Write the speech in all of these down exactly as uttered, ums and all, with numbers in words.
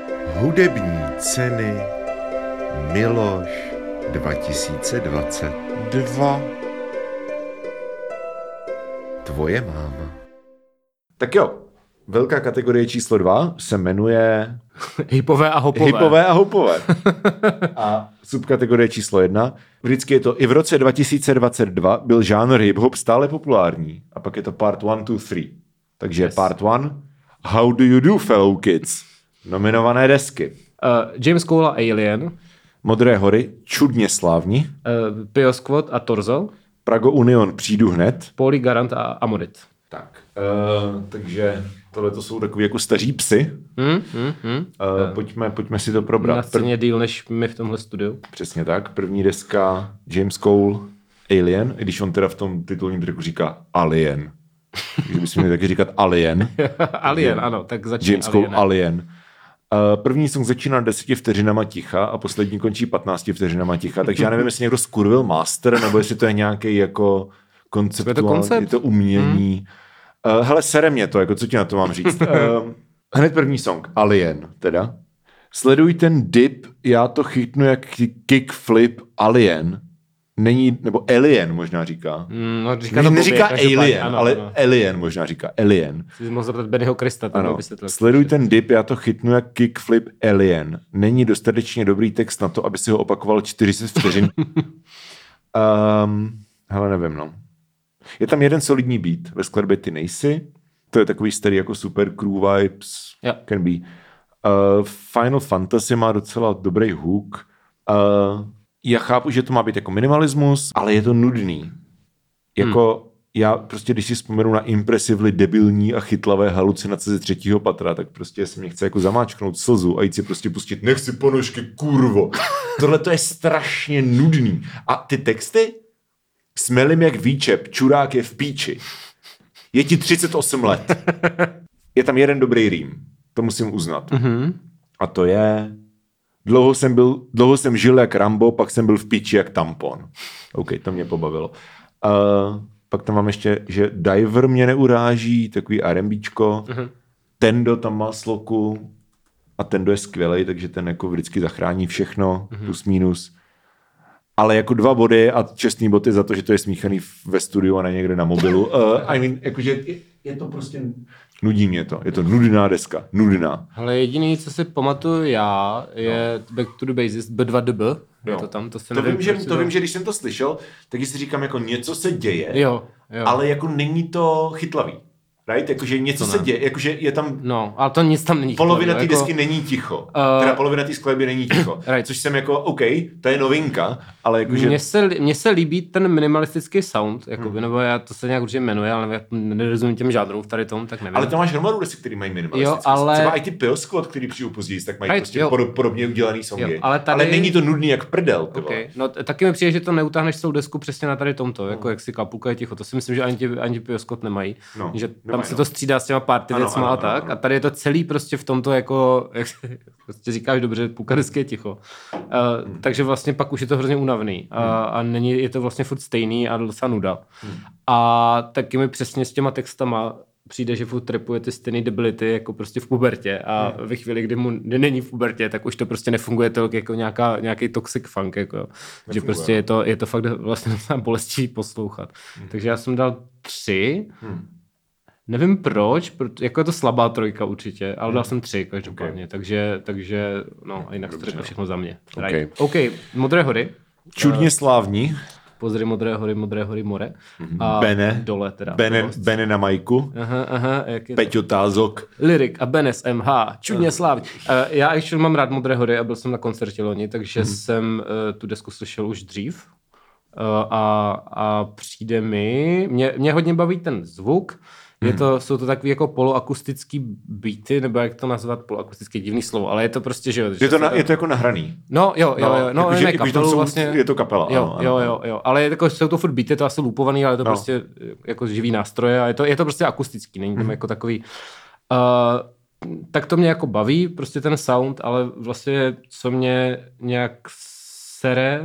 Hudební ceny Miloš dva tisíce dvacet dva. Tvoje máma. Tak jo, velká kategorie číslo dva se jmenuje... Hipové a hopové. Hipové a hopové. A subkategorie číslo jedna. Vždycky je to i v roce dva tisíce dvacet dva byl žánr hip-hop stále populární. A pak je to part one, two, three. Takže yes. Part one. How do you do, fellow kids? Nominované desky. Uh, James Cole a Alien. Modré hory, čudně slávní. Uh, Pio Squad a Torzo. Prago Union, přijdu hned. Poli Garant a Amorit. Tak, uh, takže tohle to jsou takový jako staří psy. Hmm, hmm, hmm. Uh, pojďme, pojďme si to probrat. Na scéně díl než my v tomhle studiu. Přesně tak. První deska James Cole, Alien, i když on teda v tom titulním tracku říká Alien. Takže bychom měli taky říkat Alien. Alien, ano, tak začíná James Cole, Alien. Uh, první song začíná deseti vteřinama ticha a poslední končí patnácti vteřinama ticha, takže já nevím, jestli někdo skurvil master, nebo jestli to je nějaký jako konceptuální, je to umění. Hmm. Uh, hele, sere mě to, jako co ti na to mám říct. Uh, hned první song, Alien, teda. Sleduj ten dip, já to chytnu jak kickflip Alien. Není, nebo Alien možná říká. Mm, no, říká ne, to neříká blbě, Alien, ano, ale ano. Alien možná říká. Alien. Jsi mohl zeptat Bennyho Krista. Ano. Sleduj ten dip, já to chytnu jak kickflip Alien. Není dostatečně dobrý text na to, aby si ho opakoval čtyři sta vteřin. um, hele, nevím, no. Je tam jeden solidní beat ve skladbě Ty nejsi. To je takový starý jako super crew vibes. Yeah. Can be. Uh, Final Fantasy má docela dobrý hook. Uh, já chápu, že to má být jako minimalismus, ale je to nudný. Jako hmm. já prostě, když si vzpomenu na impresively debilní a chytlavé halucinace ze třetího patra, tak prostě se mě chce jako zamáčknout slzu a jít si prostě pustit nech si ponožky, kurvo. Tohle to je strašně nudný. A ty texty? Smelím jak výčep, čurák je v píči. Je ti třicet osm let. Je tam jeden dobrý rým. To musím uznat. Mm-hmm. A to je... Dlouho jsem, byl, dlouho jsem žil jak Rambo, pak jsem byl v píči jak tampon. OK, to mě pobavilo. Uh, pak tam mám ještě, že Diver mě neuráží, takový RMBčko. Mm-hmm. Tendo tam má sloku a Tendo je skvělej, takže ten jako vždycky zachrání všechno, mm-hmm. plus minus. Ale jako dva body a čestný boty za to, že to je smíchaný ve studiu a ne někde na mobilu. Uh, I mean, jakože je, je to prostě... Nudí mě to. Je to nudná deska. Nudná. Ale jediný, co si pamatuju já, je no. Back to the Basics, B dva D B. Je to tam, to se to nevím. Vím, že, to vím, že když jsem to slyšel, tak si říkám, jako něco se děje, jo, jo. ale jako není to chytlavý. Right? Jakože něco se děje, jakože je tam... No, ale to nic tam není. Polovina té jako... desky není ticho. Uh... Teda polovina té skladby není ticho. Right. Což jsem jako, OK, to je novinka, ale jakože... Mně se, mně se líbí ten minimalistický sound, jakoby, hmm. nebo já to se nějak určitě jmenuje, ale já nerozumím těm žádrům v tady tom, tak nevím. Ale to máš hromadu desek, který mají minimalistický. Jo, ale... Třeba i ty Pio Squad, který přijdu později, tak mají right, prostě jo. podobně udělaný songy. Jo, ale, tady... ale není to nudný jak prdel. Okay. No, taky mi přijde, že to neutáhneš celou desku přesně na tady tomto, no. Jako jak si Kapulka je ticho. To si myslím, že ani, ani Pio Squad nemají. No, že tam nemají, se no. to střídá s těma party ano, věcma ano, a tak. Ano, ano. A tady je to celý prostě v tomto jako, jak prostě říkáš dobře, půlka desky je ticho. Uh, hmm. Takže vlastně pak už je to hrozně únavný. A, hmm. a není, je to vlastně furt stejný a docela nuda. Hmm. A taky mi přesně s těma textama přijde, že furt trapuje ty stejné debility jako prostě v pubertě a hmm. ve chvíli, kdy mu kdy není v pubertě, tak už to prostě nefunguje tolik jako nějaká, nějaký toxic funk, jako, že prostě je to, je to fakt vlastně bolestivý poslouchat. Hmm. Takže já jsem dal tři. Hmm. Nevím proč, proto, jako je to slabá trojka určitě, ale hmm. dal jsem tři každopádně, okay. takže, takže no a jinak to řekl všechno za mě. Okay. Right. OK, Modré hory. Čudně slávní. Pozri Modré hory, Modré hory, more. A Bene. Dole teda. Bene, Bene na majku. Aha, aha. Jak je Peťo Tázok. Lyrik a Benes M H. Čudně slávní. Uh, já ještě mám rád Modré hory a byl jsem na koncertě loni, takže hmm. jsem uh, tu desku slyšel už dřív. Uh, a, a přijde mi, mě, mě hodně baví ten zvuk. Je to, jsou to takový jako poloakustický beaty, nebo jak to nazvat, poloakustický divný slovo, ale je to prostě, že jo. Je to, na, je to jako nahraný. No, jo, jo, jo. No, jako, ne, že, kapelu jsou, vlastně. Je to kapela, jo, ano, jo, ano. jo, jo, ale je jako, jsou to furt beaty, to asi loopovaný, ale je to no. prostě jako živý nástroje a je to, je to prostě akustický, není tam hmm. jako takový. Uh, tak to mě jako baví, prostě ten sound, ale vlastně co mě nějak sere,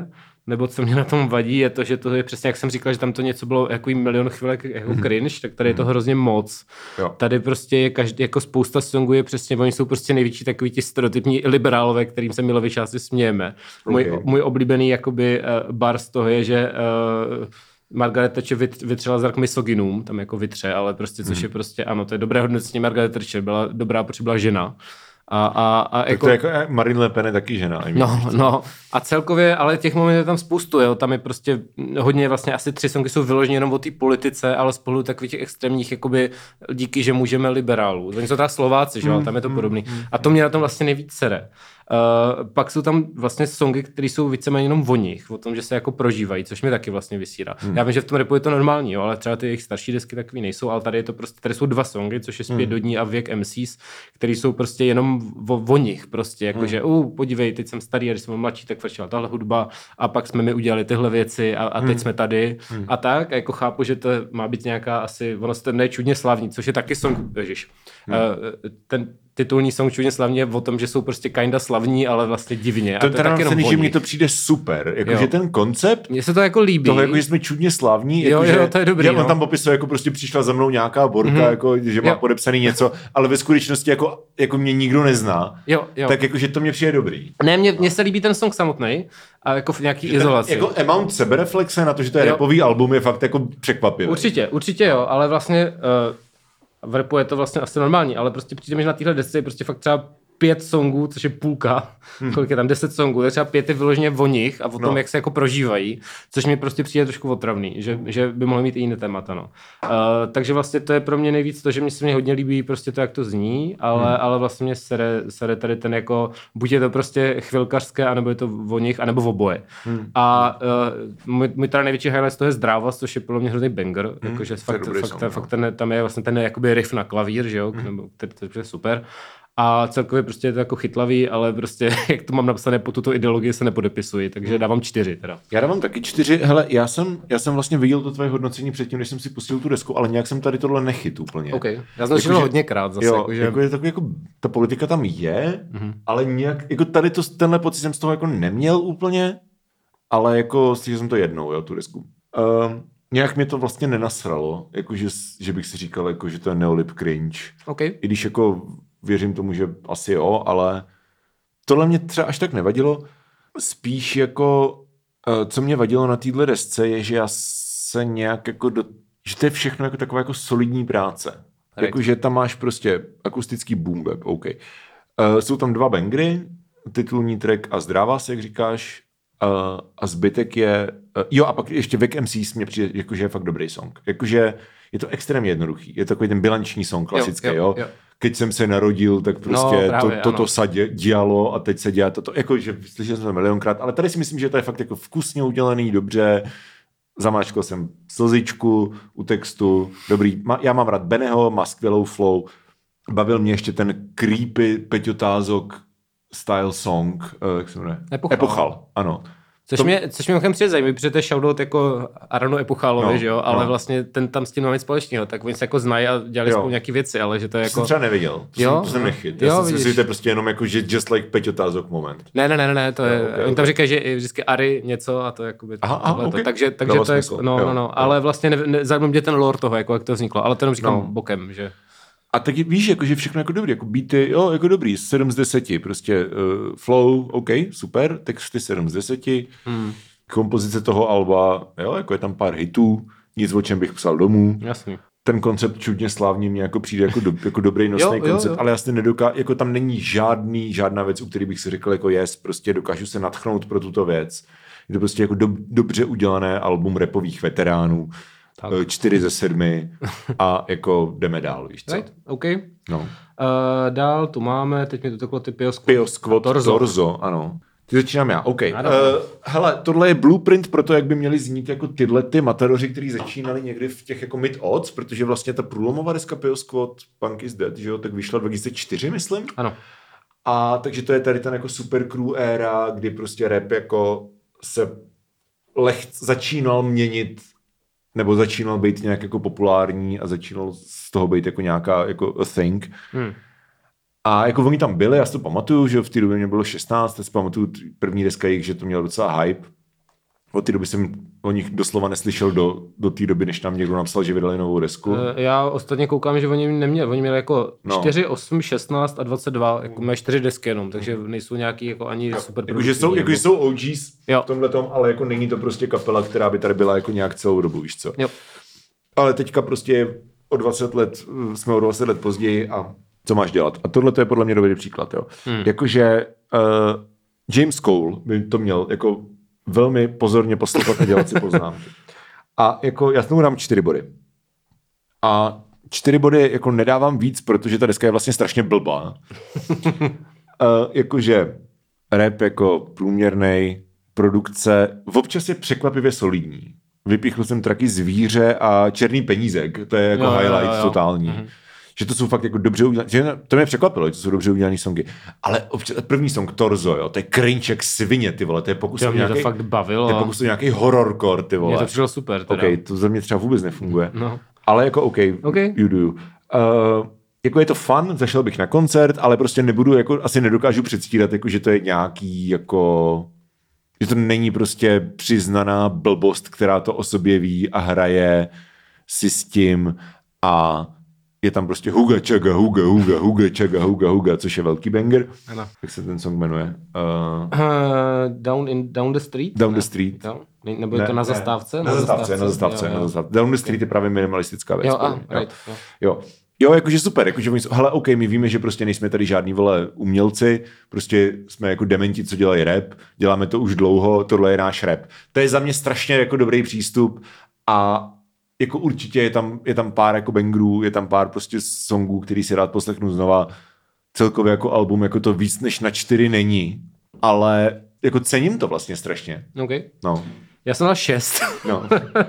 nebo co mě na tom vadí, je to, že to je přesně, jak jsem říkal, že tam to něco bylo jako milion chvilek jako cringe, tak tady je to hrozně moc. Jo. Tady prostě je každý, jako spousta songů je přesně, oni jsou prostě největší takový ti stereotypní liberálové, kterým se Milovi části smějeme. Můj, Okay. můj oblíbený jakoby uh, bar z toho je, že uh, Margaret Thatcher vytřela zrak misogynům, tam jako vytře, ale prostě, což je prostě, ano, to je dobré hodnocení Margaret Thatcher, byla dobrá, protože byla žena. A, a, a Tak jako, to je jako Marine Le Pen je taky žena. no, no, a celkově, ale těch momentů je tam spoustu, jo, tam je prostě hodně, vlastně asi tři songy jsou vyloženě jenom o té politice, ale spolu takových těch extrémních, jakoby díky, že můžeme liberálů. Oni jsou teda Slováci, že jo, tam je to podobný. A to mě na tom vlastně nejvíc sere. Uh, pak jsou tam vlastně songy, které jsou víceméně jenom o nich, o tom, že se jako prožívají, což mi taky vlastně vysírá. Hmm. Já vím, že v tom rapu je to normální, jo, ale třeba ty jejich starší desky takový nejsou, ale tady je to prostě, tady jsou dva songy, což je Zpět hmm. do dní a Věk M Cs, které jsou prostě jenom o, o nich, prostě, jakože, hmm. uh, podívej, teď jsem starý a když jsem mladší, tak vrčila tahle hudba a pak jsme mi udělali tyhle věci a, a teď hmm. jsme tady hmm. a tak, a jako chápu, že to má být nějaká asi, ono se to je čudně slavní, což je taky song, ježiš, hmm. uh, ten titulní song Čudně slavní je o tom, že jsou prostě kinda slavní, ale vlastně divně. To, a to je tak jenom že mi to přijde super. Jakože ten koncept mně se to jako líbí. toho, jako, že jsme čudně slavní, jo, jako, jo, že, to je dobrý, že no. on tam popisuje, jako prostě přišla za mnou nějaká borka, mm-hmm. jako, že má jo. podepsaný něco, ale ve skutečnosti jako, jako mě nikdo nezná. Jo, jo. Tak jakože to mě přijde dobrý. Ne, mně, mně se líbí ten song samotný a jako v nějaký že izolaci. Ten, jako amount sebereflexe na to, že to je jo. rapový album, je fakt jako překvapivý. Určitě, určitě jo, ale vlastně uh, v rapu je to vlastně asi normální, ale prostě přijde mi, že na téhle desce je prostě fakt třeba pět songů, což je půlka, hmm. kolik je tam, deset songů, tak třeba pět je vyloženě o nich a o tom, no. jak se jako prožívají, což mi prostě přijde trošku otravný, že, že by mohly mít i jiné témata, no. Uh, takže vlastně to je pro mě nejvíc to, že mi se mě hodně líbí prostě to, jak to zní, ale, hmm. ale vlastně mě sere, sere tady ten jako, buď je to prostě chvilkařské, anebo je to o nich, anebo v oboje. Hmm. A uh, můj, můj teda největší highlight z toho je Zdrávost, což je podle mě hrozný banger, hmm. jakože fakt, fakt, song, ten, fakt ten, tam je vlastně ten jakoby riff na klavír, že jo, hmm. to je super. A celkově prostě je to jako chytlavý, ale prostě, jak to mám napsané, po tuto ideologii se nepodepisuji, takže dávám čtyři teda. Já dávám taky čtyři, hele, já jsem, já jsem vlastně viděl to tvoje hodnocení předtím, než jsem si pustil tu desku, ale nějak jsem tady tohle nechyt úplně. OK, já jsem to hodněkrát zase. Jo, jako, že... jako je takový, jako, ta politika tam je, mm-hmm. ale nějak, jako tady to, tenhle pocit jsem z toho jako neměl úplně, ale jako slyšel jsem to jednou, jo, tu desku. Um, nějak mě to vlastně nenasralo, jako že, že bych si říkal, jako, že to je neolib cringe. Okay. I když jako věřím tomu, že asi jo, ale tohle mě třeba až tak nevadilo. Spíš jako, co mě vadilo na téhle desce, je, že já se nějak jako, do, že to je všechno jako taková jako solidní práce. Right. Jako, že tam máš prostě akustický boom bap, OK. Uh, jsou tam dva bangry, titulní track a Zdrává se, jak říkáš, uh, a zbytek je, uh, jo a pak ještě Věk M Cs mě přijde, jakože je fakt dobrý song. Jakože je to extrémně jednoduchý, je to takový ten bilanční song klasický, jo. jo, jo. jo. Keď jsem se narodil, tak prostě no, právě, to, toto se dělalo a teď se dělá toto, jakože slyšel jsem to milionkrát, ale tady si myslím, že to je fakt jako vkusně udělaný, dobře, zamáčkal jsem slzičku u textu, dobrý, já mám rád Bennyho, má skvělou flow, bavil mě ještě ten creepy peťotázok style song, uh, jak se jmenuje? Epochal. Epochal, ano. Což, to... mě, což mě mochem přijde zajímavý, protože to je shoutout jako Aronu Epochalovi, no, že jo, ale no. vlastně ten tam s tím máme společného, tak oni se jako znají a dělali spolu nějaký věci, ale že to je jako... To jsem třeba nevěděl, to, jo? Jsem, to jsem nechyt. Já jo, jsem si myslel, že to je prostě jenom jako, že just like peťotázok moment. Ne, ne, ne, ne, to je, no, okay, oni tam okay. říkají, že je vždycky Ari něco a to je jakoby... Aha, aha, okay. Takže, takže to je, no, no, no, ale vlastně zajímá mě ten lore toho, jako jak to vzniklo, ale to jenom říkám no. bokem, že... A taky víš, jako, že všechno jako dobrý, jako beaty, jo, jako dobrý, sedm z deseti, prostě uh, flow, OK, super, texty sedm z deseti, hmm. kompozice toho alba, jo, jako je tam pár hitů, nic, o čem bych psal domů. Jasný. Ten koncept Čudně slávný mě jako přijde jako, do, jako dobrý nosný koncept, jo, jo. ale jasně nedoká, jako tam není žádný, žádná věc, u který bych si řekl jako yes, prostě dokážu se nadchnout pro tuto věc. Je to prostě jako do, dobře udělané album rapových veteránů, tak. čtyři ze sedmi a jako jdeme dál, víš co? Right, OK. No. Uh, dál tu máme, teď mi to takhle ty Pio Squad. Pio Squad Torzo. Torzo, ano. Ty začínám já, OK. Uh, hele, tohle je blueprint pro to, jak by měly znít jako tyhle ty matadoři, kteří začínali někdy v těch jako mid-odds, protože vlastně ta průlomová deska Pio Squad, Punk is Dead, že jo, tak vyšla dva tisíce čtyři, myslím. Ano. A takže to je tady ten jako super crew éra, kdy prostě rap jako se lehce začínal měnit nebo začínal být nějak jako populární a začínal z toho být jako nějaká jako a thing. Hmm. A jako oni tam byli, já si to pamatuju, že v té době mě bylo šestnáct, já si pamatuju první deska jich, že to mělo docela hype. Od té doby jsem o nich doslova neslyšel do, do té doby, než nám někdo napsal, že vydali novou desku. Já ostatně koukám, že oni neměli, oni měli jako no. čtyři, osm, šestnáct a dvacet dva, jako mají čtyři desky jenom, takže nejsou nějaký jako ani jo. super jako, že jsou, jako, že jsou O Gs jo. v tomhletom, ale jako není to prostě kapela, která by tady byla jako nějak celou dobu, víš co. Jo. Ale teďka prostě o dvacet let, jsme o dvacet let později a co máš dělat? A tohle to je podle mě dobrý příklad, jo. Hmm. Jakože uh, James Cole by to měl jako velmi pozorně poslouchat a dělat si poznámky. A jako já tomu dám čtyři body. A čtyři body jako nedávám víc, protože ta deska je vlastně strašně blbá. uh, jakože rap jako průměrnej, produkce, občas je překvapivě solidní. Vypíchl jsem tracky Zvíře a Černý penízek, to je jako jo, highlight jo, jo, jo. totální. Mm-hmm. Že to jsou fakt jako dobře udělané, že to mě překvapilo, že to jsou dobře udělané songy. Ale občas, první song Torzo, jo, to je cringe jak svině, ty vole, to je pokus o nějaký, to fakt bavilo. To je pokus o nějaký horrorcore, ty vole. Mně to přišlo super teda. OK, to za mě třeba vůbec nefunguje. No. Ale jako OK, okay. you do. Uh, jako je to fun, zašel bych na koncert, ale prostě nebudu, jako asi nedokážu předstírat, jako, že to je nějaký, jako, že to není prostě přiznaná blbost, která to o sobě ví a hraje si s tím a je tam prostě huga, čaga, huga, huga, huga, čaga, huga, huga, což je velký banger. Ano. Jak se ten song jmenuje? Uh, uh, down, in, down the Street? Down the Street. No? Nebo je to ne, na zastávce? Ne. Na zastávce, na zastávce, jo, jo. na zastávce. Down the Street okay. je právě minimalistická věc. Jo, a, right, jo. jo. Jo, jakože super, jakože oni jsou, hele, OK, my víme, že prostě nejsme tady žádný, vole, umělci, prostě jsme jako dementi, co dělají rap, děláme to už dlouho, tohle je náš rap. To je za mě strašně jako dobrý přístup a jako určitě je tam, je tam pár jako bangerů, je tam pár prostě songů, který si rád poslechnu znova. Celkově jako album, jako to víc než na čtyři není, ale jako cením to vlastně strašně. OK. No. Já jsem dal šest. No.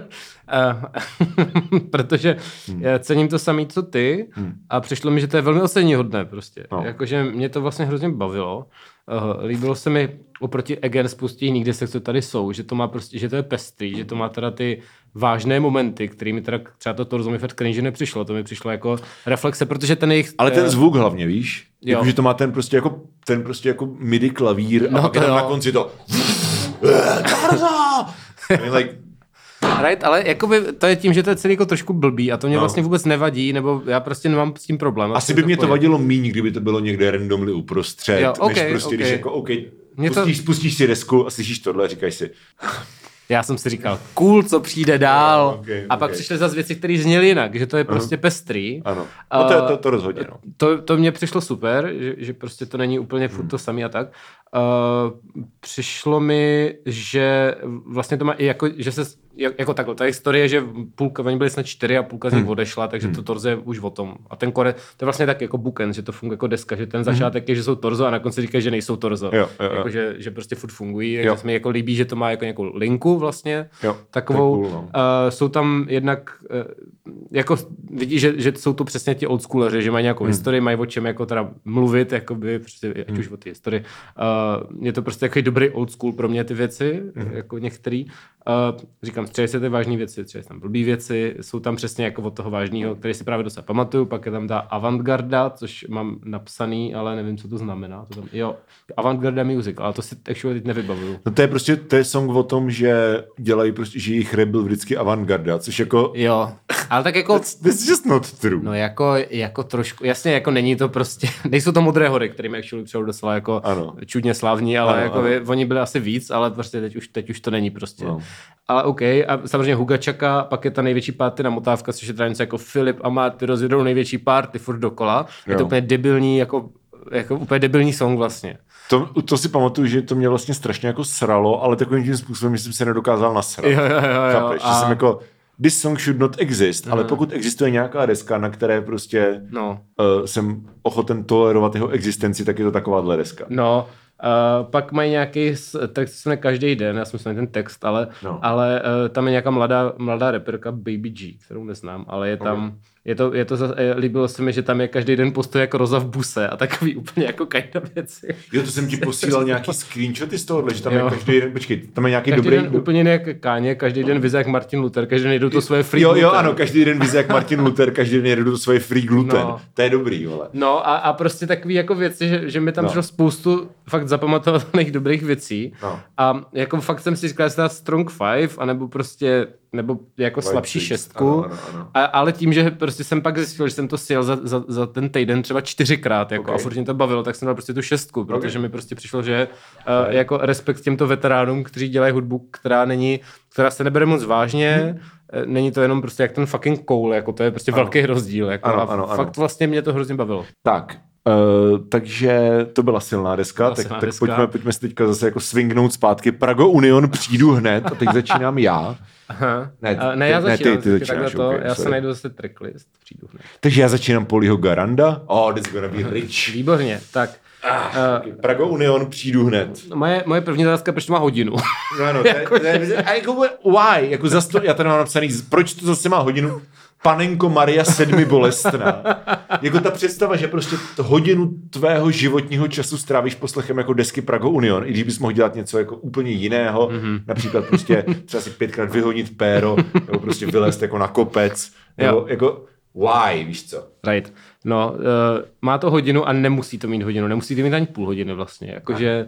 Protože hmm. cením to samý, co ty hmm. a přišlo mi, že to je velmi oceníhodné prostě. No. Jakože mě to vlastně hrozně bavilo. Uh, líbilo se mi oproti Again spoustě jiných desek, co tady jsou, že to má prostě, že to je pestrý, že to má teda ty vážné momenty, kterými teda třeba to Torzo mi fakt cringe nepřišlo, to mi přišlo jako reflexe, protože ten jejich... Ale ten zvuk hlavně, víš? Jako, že to má ten prostě jako, ten prostě jako midi klavír no a pak je tam na konci to... like, right, ale jakoby to je tím, že to je celý jako trošku blbý a to mě no. vlastně vůbec nevadí, nebo já prostě nemám s tím problém. Asi by mě to vadilo míň, kdyby to bylo někde randomly uprostřed, jo, okay, než prostě, okay. když jako, OK, pustíš, to... pustíš si desku a slyšíš tohle a říkáš si... Já jsem si říkal, cool, co přijde dál. No, okay, a pak okay. přišly zase věci, které zněly jinak, že to je prostě uh-huh. pestrý. Ano, no to, to, to rozhodně. No. To, to mně přišlo super, že, že prostě to není úplně furt to samý a tak. Uh, přišlo mi, že vlastně to má i jako, že se, jako takhle, ta historie, že půlka, oni byli snad čtyři a půlka z nich hmm. odešla, takže hmm. to Torzo je už o tom. A ten kore, to je vlastně tak jako bookend, že to funguje jako deska, že ten začátek hmm. je, že jsou Torzo a na konci říkají, že nejsou Torzo. Jo, jo, jo. Jako, že, že prostě furt fungují, takže se mi jako líbí, že to má jako nějakou linku vlastně, jo, takovou. Cool, no. uh, jsou tam jednak, uh, jako vidíš, že, že jsou to přesně ti oldschooleři, že mají nějakou hmm. historii, mají o čem jako teda mluvit, jakoby, prostě, ať hmm. už o té historii. Uh, je to prostě takový dobrý old school pro mě ty věci, mm. jako některý. Uh, říkám, střeli se ty vážné věci, střeli se tam blbý věci, jsou tam přesně jako od toho vážného, který si právě docela pamatuju, pak je tam ta avantgarda, což mám napsaný, ale nevím, co to znamená. To tam, jo, avantgarda music, ale to si actually teď nevybavuju. No to je prostě, to je song o tom, že dělají prostě, že jejich rap byl vždycky avantgarda, což jako... Jo, ale tak jako... That's, that's just not true. No jako, jako trošku, jasně, jako není to prostě, nejsou to Modré hory, kterými actually přijou docela jako ano. čudně slavní, ale ano, jako ano. oni byli asi víc, ale prostě teď už, teď už to není prostě. No. Ale OK, a samozřejmě Huga Chaka, pak je ta největší party na motávka, což je teda něco jako Filip a Marty rozjedou největší party furt dokola. Je jo. to úplně debilní, jako, jako úplně debilní song vlastně. To, to si pamatuju, že to mě vlastně strašně jako sralo, ale takovým tím způsobem jsem se nedokázal nasrat. Jo, jo, jo, Chápeš, a... že jsem jako... This song should not exist, mm. ale pokud existuje nějaká deska, na které prostě no. uh, jsem ochoten tolerovat jeho existenci, tak je to takováhle deska. No, uh, pak mají nějaký text, co se jmenuje Každý den, já jsem si ten text, ale, no. ale uh, tam je nějaká mladá, mladá reperka Baby G, kterou neznám, ale je tam, okay. Je to, je to, líbilo se mi, že tam je každý den postoj jako Roza v buse a takový úplně jako kajda věci. Jo, to jsem ti posílal nějaký screenshoty z tohohle, že tam jo. je každý den, počkej, tam je nějaký každý dobrý... Den úplně jinak Káně, každý den vize jak Martin Luther, každý den jedou to svoje free Jo, gluten. jo, ano, každý den vize jak Martin Luther, každý den jedou to svoje free gluten. No. To je dobrý, vole. No a, a prostě takový jako věci, že, že mi tam no. šlo spoustu fakt zapamatovaných dobrých věcí. No. A jako fakt jsem si říkal, že to strong five, anebo prostě nebo jako White slabší six. šestku, ano, ano, ano. A, ale tím, že prostě jsem pak zjistil, že jsem to sjel za, za, za ten týden třeba čtyřikrát jako, okay. a furt mě to bavilo, tak jsem dal prostě tu šestku, protože okay. mi prostě přišlo, že uh, jako respekt těmto veteránům, kteří dělají hudbu, která není, která se nebere moc vážně, hmm. není to jenom prostě jak ten fucking Cole, jako to je prostě ano. velký rozdíl, jako, ano, ano, a fakt ano. vlastně mě to hrozně bavilo. Tak, Uh, takže to byla silná deska, byla tak, silná tak deska. Pojďme, pojďme si teďka zase jako swingnout zpátky. Prago Union, přijdu hned a teď začínám já. Aha. Ne, uh, ne, já začínám, ne, ty, ty začínáš, to, okay, já sorry. se najdu zase tracklist, přijdu hned. Takže já začínám Poliho Garanda. Oh, this is gonna be rich. Výborně, tak. Ah, uh, okay. Prago Union, přijdu hned. Moje, moje první otázka, proč to má hodinu? No, no, jako, to je, a jako, why? Jako zase to, já tady mám napsaný, proč to zase má hodinu? Panenko Maria sedmi bolestná. Jako ta představa, že prostě hodinu tvého životního času strávíš poslechem jako desky Prago Union, i když bys mohl dělat něco jako úplně jiného, mm-hmm. například prostě třeba si pětkrát vyhonit péro, nebo prostě vylézt jako na kopec, nebo jako why, víš co? Right. No, uh, má to hodinu a nemusí to mít hodinu, nemusí to mít ani půl hodiny vlastně, jakože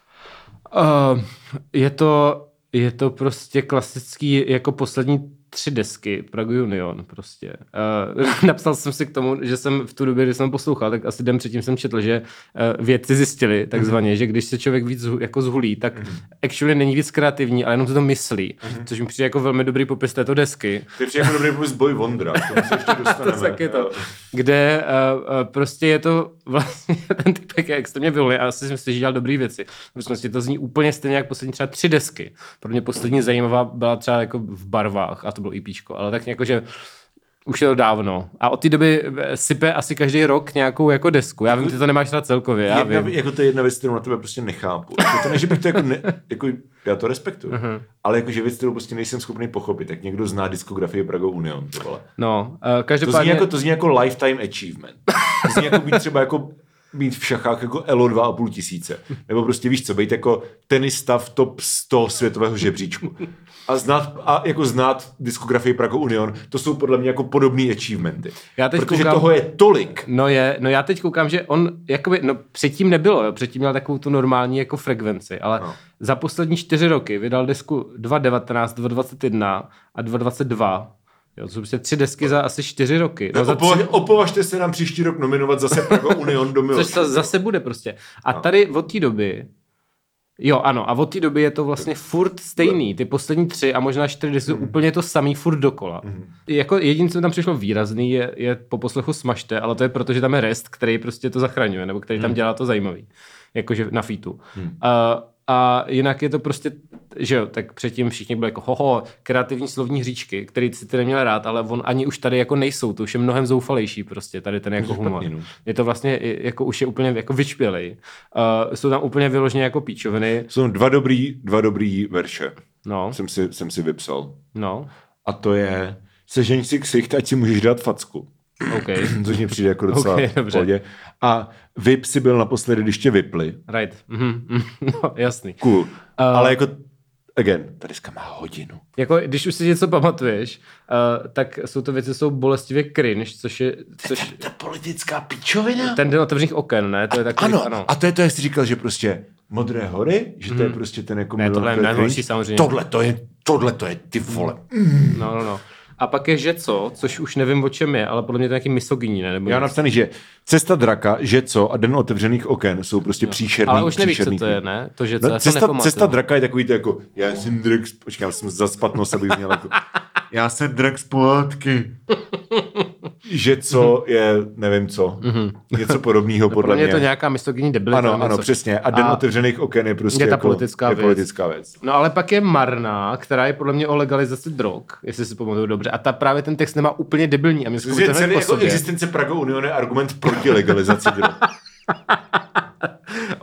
uh, je to, je to prostě klasický jako poslední tři desky Prago Union prostě. Uh, napsal jsem si k tomu, že jsem v tu době, kdy jsem poslouchal, tak asi den předtím jsem četl, že uh, vědci zjistili takzvaně, mm-hmm. že když se člověk víc zhu, jako zhulí, tak mm-hmm. actually není víc kreativní, ale jenom to, to myslí. Mm-hmm. Což mi přijde jako velmi dobrý popis této desky. To je přijde jako dobrý popis Boy Wondera, k tomu se ještě dostaneme. To to. Kde uh, uh, prostě je to vlastně ten typek je extrémně vyvolný a asi si myslím, že dělal dobrý věci. Prostě to zní úplně stejně jak poslední třeba tři desky. Pro mě poslední zajímavá byla třeba jako v barvách a to bylo EPčko, ale tak jako, že už je to dávno. A od té doby sype asi každý rok nějakou jako desku. Já vím, ty to nemáš na celkově. Já jedna, vím. Jako to je jedna věc, kterou na tebe prostě nechápu. Jako to ne, že bych to jako, ne, jako já to respektuju, uh-huh. ale jako, že věc, kterou prostě nejsem schopný pochopit, tak někdo zná diskografii Prago Union. Ty vole. No, uh, každopádně... To zní, jako, to zní jako lifetime achievement. To zní jako být třeba jako být v šachách jako Elo dva a půl tisíce. Nebo prostě víš co, být jako tenista v top sto světového žebříčku. A znát, a jako znát diskografii Prago Union, to jsou podle mě jako podobný achievementy. Já teď protože koukám, toho je tolik. No je, no já teď koukám, že on jakoby, no předtím nebylo, jo, předtím měl takovou tu normální jako frekvenci, ale no. za poslední čtyři roky vydal desku dva devatenáct, dva dvacet jedna a dva dvacet dva. Jo, to jsou prostě tři desky za asi čtyři roky. No, no, opovaž, tři... Opovažte se nám příští rok nominovat zase Prago Union do milosti. Což zase bude prostě. A no. tady od té doby, jo ano, a od té doby je to vlastně furt stejný. Ty poslední tři a možná čtyři desky jsou mm. úplně to samý furt dokola. Mm. Jako jediné, co tam přišlo výrazný, je, je po poslechu Smažte, ale to je proto, že tam je Rest, který prostě to zachraňuje, nebo který mm. tam dělá to zajímavý. Jakože na featu. Mm. Uh, A jinak je to prostě, že jo, tak předtím všichni byli jako hoho, kreativní slovní hříčky, který si ty neměl rád, ale on ani už tady jako nejsou, to už je mnohem zoufalejší prostě, tady ten jako humor. Je to vlastně, jako už je úplně jako vyčpělej. Uh, jsou tam úplně vyloženě jako píčoviny. Jsou dva dobrý, dva dobrý verše. No. Jsem si, jsem si vypsal. No. A to je, sežeň si ksicht, ať si můžeš dát facku. Okay. Což mi přijde jako docela okay, v pohodě. A vyp si byl naposledy, když tě vypli. Right. Mm-hmm. No, jasný. Cool. Uh, Ale jako, again, ta deska má hodinu. Jako, když už si něco pamatuješ, uh, tak jsou to věci, jsou bolestivě cringe, což je... Což... To je ta politická pičovina? Ten den otevřených oken, ne? To je takový, ano, ano, a to je to, jak jsi říkal, že prostě Modré hory, že mm. to je prostě ten jako... Ne, tohle je nejhorší samozřejmě. Tohle to je, tohle to je, ty vole. Mm. No, no, no. A pak je že co, což už nevím, o čem je, ale podle mě to je nějaký misogyní, ne? Nebo já napsaný, že Cesta draka, že co a Den otevřených oken jsou prostě no. příšerný. Ale už nevíš, co to je, ne? To, že co, no, cesta, cesta draka je takový to jako, já jsem drak, počkám, jsem zaspat nos, abych měl jako, já jsem drak z pohádky. Že co je, nevím co, mm-hmm. něco podobného podle, podle mě. je to nějaká misogyní debilita. Ano, ano, přesně. A Den a otevřených oken je prostě je ta jako, politická, je věc. politická věc. No ale pak je Marná, která je podle mě o legalizaci drog, jestli si pamatuju dobře. A ta právě ten text nemá úplně debilní. A mě je celý jako existence Prago Union je argument proti legalizaci drog. OK,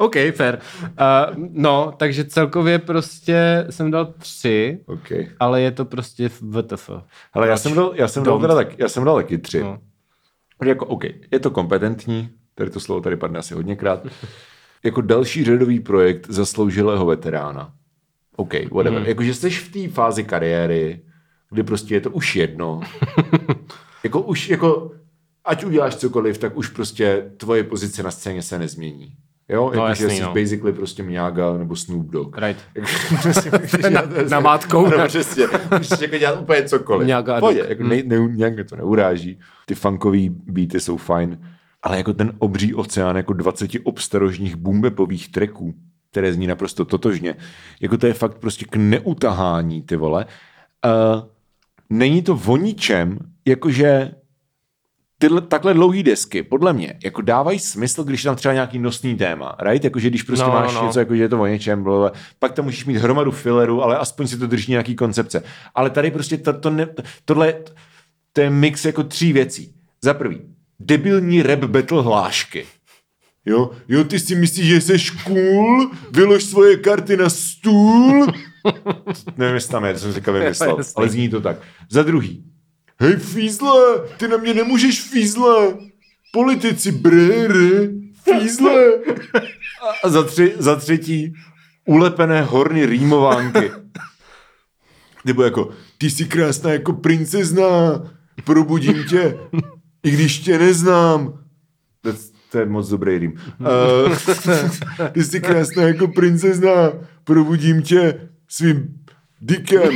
OK, fair. Uh, no, takže celkově prostě jsem dal tři, okay. ale je to prostě W T F. Ale já jsem dal, já jsem dal teda tak, já jsem dal taky tři. No. Jako, OK, je to kompetentní, tady to slovo tady padne asi hodněkrát. Jako další řadový projekt zasloužilého veterána. OK, whatever. Hmm. Jakože jsi v té fázi kariéry, kdy prostě je to už jedno. jako už, jako, ať uděláš cokoliv, tak už prostě tvoje pozice na scéně se nezmění. Jo, no, jakože jsi no. basically prostě Miyagi nebo Snoop Dogg. Right. na, na mátkou. No, přesně. Můžeš jako dělat úplně cokoliv. Pojď, jako ne, ne, nějak mě to neuráží. Ty funkový beaty jsou fajn. Ale jako ten obří oceán jako dvacet obstarožních boombepových tracků, které zní naprosto totožně, jako to je fakt prostě k neutahání, ty vole. Uh, není to o ničem, jakože tyhle, takhle dlouhý desky, podle mě, jako dávají smysl, když tam třeba nějaký nosný téma, right? Jakože když prostě no, máš no. něco, jako že je to o něčem, blablabla, pak tam musíš mít hromadu filleru, ale aspoň si to drží nějaký koncepce. Ale tady prostě to, to ne, tohle, to je mix jako tří věcí. Za prvý, debilní rap battle hlášky. Jo, jo, ty si myslíš, že jsi cool, vylož svoje karty na stůl. Nevím, jestli tam je, to jsem si vymyslel, ale zní to tak. Za druhý, hej fízle, ty na mě nemůžeš fízle, politici brr, fízle. A za, tři, za třetí, ulepené horny rýmovánky. Nebo jako, ty jsi krásná jako princezna, probudím tě, i když tě neznám. That's, to je moc dobrý rým. Uh, ty jsi krásná jako princezna, probudím tě svým dikem.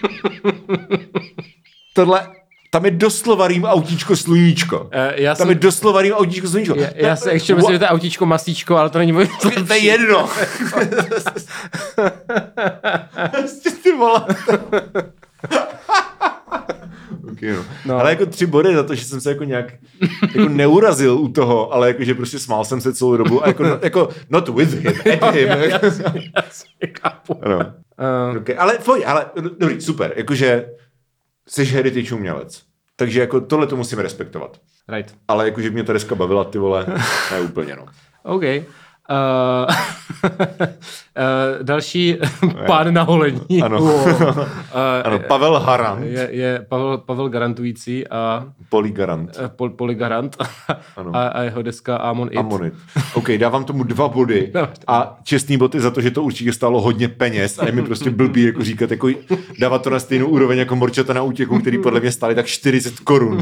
Tohle, tam je doslova rým autíčko sluníčko. Uh, já tam jsem... je doslova rým autíčko sluníčko. Já, já se ještě myslím, že to je autíčko masíčko, ale to není můj to, to je jedno. Ty vole. Okay, no. No. Ale jako tři body za to, že jsem se jako nějak jako neurazil u toho, ale jako, že prostě smál jsem se celou dobu a jako, no, jako not with him, at him. Jasně, jasně, kápu. No. Uh. Okay. Ale pojď, ale dobrý, super, jakože jsi heritage umělec, takže jako tohle to musíme respektovat. Right. Ale jakože mě ta deska bavila, ty vole, ne úplně, no. OK. Uh, uh, další pán na holení. Ano. Uh, ano, Pavel Harant. Je, je Pavel, Pavel Garantující a Polygarant. Uh, pol, Polygarant a, a jeho deska Amon It. Amon It. OK, dávám tomu dva body a čestný bod je za to, že to určitě stálo hodně peněz a je mi prostě blbý jako říkat, jako dávat to na stejnou úroveň jako Morčata na útěku, který podle mě stály tak čtyřicet korun.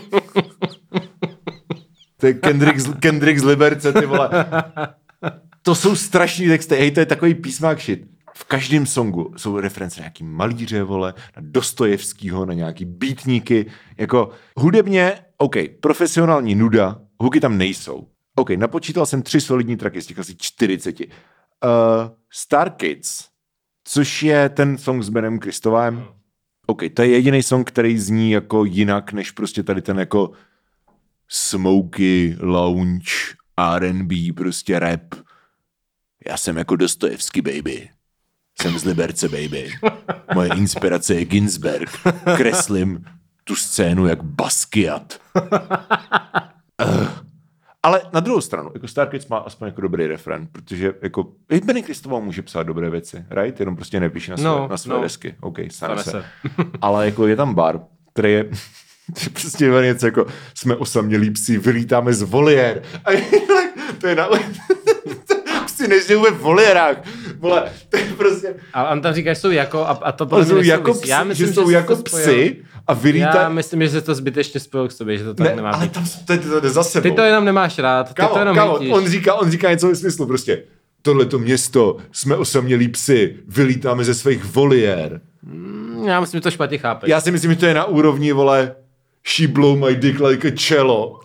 To je Kendrick, Kendrick z Liberce, ty vole. To jsou strašný texty, hej, to je takový písmák shit. V každém songu jsou reference na nějaký malíře, vole, na Dostojevskýho, na nějaký beatníky, jako hudebně, OK, profesionální nuda, hooky tam nejsou. OK, napočítal jsem tři solidní tracky z těch asi čtyřiceti. Uh, Star Kids, což je ten song s Benem Kristovem. OK, to je jediný song, který zní jako jinak, než prostě tady ten jako smoky, lounge, R and B, prostě rap. Já jsem jako Dostojevský, baby. Jsem z Liberce, baby. Moje inspirace je Ginsberg. Kreslím tu scénu jak Basquiat. Uh. Ale na druhou stranu, jako Star Kids má aspoň jako dobrý refren, protože jako i Benny Kristová může psát dobré věci, right? Jenom prostě nepíše na své, no, na své no. desky. OK, stane se. se. Ale jako je tam bar, který je prostě něco jako jsme osamělí psi, vylítáme z voliér. A to je na... si nežijou ve voliérách. Vole, to je prostě... Ale on tam říká, že jsou jako a, a to podle mě jako psi, já myslím, že jsou že jako psy a vylítá... Já myslím, že se to zbytečně spojil k sobě, že to tak ne, nemá ale být. Tam, to, je, to je za sebou. Ty to jenom nemáš rád, ty kamo, to jenom kamo, hejtíš. on říká, on říká něco ve smyslu prostě. Tohleto město, jsme osamělí psi, vylítáme ze svých voliér. Mm, já myslím, že to špatně chápeš. Já si myslím, že to je na úrovni, vole, she blow my dick like a cello.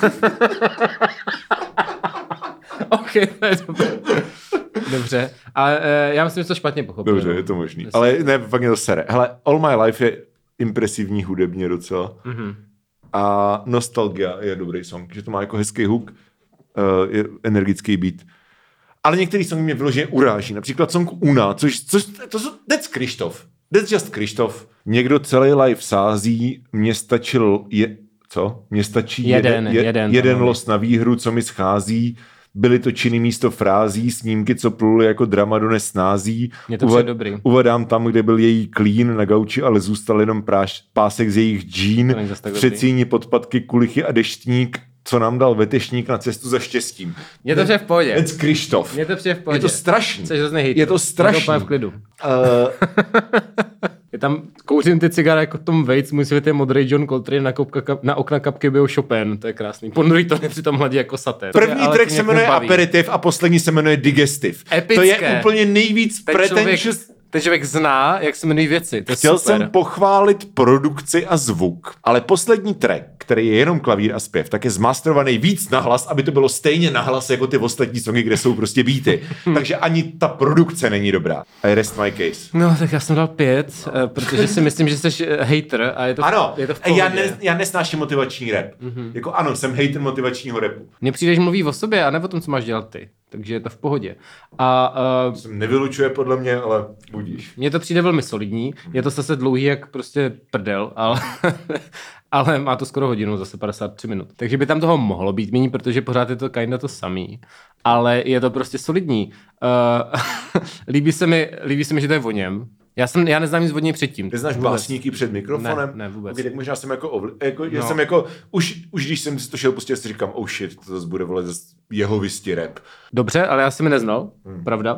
OK, to je dobré. Dobře, ale uh, já myslím, že to špatně pochopil. Dobře, je to možný. Myslím. Ale ne, fakt mě to sere. Hele, All My Life je impresivní hudebně docela. Mm-hmm. A Nostalgia je dobrý song, že to má jako hezký hook, uh, je energický beat. Ale některý songy mě vyloženě uráží. Například song Una, což, což to jsou, that's Krištof. That's just Krištof. Někdo celý life sází, mě stačil, je, co? Mě stačí jeden, jeden, je, jeden, jeden los na výhru, co mi schází. byly točeny místo frází, snímky, co pluly jako drama do nesnází. Je to Uva- dobrý. Uvadám tam, kde byl její klín na gauči, ale zůstal jenom práš, pásek z jejich džín, v přecíni podpatky, kulichy a deštník, co nám dal vetešník na cestu za štěstím. Je to vše v pohodě. It's Krištof. Je to vše v pohodě. Je to strašný. Je to strašný. Je to v klidu. Uh... Je tam, kouřím ty cigary jako Tom Waits, můj svět je modrý John Coltrane, na, kopka, na okna kapky byl Chopin, to je krásný. Ponurí to při tom hladí jako satér. První track se jmenuje Aperitiv a poslední se jmenuje Digestiv. Epické. To je úplně nejvíc pretentious. Ten člověk zná, jak se jmenují věci. To Chtěl super. jsem pochválit produkci a zvuk, ale poslední track, který je jenom klavír a zpěv, tak je zmasterovaný víc nahlas, aby to bylo stejně nahlas jako ty ostatní songy, kde jsou prostě beaty. Takže ani ta produkce není dobrá. I rest my case. No, tak já jsem dal pět, protože si myslím, že jsi hater a je to v, ano, je to v pohodě. já, ne, já nesnáším motivační rap. Mm-hmm. Jako ano, jsem hater motivačního rapu. Mně přijde, že mluví o sobě a ne o tom, co máš dělat ty. Takže je to v pohodě. A uh, jsem nevylučuje podle mě, ale budíš. Mně to přijde velmi solidní. Je to zase dlouhý jak prostě prdel, ale, ale má to skoro hodinu, zase padesát tři minut. Takže by tam toho mohlo být méně, protože pořád je to kinda to samý. Ale je to prostě solidní. Uh, líbí, se mi, líbí se mi, že to je o něm. Já, jsem, já neznám nic od něj předtím. Ty znáš básníky před mikrofonem? Ne, ne vůbec. Okay, tak možná jsem jako, ovli- jako, no. jsem jako už, už když jsem si to šel, prostě si říkám, oh shit, to zase bude volet zase jeho vystý rap. Dobře, ale já jsem mi neznal, hmm. pravda. Uh,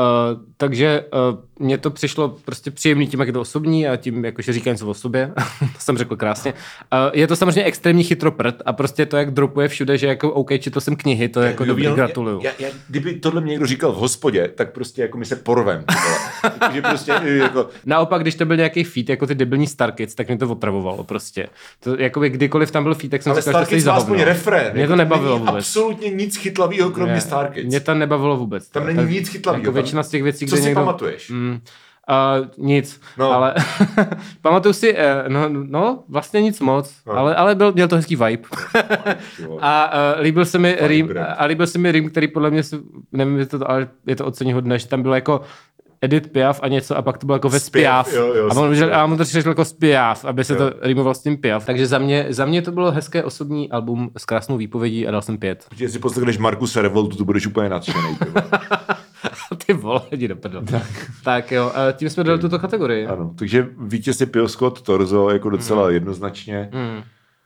takže uh, mně to přišlo prostě příjemný tím, jak je to osobní a tím, jakože říká něco o sobě. To jsem řekl krásně. Uh, je to samozřejmě extrémní chytroprd a prostě to, jak dropuje všude, že jako OK, četl jsem knihy, to je jako dobrý, gratuluju. Já, já, kdyby tohle mě někdo říkal v hospodě, tak prostě jako my se porvem. Takže prostě jako... Naopak, když to byl nějaký feat, jako ty debilní Star Kids, tak mě to otravovalo prostě. To, jakoby kdykoliv tam byl feat, tak jsem ale říkal, že to stojí za hovno. Ale Star Kids má aspoň refrén. Mě to nebavilo vůbec. Absolutně nic chytlavého, kromě mě, Star Kids. Mě to nebavilo vůbec. Tam není tak, nic chytlavého. Jako většina z těch věcí, co kde si někdo... pamatuješ? Mm, Uh, nic, no. ale pamatuju si, uh, no, no, vlastně nic moc, no. ale, ale byl, měl to hezký vibe. a, uh, líbil se mi rým, a líbil se mi rým, který podle mě, nevím, je to, ale je to oceníhodné, že tam bylo jako Edith Piaf a něco a pak to bylo jako ve Spiaf. Jo, jo, a on, že, a on to řekl jako Spiaf, aby se jo. to rýmoval s tím Piaf. Takže za mě, za mě to bylo hezké osobní album s krásnou výpovědí a dal jsem pět. Protože si poslechneš Markuse Revoltu, to budeš úplně nadšenej. Ty vole, jdi do prdele. Tak. tak jo, tím jsme dali tuto kategorii. Ano, takže vítěz je Pio Scott Torzo, jako docela mm. jednoznačně. Mm.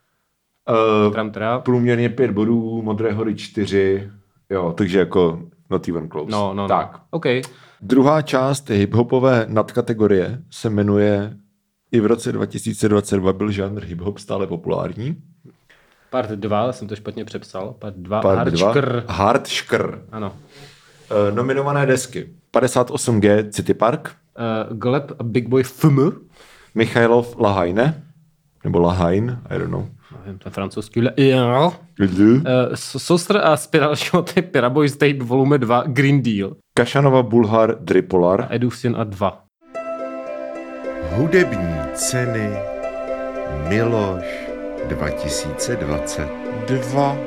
Uh, průměrně pět bodů, Modré hory čtyři, jo, takže jako not even close. No, no, tak. No. OK. Druhá část hiphopové nadkategorie se jmenuje i v roce dva tisíce dvacet dva byl žánr hiphop stále populární. Part dva, jsem to špatně přepsal. Part dva, Part hard dva škr. Hard škr. Ano. Uh, nominované desky. padesát osm gé City Park. Uh, Gleb a Big Boy F M. Michailov Lahajne. Nebo Lahain, I don't know. Nevím, to je francouzský. Uh, Sostr a Spiral Shoty Piraboys Tape volume dva Green Deal. Kašanova Bulhar Dripolar. A Edusin a dva. Hudební ceny Miloš dva tisíce dvacet dva.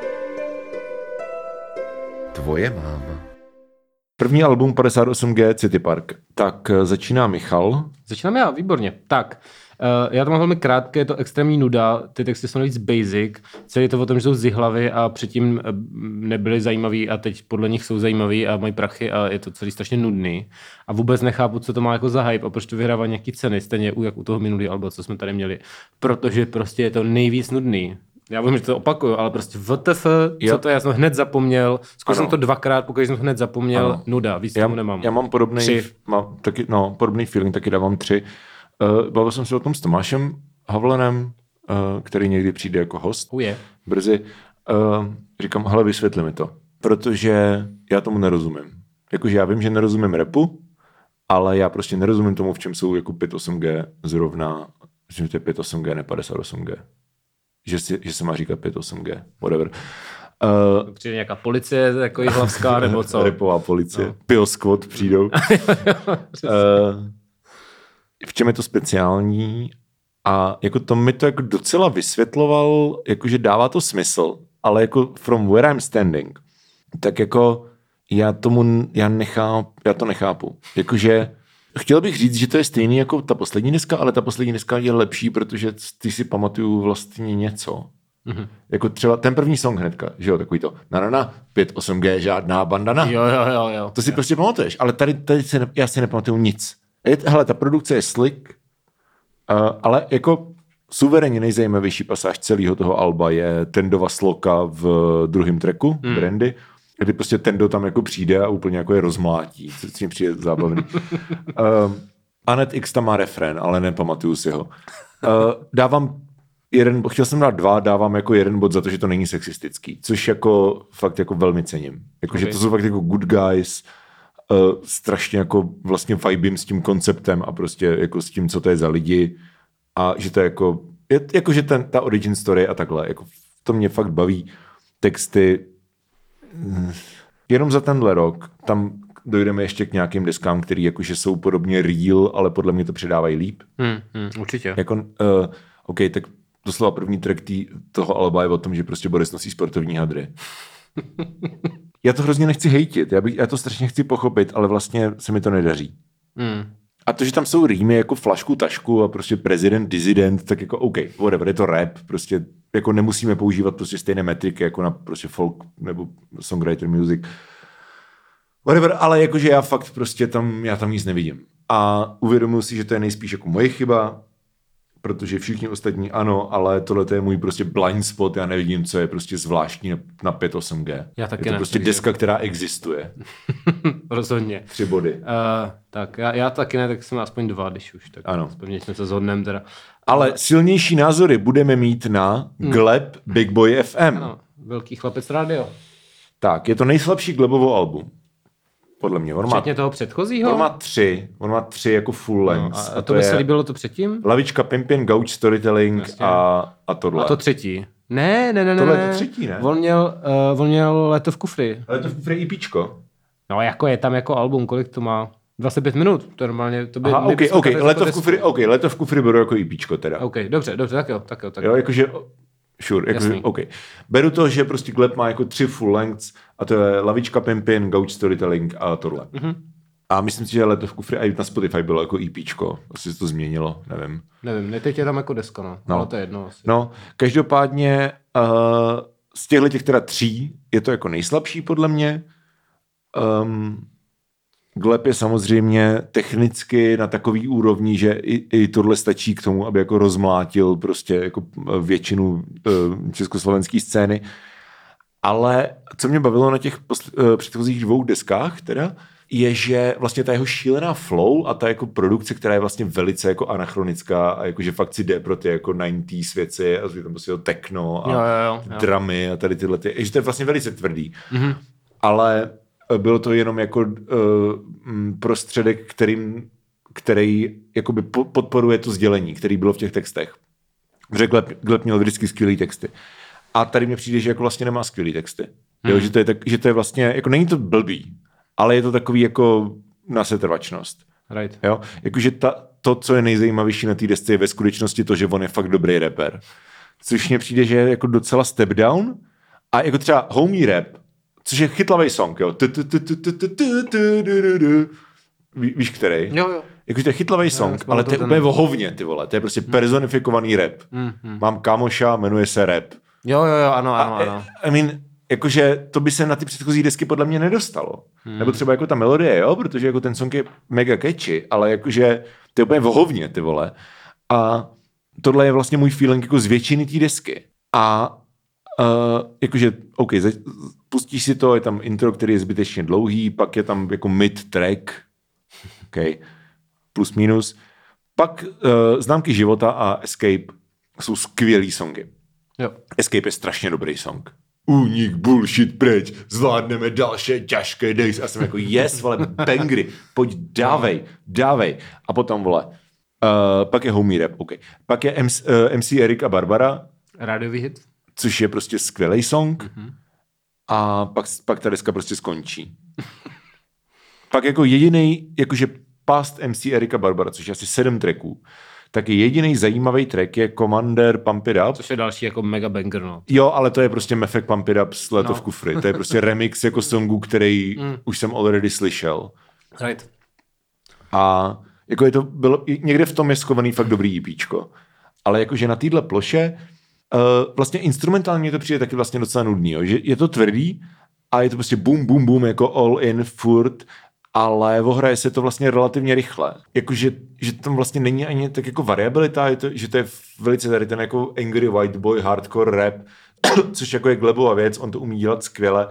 Tvoje máma. První album padesát osm gé City Park. Tak začíná Michal. Začínám já, výborně. Tak, uh, já to mám velmi krátké, je to extrémní nuda, ty texty jsou víc basic, celý to o tom, že jsou z hlavy a předtím nebyly zajímavý a teď podle nich jsou zajímavý a mají prachy a je to celý strašně nudný. A vůbec nechápu, co to má jako za hype a proč to vyhrává nějaký ceny, stejně jak u toho minulý alba, co jsme tady měli, protože prostě je to nejvíc nudný. Já vím, že to opakuju, ale prostě W T F, co to je, já jsem hned zapomněl, zkusil jsem to dvakrát, pokud jsem hned zapomněl, ano. Nuda, víc tomu nemám. Já mám podobný, mám taky, no, podobný feeling, taky dávám tři. Uh, bavil jsem se o tom s Tomášem Havlenem, uh, který někdy přijde jako host. Oh yeah. Brzy. Uh, říkám, hele, vysvětli mi to, protože já tomu nerozumím. Jakože já vím, že nerozumím rapu, ale já prostě nerozumím tomu, v čem jsou jako pět osm gé zrovna, že to je pět osm gé, ne padesát osm gé. Že, si, že se má říkat pět osm gé, whatever. Uh, Přijde nějaká policie, jako jihlavská, nebo co? Rapová policie. No. Pio Squad přijdou. uh, v čem je to speciální? A jako to mi to jako docela vysvětloval, jakože dává to smysl, ale jako from where I'm standing, tak jako já tomu, já, nechápu, já to nechápu. Jakože chtěl bych říct, že to je stejný jako ta poslední deska, ale ta poslední deska je lepší, protože ty si pamatuju vlastně něco. Mm-hmm. Jako třeba ten první song hnedka, že jo, takový to na na na, pět osm gé, žádná bandana. Jo, jo, jo, jo. To si jo. prostě pamatuješ, ale tady, tady si ne, já si nepamatuju nic. Je, hele, ta produkce je slick, uh, ale jako suverénně nejzajímavější pasáž celého toho alba je Tendova sloka v druhém tracku, hmm. Brandy, kdy prostě Tendo tam jako přijde a úplně jako je rozmlátí, co s tím přijde zábavný. uh, Anet X tam má refrén, ale nepamatuju si ho. Uh, dávám jeden, chtěl jsem dát dva, dávám jako jeden bod za to, že to není sexistický, což jako fakt jako velmi cením. Jako, okay. Že to jsou fakt jako good guys, uh, strašně jako vlastně vibím s tím konceptem a prostě jako s tím, co to je za lidi a že to je jako, je, jako že ten, ta origin story a takhle, jako to mě fakt baví. Texty, jenom za tenhle rok, tam dojdeme ještě k nějakým deskám, který jakože jsou podobně real, ale podle mě to předávají líp. Hmm, hmm, určitě. Jako, uh, OK, tak doslova první track tý, toho alba je o tom, že prostě Boris nosí sportovní hadry. Já to hrozně nechci hejtit, já, bych, já to strašně chci pochopit, ale vlastně se mi to nedaří. Hmm. A to, že tam jsou rýmy jako flašku, tašku a prostě prezident, disident, tak jako OK, whatever, je to rap, prostě jako nemusíme používat prostě stejné metriky jako na prostě folk nebo songwriter music. Whatever, ale jakože já fakt prostě tam, já tam nic nevidím. A uvědomuji si, že to je nejspíš jako moje chyba, protože všichni ostatní ano, ale tohle je můj prostě blind spot, já nevidím, co je prostě zvláštní na pět osm gé. Já taky je to ne, prostě takže... deska, která existuje. Rozhodně. Tři body. Uh, tak já, já taky ne, tak jsem aspoň dva, když už. Tak ano. Aspoň jsme se zhodneme teda. Ale silnější názory budeme mít na hmm. Gleb Big Boy F M. Ano, Velký chlapec rádio. Tak, je to nejslabší Glebovo album. Podle mě. On Včetně má, toho předchozího? On má tři. On má tři jako full length. No, a, a to by se líbilo to předtím? Lavička Pimpin, Gauch Storytelling a, a tohle. A to třetí. Ne, ne, ne, ne. Tohle je to třetí, ne? On měl, uh, on měl Léto v kufri. Léto v kufri EPčko. No jako je tam jako album, kolik to má? dvacet pět minut, to normálně, to by... Aha, ok, ok, Léto v kufri, ok, Léto v kufri beru jako EPčko teda. Ok, dobře, dobře, tak jo, tak jo. Tak jo, jakože, sure, jakože, ok. Beru to, že prostě Gleb má jako tři full lengths a to je Lavička Pimpin, Gauch Storytelling a tohle. Mm-hmm. A myslím si, že Léto v kufri a na Spotify bylo jako EPčko, asi se to změnilo, nevím. Nevím, ne, teď je tam jako deska, no, no. Ale to je jedno asi. No, každopádně uh, z těchto těch teda tří je to jako nejslabší podle mě. Um, Gleb je samozřejmě technicky na takový úrovni, že i, i tohle stačí k tomu, aby jako rozmlátil prostě jako většinu uh, československé scény. Ale co mě bavilo na těch posl- uh, předchozích dvou deskách teda, je, že vlastně ta jeho šílená flow a ta jako produkce, která je vlastně velice jako anachronická a jakože fakt si jde pro ty jako devadesátých věci a je tam prostě techno a jo, jo, jo. dramy a tady tyhle ty, že to je vlastně velice tvrdý. Mm-hmm. Ale bylo to jenom jako uh, prostředek, kterým, který jakoby podporuje to sdělení, který bylo v těch textech. Protože Gleb, Gleb měl vždycky skvělý texty. A tady mně přijde, že jako vlastně nemá skvělý texty. Mm. Jo, že, to je tak, že to je vlastně, jako není to blbý, ale je to takový jako nasetrvačnost. Right. Jo? Jakože ta, to, co je nejzajímavější na té desce, je ve skutečnosti to, že on je fakt dobrý rapper. Což mně přijde, že je jako docela step down a jako třeba homie rap, což je chytlavý song, jo. Víš, který? Jo, jo. Jakože to je chytlavý song, ale to je úplně o hovně, ty vole. To je prostě personifikovaný rap. Mám kámoša, jmenuje se rap. Jo, jo, jo, ano, ano, ano. I mean, jakože to by se na ty předchozí desky podle mě nedostalo. Hmm. Nebo třeba jako ta melodie, jo, protože jako ten song je mega catchy, ale jakože to je úplně vohovně, ty vole. A tohle je vlastně můj feeling jako z většiny té desky. A uh, jakože, OK, za, pustíš si to, je tam intro, který je zbytečně dlouhý, pak je tam jako mid-track, OK, plus minus. Pak uh, Známky života a Escape jsou skvělý songy. Jo. Escape je strašně dobrý song. Únik, bullshit, preč, zvládneme další těžké days. A jsem jako, yes, vole, bangry, pojď, dávej, dávej. A potom, vole, uh, pak je homie rap, OK. Pak je M C, uh, M C Erik a Barbara. Rádiový hit. Což je prostě skvělý song. Mm-hmm. A pak, pak ta deska prostě skončí. Pak jako jedinej, jakože past M C Erika Barbara, což je asi sedm tracků, tak je jediný zajímavý track je Commander Pump It Up. Což je další jako mega banger, no. Jo, ale to je prostě Mefek Pump It Up z Léto v kufri. To je prostě remix jako songu, který mm. už jsem already slyšel. Right. A jako je to bylo, někde v tom je schovaný fakt dobrý EPčko. Ale jakože na téhle ploše Uh, vlastně instrumentálně to přijde taky vlastně docela nudný, jo? Že je to tvrdý a je to prostě boom, boom, boom, jako all in, furt, ale ohraje se to vlastně relativně rychle. Jakože, že tam vlastně není ani tak jako variabilita, je to, že to je velice tady ten jako angry white boy hardcore rap, což jako je Glebova věc, on to umí dělat skvěle,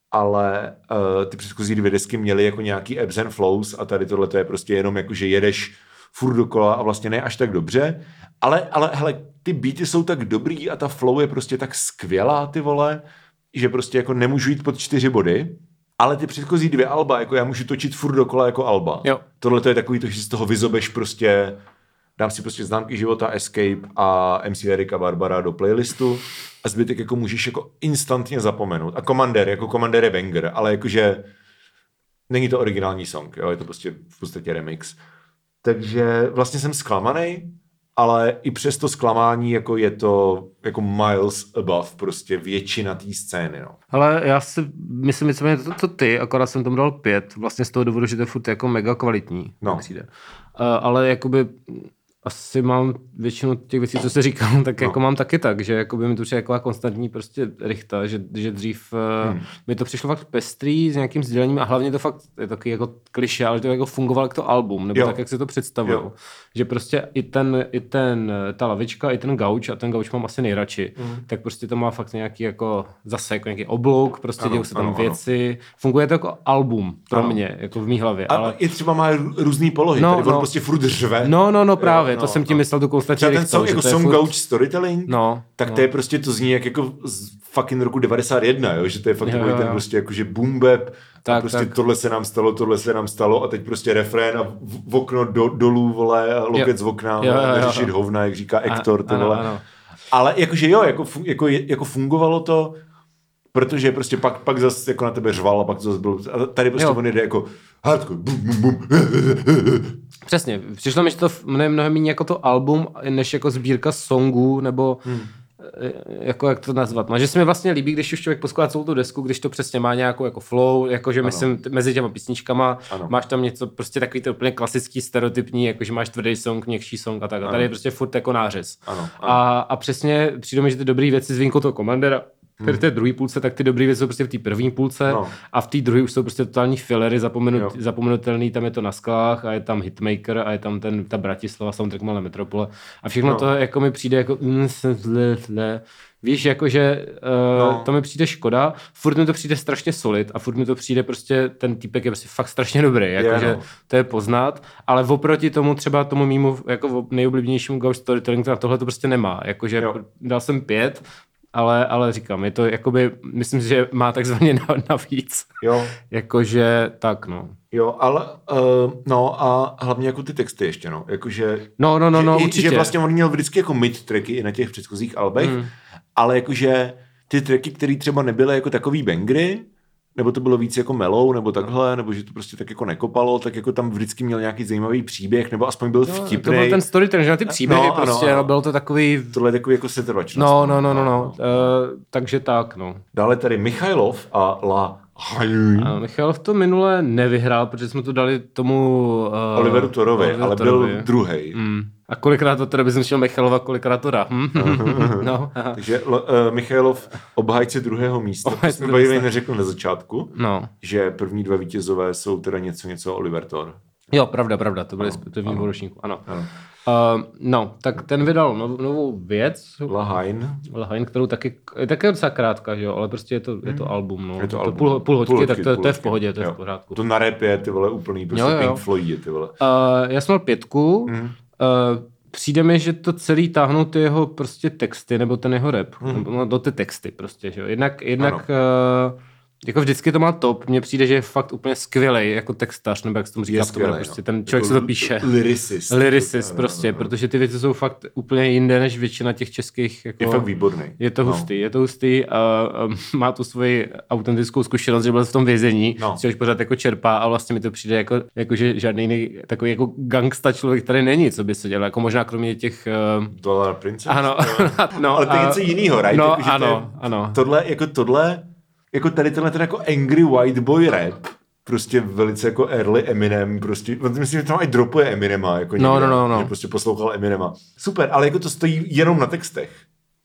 ale uh, ty předchozí dvě desky měly jako nějaký ebbs and flows a tady tohle to je prostě jenom jako, že jedeš furt dokola a vlastně ne až tak dobře, ale, ale hele, ty beaty jsou tak dobrý a ta flow je prostě tak skvělá, ty vole, že prostě jako nemůžu jít pod čtyři body, ale ty předchozí dvě alba, jako já můžu točit furt dokola jako alba. Jo. Tohle to je takový to, že z toho vyzobeš prostě, dám si prostě Známky života, Escape a M C Erika Barbara do playlistu a zbytek jako můžeš jako instantně zapomenout. A Commander, jako Commander je banger, ale jakože není to originální song, jo, je to prostě v podstatě remix. Takže vlastně jsem zklamanej, ale i přes to zklamání jako je to jako miles above prostě většina té scény. No. Ale já si myslím, že to, to, to ty, akorát jsem tomu dal pět, vlastně z toho důvodu, že to je furt jako mega kvalitní. No. Uh, ale jakoby asi mám většinu těch věcí, co jsi říkal, tak no. jako mám taky tak, že jakoby mi to přijde jako konstantní prostě rychta, že, že dřív hmm. mi to přišlo fakt pestrý s nějakým sdělením a hlavně to fakt je taky jako klišé, ale to jako fungovalo jako to album, nebo jo. tak, jak si to představují. Že prostě i ten, i ten, ta lavička, i ten gauč, a ten gauč mám asi nejradši, hmm. tak prostě to má fakt nějaký jako zase jako nějaký oblouk, prostě dějou se tam ano, věci. Ano. Funguje to jako album pro ano. mě, jako v mý hlavě. A ale i třeba má různý polohy, no, tady on no. prostě furt řve. No, no, no právě, no, to jsem tím no. myslel tu konstantní rychtou. Třeba ten song, jako song furt... Gauch Storytelling, no, tak no. to je prostě, to zní jak jako z fucking roku devadesát jedna, jo? Že to je fakt jo, takový jo. ten prostě jakože boom bap, tak, a prostě tak. tohle se nám stalo, tohle se nám stalo a teď prostě refrén a v, v okno do, dolů, vole, a lokec z okna, jo, jo, jo, neřešit jo. hovna, jak říká Hector, ty ano, vole. ano. Ale jakože jo, jako, jako, jako fungovalo to, protože prostě pak, pak zase jako na tebe řval a pak to zase bylo, a tady prostě jo. on jde jako hardcore, bum, bum, bum. Přesně, přišlo mi, že to mnohem, mnohem méně jako to album, než jako sbírka songů, nebo hmm. jako jak to nazvat. No, že se mi vlastně líbí, když už člověk poskládá celou tu desku, když to přesně má nějakou jako flow, jakože ano. myslím mezi těma písničkama, ano. máš tam něco prostě takový to úplně klasický, stereotypní, jakože máš tvrdý song, měkčí song a tak. A tady je prostě furt jako nářez. Ano, ano. A, a přesně přijde mi, že ty dobrý věci s výjimkou toho Commandera, který v té druhé půlce, tak ty dobré věci jsou prostě v té první půlce no. a v té druhé už jsou prostě totální fillery, zapomenut, zapomenutelný, tam je to na sklách a je tam Hitmaker a je tam ten, ta Bratislava, soundtrack Malé metropole a všechno no. to jako mi přijde jako víš, jakože uh, no. to mi přijde škoda, furt mi to přijde strašně solid a furt mi to přijde prostě, ten týpek je prostě fakt strašně dobrý, jakože yeah, no. to je poznat, ale oproti tomu třeba tomu mýmu jako nejoblíbenějšímu Gauch Storytelling, na tohle to prostě nemá, jakože jo. dal jsem pět, Ale, ale říkám, je to jakoby, myslím si, že má takzvaně navíc. Jo. Jakože tak, no. Jo, ale, uh, no a hlavně jako ty texty ještě, no. Jakože, no, no, no, že, no, určitě. Že vlastně on měl vždycky jako mid-tracky i na těch předchozích albech, mm. ale jakože ty tracky, které třeba nebyly jako takový bangry, nebo to bylo víc jako mellow, nebo takhle, nebo že to prostě tak jako nekopalo, tak jako tam vždycky měl nějaký zajímavý příběh, nebo aspoň byl no, vtipný. To byl ten storytelling, že ty příběhy no, prostě, ano, no, bylo to takový... Tohle je takový jako setrvačnost. No, no, no, no, no, no. Uh, takže tak, no. Dále tady Michailov a La A Michailov to minule nevyhrál, protože jsme to dali tomu... Uh, Oliveru Torovi, ale byl druhej. Mm. A kolikrát to teda bys šel Michailova, kolikrát to dá. no, Takže uh, Michailov obhájce druhého místa. To jsme bavili neřekl na začátku, no. že první dva vítězové jsou teda něco, něco Oliver Tor. Jo, pravda, pravda, to byly z prvního ročníku, ano. ano. Uh, no, tak ten vydal nov, novou věc. Lahain. Lahain, kterou taky, je také docela krátká, že jo, ale prostě je to, je to album, no. Je to, to album. Půl, půl hoďky, půl tak to, půl to je v pohodě, to je jo. v pořádku. To na rap je, ty vole, úplný, prostě jo, jo. Pink Floyd, ty vole. Uh, já jsem měl pětku, mm. uh, přijde mi, že to celý táhnou ty jeho prostě texty, nebo ten jeho rap, mm. no, do ty texty prostě, že jo. Jednak, jednak uh, jako vždycky to má top, mně přijde, že je fakt úplně skvělej jako textař, nebo jak se tomu říká, skvělej, prostě no. ten člověk jako se to píše. Lyricist. Lyricist prostě, no, no, no. Protože ty věci jsou fakt úplně jinde, než většina těch českých. Jako, je fakt výborný. Je to hustý, no. je to hustý a, a má tu svoji autentickou zkušenost, že byl v tom vězení, no. což pořád jako čerpá a vlastně mi to přijde jako, jako že žádný jiný takový jako gangsta člověk tady není, co by se dělal, jako možná kromě těch... Uh... Dollar Princess? Ano. no, ale to je něco jinýho, right? No, jako, ano, je, ano. Tohle, jako tohle... Jako tady tenhle ten jako angry white boy rap, prostě velice jako early Eminem, prostě, myslím, že tam i dropuje Eminema, jako někde, no, no, no, no. že prostě poslouchal Eminema. Super, ale jako to stojí jenom na textech.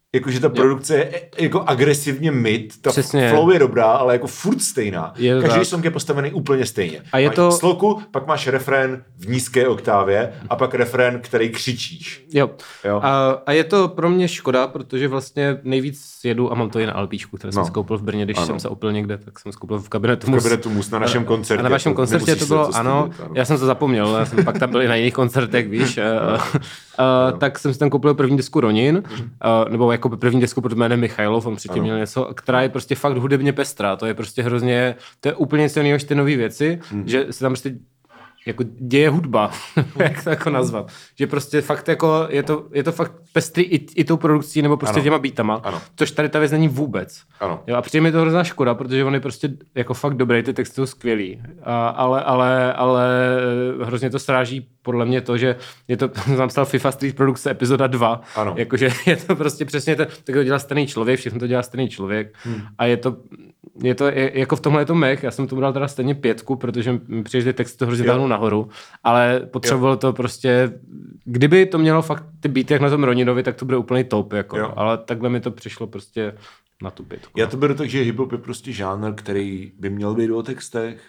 Jakože ta produkce je jako agresivně mid, ta Přesně. flow je dobrá, ale jako furt stejná. Je Každý tak. song je postavený úplně stejně. A je máš to- sloku, pak máš refrén v nízké oktávě a pak refrén, který křičíš. Jo. Jo. A, a je to pro mě škoda, protože vlastně nejvíc jedu, a mám to i na LPčku, které jsem No. skoupil v Brně, když Ano. jsem se opil někde, tak jsem skoupil v kabinetu V Mus. kabinetu Mus na našem koncertě. A na vašem To koncertě nemusíš to se bylo, to ano, stydět, ano. já jsem to zapomněl, já jsem pak tam byl i na jiných koncertech, víš, a, a, tak jsem si tam koupil první desku Ronin, a, nebo jako první desku pod jménem Michailov, on předtím Ano. měl něco, která je prostě fakt hudebně pestrá, to je prostě hrozně, to je úplně něco jiného než ty nové věci, Hmm. že se tam prostě jako děje hudba, jak to jako nazvat. Že prostě fakt jako je to, je to fakt pestrý i, i tou produkcí nebo prostě Ano. těma beatama, Ano. což tady ta věc není vůbec. Ano. Jo, a přijde mi to hrozná škoda, protože on je prostě jako fakt dobrý, ty texty jsou skvělý. A, ale, ale, ale hrozně to sráží podle mě to, že je to, tam psal FIFA Street Produkce epizoda dva, Ano. jakože je to prostě přesně to, tak to dělá stejný člověk, všechno to dělá stejný člověk hmm. a je to, je to je, jako v tomhle je to mech, já jsem tomu dal teda stejně pětku, protože mi přijde, že text to hrozně Jo. táhnou nahoru, ale potřeboval to prostě, kdyby to mělo fakt ty beaty jak na tom Roninovi, tak to bude úplný top, jako, Jo. ale takhle mi to přišlo prostě na tu pětku. Já to beru tak, že hip-hop je prostě žánr, který by měl být o textech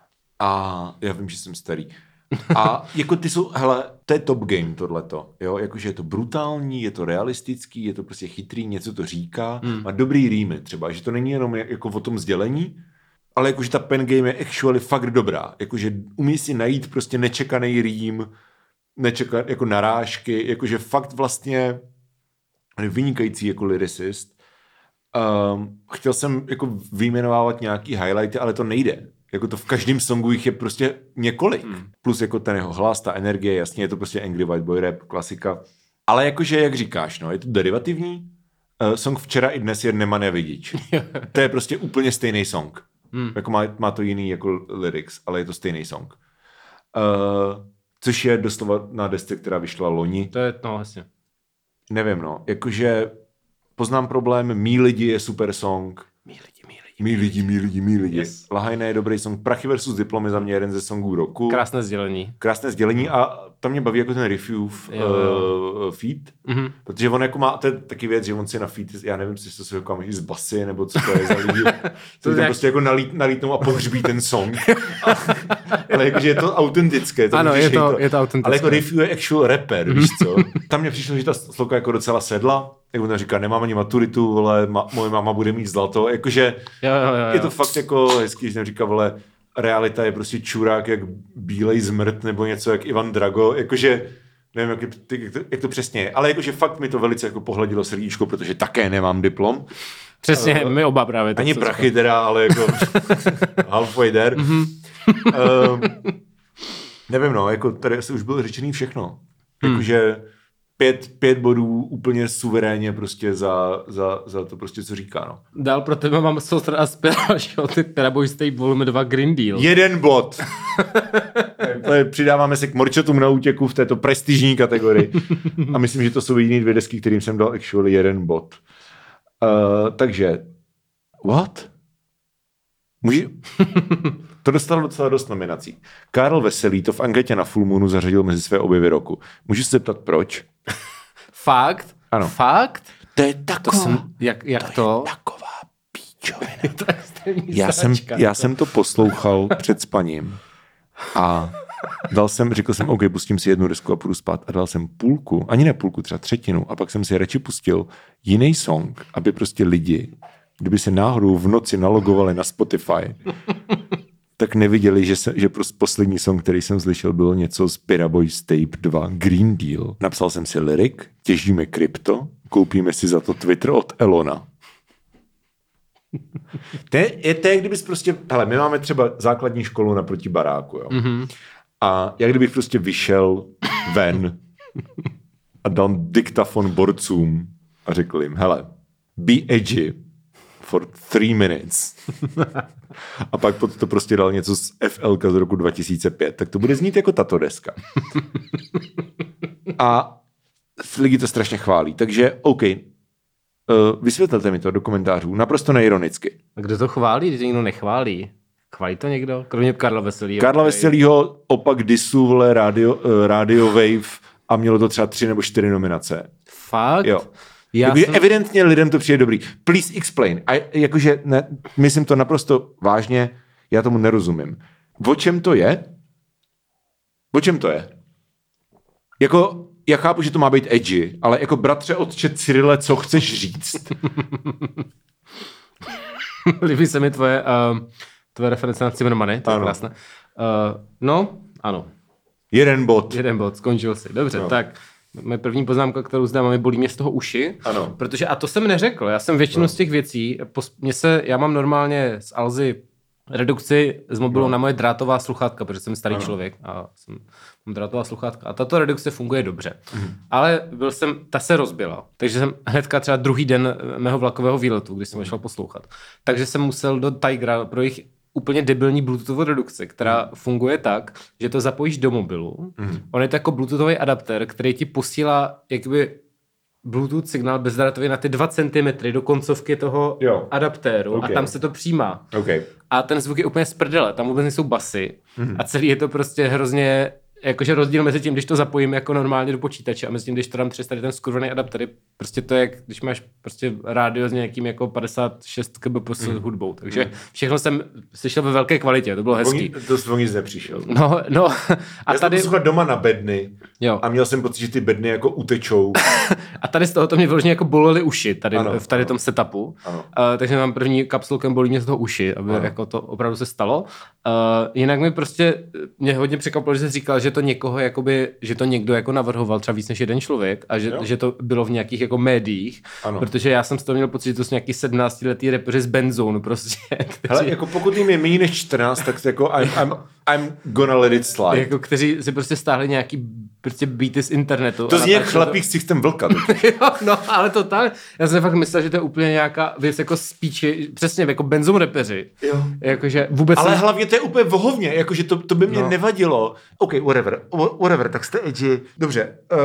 a já vím, že jsem starý. A jako ty jsou, hele, to je top game tohleto, jo, jakože je to brutální, je to realistický, je to prostě chytrý, něco to říká, hmm. má dobrý rýmy třeba, že to není jenom jako o tom sdělení, ale jakože ta pen game je actually fakt dobrá, jakože umí si najít prostě nečekaný rým, nečekat jako narážky, jakože fakt vlastně vynikající jako lyricist. Um, chtěl jsem jako vyjmenovávat nějaký highlighty, ale to nejde. Jako to v každém songu jich je prostě několik. Hmm. Plus jako ten jeho hlas, ta energie, jasně je to prostě Angry White Boy rap, klasika. Ale jakože, jak říkáš, no, je to derivativní. Uh, song Včera i dnes je Nema nevidič. To je prostě úplně stejný song. Hmm. Jako má, má to jiný jako lyrics, ale je to stejný song. Uh, což je doslova na desce, která vyšla loni. To je, no vlastně. Nevím, no. Jakože poznám problém, Mí lidi je super song. Mí lidi, mí lidi. Mí lidi, mí lidi, mí lidi. Yes. Lahajné je dobrý song. Prachy versus Diplom je za mě jeden ze songů roku. Krásné sdělení. Krásné sdělení a tam mě baví jako ten Refuse uh, feat, mm-hmm. protože on jako má, to je taky věc, že on si na feat, já nevím, jestli to jsou jako z basy, nebo co to je za lidi, to tam jak... prostě jako nalít, nalítnou a pohřbí ten song. Ale jakože je to autentické. To ano, je to, to, je to autentické. Ale jako Refuse je actual rapper, víš co? Tam mě přišlo, že ta sloka jako docela sedla, jak on říká, nemám ani maturitu, vole, ma, moje máma bude mít zlato, jakože jo, jo, jo, jo. je to fakt jako hezký, že říká, vole, realita je prostě čurák jak bílej zmrt nebo něco jak Ivan Drago, jakože nevím, jak, jak, to, jak to přesně je, ale jakože fakt mi to velice jako pohladilo srdíčko, protože také nemám diplom. Přesně, uh, my oba právě. Ani prachy teda, ale jako halfway there. Mm-hmm. um, nevím, no, jako tady se už bylo řečený všechno. Hmm. Jakože pět, pět bodů úplně suverénně prostě za, za, za to prostě, co říká, no. Dál pro tebe mám Soulster a Spiraal, ty Teraboj State Volume dva Green Deal. Jeden bod. Přidáváme se k morčatům na útěku v této prestižní kategorii. A myslím, že to jsou jediné dvě desky, kterým jsem dal actually jeden bod. Uh, takže, what? Může... To dostalo docela dost nominací. Karl Veselý to v anketě na Full Moonu zařadil mezi své objevy roku. Můžu se zeptat, proč? Fakt? Ano. Fakt? To je taková... To jsem, jak, jak to? to? Je taková píčovina. já, jsem, já jsem to poslouchal před spaním a dal jsem, řekl jsem, OK, pustím si jednu desku a půjdu spát a dal jsem půlku, ani ne půlku, třeba třetinu a pak jsem si radši pustil jiný song, aby prostě lidi, kdyby se náhodou v noci nalogovali na Spotify, tak neviděli, že, se, že prostě poslední song, který jsem slyšel, bylo něco z Piraboys Tape dva Green Deal. Napsal jsem si lyrik, těžíme krypto, koupíme si za to Twitter od Elona. To je, to je, kdybys prostě, hele, my máme třeba základní školu naproti baráku, jo. Mm-hmm. A jak kdybych prostě vyšel ven a dal diktafon borcům a řekl jim, hele, be edgy for three minutes. A pak pod to prostě dal něco z F L K z roku dva tisíce pět, tak to bude znít jako tato deska. A lidi to strašně chválí, takže OK, uh, vysvětlete mi to do komentářů, naprosto neironicky. A kdo to chválí, když to někdo nechválí? Chválí to někdo? Kromě Karla Veselýho. Karla Veselýho opak disu, vole, Radio, uh, Radio Wave a mělo to třeba tři nebo čtyři nominace. Fakt? Jo. Já jsem... Evidentně lidem to přijde dobrý. Please explain. A jakože, ne, myslím to naprosto vážně, já tomu nerozumím. O čem to je? O čem to je? Jako, já chápu, že to má být edgy, ale jako bratře otče Cyrile, co chceš říct? Líbí se mi tvoje, uh, tvoje reference na Zimmermany, to je krásné. Uh, no, ano. Jeden bod. Jeden bod, skončil si. Dobře, no. Tak moje první poznámka, kterou zde máme, bolí mě z toho uši. Ano. Protože, a to jsem neřekl, já jsem většinu no. z těch věcí, mě se, já mám normálně z Alzy redukci z mobilu no. na moje drátová sluchátka, protože jsem starý ano. člověk a jsem, mám drátová sluchátka. A tato redukce funguje dobře. Mm. Ale byl jsem, ta se rozbila. Takže jsem hnedka třeba druhý den mého vlakového výletu, když jsem šel poslouchat. Takže jsem musel do Tigera pro jejich úplně debilní bluetoothovou redukce, která mm. funguje tak, že to zapojíš do mobilu. Mm. On je to jako bluetoothový adaptér, který ti posílá jakoby Bluetooth signál bezdrátový na ty dva centimetry do koncovky toho jo. adaptéru okay. a tam se to přijímá. Okay. A ten zvuk je úplně z prdele, tam vůbec nejsou basy mm. a celý je to prostě hrozně, jakože rozdíl mezi tím, když to zapojím jako normálně do počítače a mezi tím, když to dám přes tady ten skurvený adaptér, prostě to je, jak když máš prostě rádio s nějakým jako padesát šest kilobitů mm. hudbou, takže mm. všechno jsem slyšel ve velké kvalitě, to bylo hezký. To z nic nepřišel. No, no. A já tady... jsem poslouchal doma na bedny jo. a měl jsem pocit, že ty bedny jako utečou. A tady z toho to mě vyloženě jako bolely uši, tady ano, v tady ano. tom setupu. Uh, takže mám první kapsulkem bolí mě z toho uši, aby ano. jako to opravdu se stalo. Uh, jinak mi prostě, mě hodně překvapilo, že jsi říkal, že to někoho, jakoby, že to někdo jako navrhoval třeba víc než jeden člověk a že, že to bylo v nějakých jako médiích, ano. protože já jsem z toho měl pocit, že to jsou nějaký sedmnáctiletý repeři z Benzone prostě. Kteří... Hele, jako pokud jim je méně než čtrnáct, tak jako I'm, I'm, I'm gonna let it slide. Jako kteří si prostě stáhli nějaký prostě beaty z internetu. To zní jak chlapík s chcem vlka. Jo, no, ale to tak. Já jsem fakt myslel, že to je úplně nějaká věc jako spíči, přesně jako Benzone repeři. Jo. Jakože vůbec... Ale jsem... hlavně to je úplně vohovně, jakože to, to by mě no. nevadilo. OK, whatever, whatever, tak jste edgy. Dobře, uh,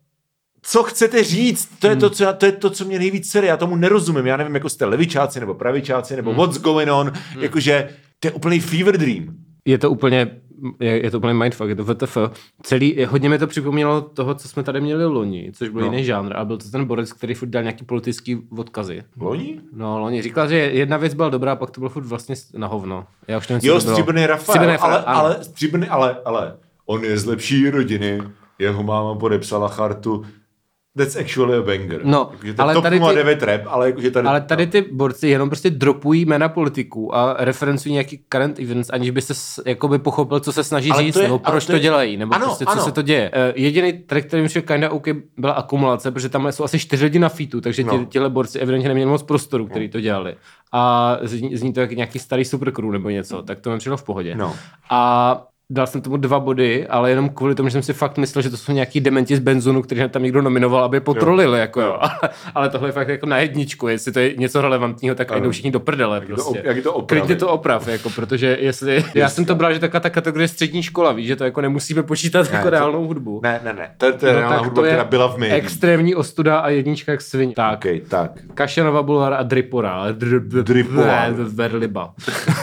co chcete říct? To je, hmm. to, co já, to je to, co mě nejvíc sere, já tomu nerozumím. Já nevím, jako jste levičáci nebo pravičáci, nebo hmm. what's going on, hmm. jakože to je úplný fever dream. Je to úplně, je, je to úplně mindfuck, je to W T F. Celý, hodně mi to připomnělo toho, co jsme tady měli loni, což byl no. jiný žánr, a byl to ten borec, který furt dělal nějaký politický odkazy. Loni? No, loni. Říkal, že jedna věc byla dobrá, pak to bylo furt vlastně na hovno. Já už nevím, jo, Stříbrný Rafael, ale, ale, stříbrný, ale, ale on je z lepší rodiny, jeho máma podepsala chartu. That's actually a banger. No, ale top tady ty, devět rap, ale jakože tady... Ale tady ty borci jenom prostě dropují jména politiků a referencují nějaký current events, aniž by se jakoby pochopil, co se snaží ale říct, je, nebo proč to, je... to dělají, nebo ano, prostě co ano. se to děje. Uh, jediný track, který mi šel kinda OK, byla akumulace, protože tam jsou asi čtyři lidi na featu, takže no. těhle borci evidentně neměli moc prostoru, který to dělali. A zní, zní to jak nějaký starý supercrew nebo něco, tak to mi přišlo v pohodě. No. A dal jsem tomu dva body, ale jenom kvůli tomu, že jsem si fakt myslel, že to jsou nějaký dementi z Benzonu, který tam někdo nominoval, aby potrolili, jo. jako jo. Ale, ale tohle je fakt jako na jedničku, jestli to je něco relevantního, tak jdou všichni do prdele. Jak prostě. To, jak je to oprav? Klidně to oprav, jako, protože jestli, Just, já jsem to bral, že taková ta kategorie střední škola, víš, že to jako nemusíme počítat ne, jako to, reálnou hudbu. Ne, ne, ne, to, to je no, reálná hudba, která byla v médiích. Extrémní ostuda a jednička jak svině. Tak, okay, tak. Kašanova Bulvár a Dripora. Dripora. Verliba.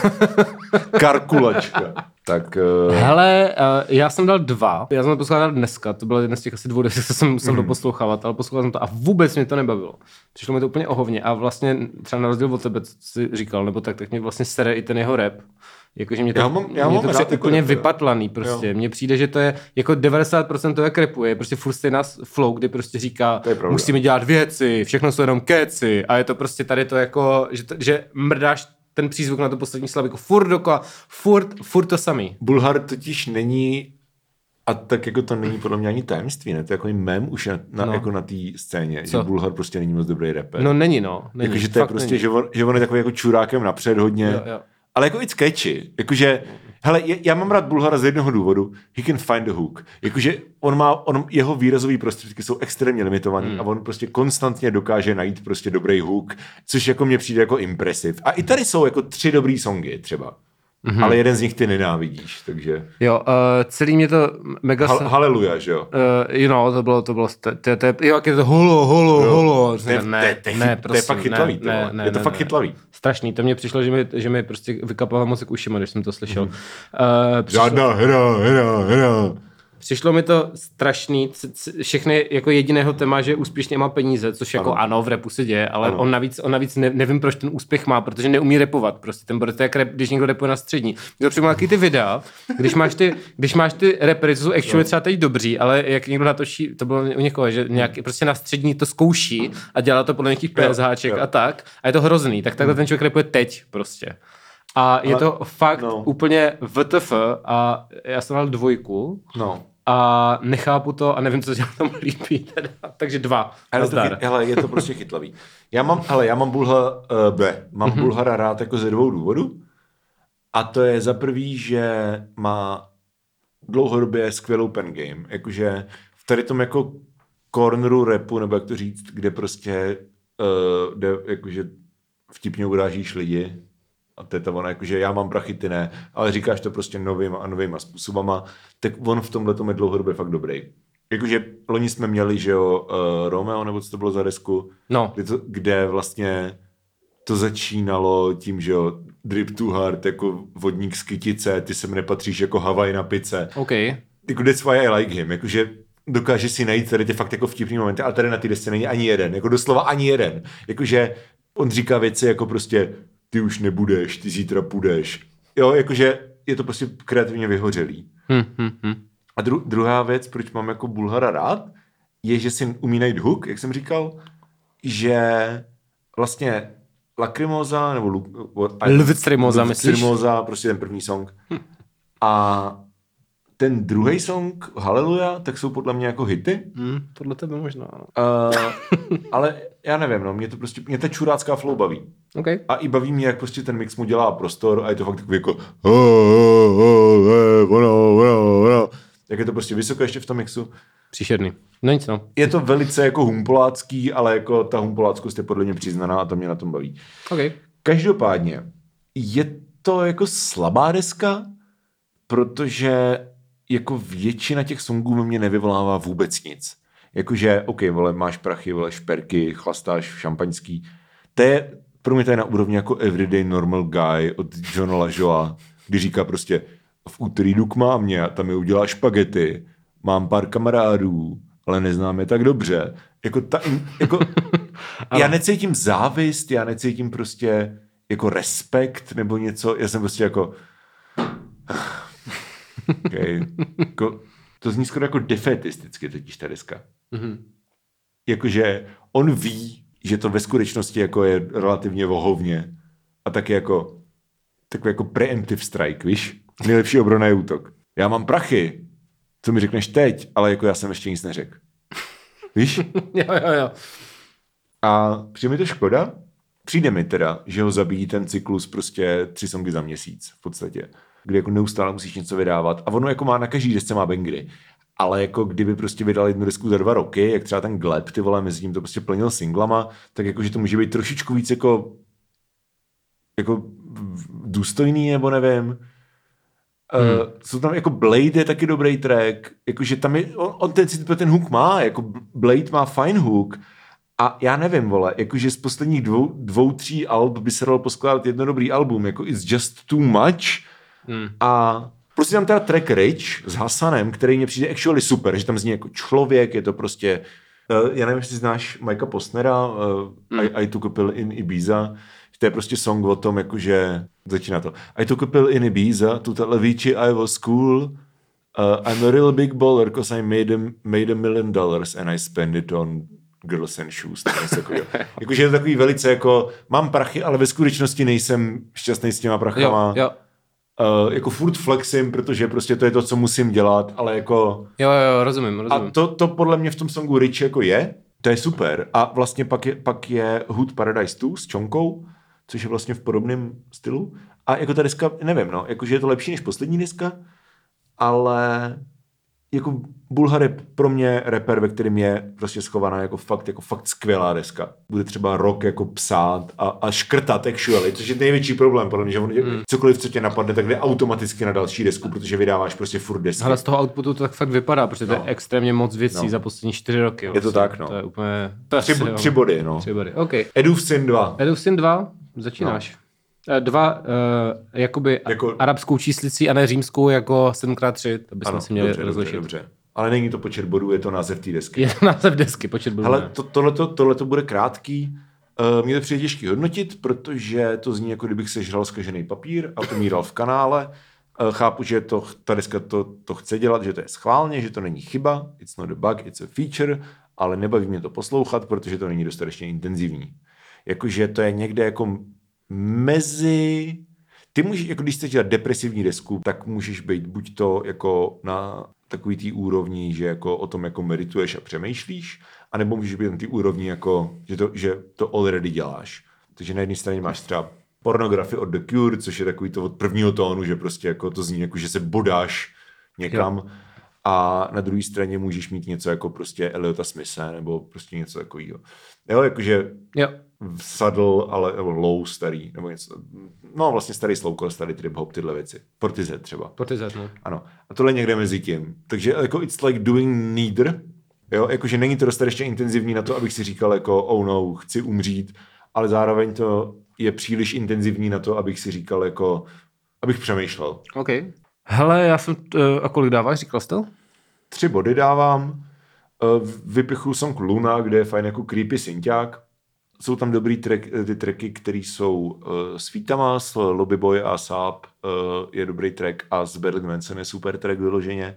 Karkulačka. Tak, uh... Hele, uh, já jsem dal dva. Já jsem to poslouchal dneska, to bylo jedna z těch asi dvou, deset, co jsem musel mm. doposlouchávat, ale poslouchal jsem to a vůbec mě to nebavilo. Přišlo mi to úplně ohovně a vlastně třeba na rozdíl od tebe, co jsi říkal, nebo tak, tak mě vlastně sere i ten jeho rap. Jakože mě to, já mám, já mě to přijde úplně rap, vypatlaný prostě. Mně přijde, že to je jako devadesát procent toho, jak rapuje, je prostě furt stejná flow, kdy prostě říká, musíme dělat věci, všechno jsou jenom kéci a je to prostě tady to jako, že, to, že mrdáš ten přízvuk na to poslední slav, jako furt dokola, furt, furt to samý. Bulhar totiž není, a tak jako to není podle mě ani tajemství, ne? To je jako mem už na, no. jako na té scéně, Co? Že Bulhar prostě není moc dobrý rapper. No není, no. Není, jako, že to je prostě, že on, že on je takový jako čurákem napřed hodně, jo, jo. ale jako i sketchy, jakože, hele, já mám rád Bulhara z jednoho důvodu, he can find the hook, jakože on má, on, jeho výrazový prostředky jsou extrémně limitovaný hmm. a on prostě konstantně dokáže najít prostě dobrý hook, což jako mně přijde jako impresiv. A i tady jsou jako tři dobrý songy třeba. Mm-hmm. Ale jeden z nich ty nenávidíš, takže... Jo, uh, celý mě to mega... Hal, haleluja, že jo? Uh, you know, to bylo, to bylo, to, to, to, jo, jak je to holo, holo, jo. holo. Ne, ne, to, ne, prosím, to je fakt chytlavý, ne, ne, ne, je to ne, fakt ne. chytlavý. Strašný, to mně přišlo, že mi, že mi prostě vykapala mozek ušima, když jsem to slyšel. Mm. Uh, přišlo... Žádná hra, hra, hra. Přišlo mi to strašný, c- c- všechny jako jediného téma, že úspěšně má peníze, což jako ano, ano v rapu se děje, ale ano. on navíc, on navíc ne, nevím, proč ten úspěch má, protože neumí rapovat prostě, ten bude to jak rap, když někdo rapuje na střední. To přijmu nějaký ty videa, když máš ty, když máš ty rapery, co jsou actually třeba teď dobří, ale jak někdo natočí, to bylo u někoho, že nějak prostě na střední to zkouší a dělá to podle nějakých PSHček a tak a je to hrozný, tak takhle ten člověk rapuje teď prostě. A je ale, to fakt no. úplně W T F a já jsem dal dvojku no. a nechápu to a nevím, co se tam líbí teda. Takže dva. Ale to, hele, je to prostě chytlavý. Já mám, hele, já mám, Bulha, uh, B, mám mm-hmm. Bulhara rád jako ze dvou důvodů a to je za prvý, že má dlouhodobě skvělou pen game. Jakože v tady tom jako corneru rapu, nebo jak to říct, kde prostě uh, kde jakože vtipně urážíš lidi, a to je to ono, jakože já mám prachy, ty ne, ale říkáš to prostě novýma a novýma způsobama, tak on v tomhle tom je dlouhodobě fakt dobrý. Jakože loni jsme měli, že jo, uh, Romeo, nebo co to bylo za desku, no. kde, to, kde vlastně to začínalo tím, že jo, drip too hard, jako vodník z kytice, ty sem nepatříš jako Havaj na pice. OK. Jako that's why I like him, jakože dokáže si najít tady ty fakt jako vtipný momenty, ale tady na té desce není ani jeden, jako doslova ani jeden. Jakože on říká věci jako prostě ty už nebudeš, ty zítra půjdeš. Jo, jakože je to prostě kreativně vyhořelý. Hmm, hmm, hmm. A dru- druhá věc, proč mám jako Bulhara rád, je, že si umí najít hook, jak jsem říkal, že vlastně Lacrimosa, nebo Lvictrimosa, myslíš? Lvictrimosa, prostě ten první song. Hm. A ten druhý song, Haleluja, tak jsou podle mě jako hity. Hmm, podle tebe možná. Uh, ale já nevím, no, mě to prostě, mě ta čurácká flow baví. Okay. A i baví mě, jak prostě ten mix mu dělá prostor a je to fakt takový jako jak je to prostě vysoké ještě v tom mixu. Příšerný. No nic, no. Je to velice jako humpolácký, ale jako ta humpoláckost je podle mě přiznaná a to mě na tom baví. Okay. Každopádně je to jako slabá deska, protože jako většina těch songů mě nevyvolává vůbec nic. Jakože, ok, vole, máš prachy, vole, šperky, chlastáš šampaňský. To je, pro mě to je na úrovni jako Everyday Normal Guy od Johna LaJoie, kdy říká prostě v úterý jdu k mámě a tam mi udělá špagety, mám pár kamarádů, ale neznám je tak dobře. Jako ta, jako, já necítím závist, já necítím prostě jako respekt nebo něco, já jsem prostě jako okay. Jako, to zní skoro jako defetisticky totiž ta deska. Mm-hmm. Jakože on ví, že to ve skutečnosti jako je relativně vohovně a taky jako takový jako preemptive strike, víš? Nejlepší obrana je útok. Já mám prachy, co mi řekneš teď, ale jako já jsem ještě nic neřekl. Víš? jo, jo, jo. A přijde mi to škoda. Přijde mi teda, že ho zabíjí ten cyklus prostě tři songy za měsíc v podstatě, kdy jako neustále musíš něco vydávat. A ono jako má na každý desce má bangry. Ale jako kdyby prostě vydal jednu desku za dva roky, jak třeba ten Gleb, ty vole, mezi tím to prostě plnil singlama, tak jakože to může být trošičku víc jako jako důstojný, nebo nevím. Hmm. Uh, jsou tam jako Blade je taky dobrý track, jakože tam je, on, on ten, ten hook má, jako Blade má fajn hook a já nevím, vole, jakože z posledních dvou, dvou tří alb by se dalo poskládat jedno dobrý album, jako It's Just Too Much hmm. a prostě tam teda track Rich s Hasanem, který mně přijde actually super, že tam zní jako člověk, je to prostě, uh, já nevím, jestli znáš Mikea Postnera, uh, hmm. I, I Took a Pill in Ibiza, to je prostě song o tom, jakože, začíná to. I took a pill in Ibiza, to tell Avicii I was cool, uh, I'm a real big baller, cause I made a, made a million dollars and I spend it on girls and shoes. Jakože je to takový velice jako, mám prachy, ale ve skutečnosti nejsem šťastný s těma prachama. Jo, jo. Uh, jako furt flexím, protože prostě to je to, co musím dělat, ale jako... Jo, jo, rozumím, rozumím. A to, to podle mě v tom songu Rich jako je, to je super. A vlastně pak je, pak je Hood Paradise dva s Čonkou, což je vlastně v podobném stylu. A jako ta deska, nevím, no, jakože je to lepší než poslední deska, ale jako Bulhar je pro mě rapper, ve kterém je prostě schovaná jako fakt, jako fakt skvělá deska. Bude třeba rok jako psát a, a škrtat actually, což je největší problém, podle mě, že on, mm. cokoliv, co tě napadne, tak jde automaticky na další desku, protože vydáváš prostě furt desky. Ale z toho outputu to tak fakt vypadá, protože no. to je extrémně moc věcí no. za poslední čtyři roky. Je to tak, no. To je úplně... Tři, tři body, no. Tři body, OK. Edův syn dva. Edův syn dva, začínáš. No. Dva, uh, jakoby jako... arabskou číslicí a ne římskou jako sedm krát tři, to bychom ano, si měli dobře, rozlišit. Dobře, dobře. Ale není to počet bodů, je to název té desky. Je to název desky, počet bodů. Ale to, tohleto, tohleto bude krátký. Uh, Mně to přijde těžký hodnotit, protože to zní, jako kdybych sežral zkažený papír a umíral v kanále. Uh, chápu, že to, ta deska to, to chce dělat, že to je schválně, že to není chyba. It's not a bug, it's a feature, ale nebaví mě to poslouchat, protože to není dostatečně intenzivní. Jakože to je někde jako mezi... Ty můžeš, jako když chceš dělat depresivní desku, tak můžeš být buď to jako na takový tý úrovni, že jako o tom jako medituješ a přemýšlíš, anebo můžeš být na té úrovni, jako, že, to, že to already děláš. Takže na jedné straně máš třeba pornografii od The Cure, což je takový to od prvního tónu, že prostě jako to zní, jako že se bodáš někam. Jo. A na druhé straně můžeš mít něco jako prostě Eliota Smithe, nebo prostě něco takového. Jo, jakože jo. Saddle, ale nebo low starý, nebo něco. No vlastně starý slowcore, starý trip hop, tyhle věci. Portishead třeba. Portishead, no. Ano. A tohle někde mezi tím. Takže jako it's like doing neither. Jo, jakože není to dostatečně intenzivní na to, abych si říkal jako oh no, chci umřít, ale zároveň to je příliš intenzivní na to, abych si říkal jako, abych přemýšlel. OK. Hele, já jsem, uh, a kolik dáváš, říkal jsi to? Tři body dávám. Uh, vypichuju song Luna, kde je fajn jako creepy synťák. Jsou tam dobrý track, ty tracky, které jsou uh, s featama, s Lobby Boy a Saab uh, je dobrý track a s Berlin Manson je super track vyloženě.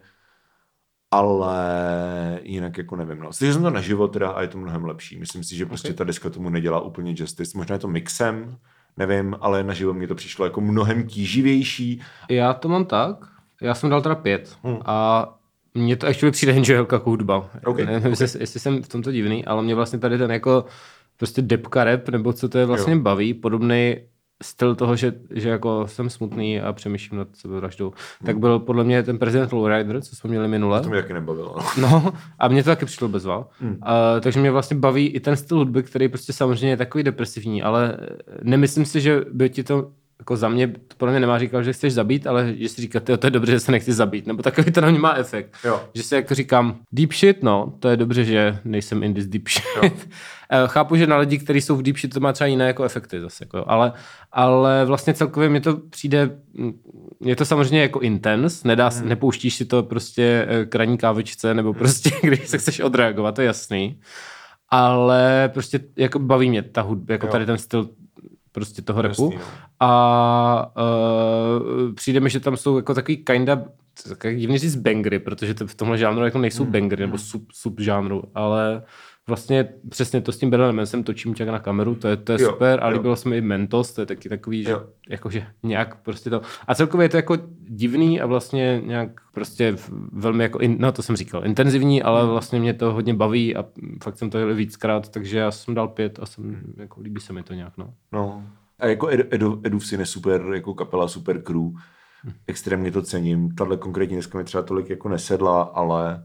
Ale jinak jako nevím. No. Slyšel jsem to naživo teda a je to mnohem lepší. Myslím si, že prostě okay. Ta deska tomu nedělá úplně justice. Možná je to mixem, nevím, ale naživo mi to přišlo jako mnohem tíživější. Já to mám tak. Já jsem dal teda pět. Hmm. A mně to ještě přijde enjoyelka jako hudba. Okay. Nevím, okay. jestli, jestli jsem v tomto divný, ale mě vlastně tady ten jako prostě depka rap, nebo co to je vlastně jo. baví, podobný styl toho, že, že jako jsem smutný a přemýšlím nad sebevraždou, hmm. tak byl podle mě ten President Lowrider, co jsme měli minule. To mě taky nebavilo. No, a mě to taky přišlo bezval. Hmm. Uh, takže mě vlastně baví i ten styl hudby, který prostě samozřejmě je takový depresivní, ale nemyslím si, že by ti to jako za mě, to podle mě nemá říkat, že chceš zabít, ale že si říkáte, to je dobře, že se nechci zabít, nebo takový to na mě má efekt. Jo. Že si jako říkám, deep shit, no, to je dobře, že nejsem in this deep shit. Chápu, že na lidi, kteří jsou v deep shit, to má třeba jiné jako efekty zase, jako, ale, ale vlastně celkově mi to přijde, je to samozřejmě jako intense, nedá, hmm. nepouštíš si to prostě k ranní kávičce, nebo prostě, když se chceš odreagovat, to je jasný, ale prostě jako baví mě ta hudba, jako jo. tady ten styl prostě toho rapu. Jasný, no. A uh, přijde mi, že tam jsou jako takový kinda, takový divný říct bangry, protože to v tomhle žánru jako nejsou mm. bangry nebo sub, subžánru, ale vlastně přesně to s tím Berlinem Mansem točím tě na kameru, to je, to je jo, super a líbilo se mi i Mentos, to je taky takový, že, jakože nějak prostě to. A celkově je to jako divný a vlastně nějak prostě velmi jako, in, no to jsem říkal, intenzivní, ale vlastně mě to hodně baví a fakt jsem to jel víckrát, takže já jsem dal pět a jsem, jako líbí se mi to nějak, no. No. A jako Edu, Edův je super, jako kapela, super crew, hm. extrémně to cením, tahle konkrétní dneska mi třeba tolik jako nesedla, ale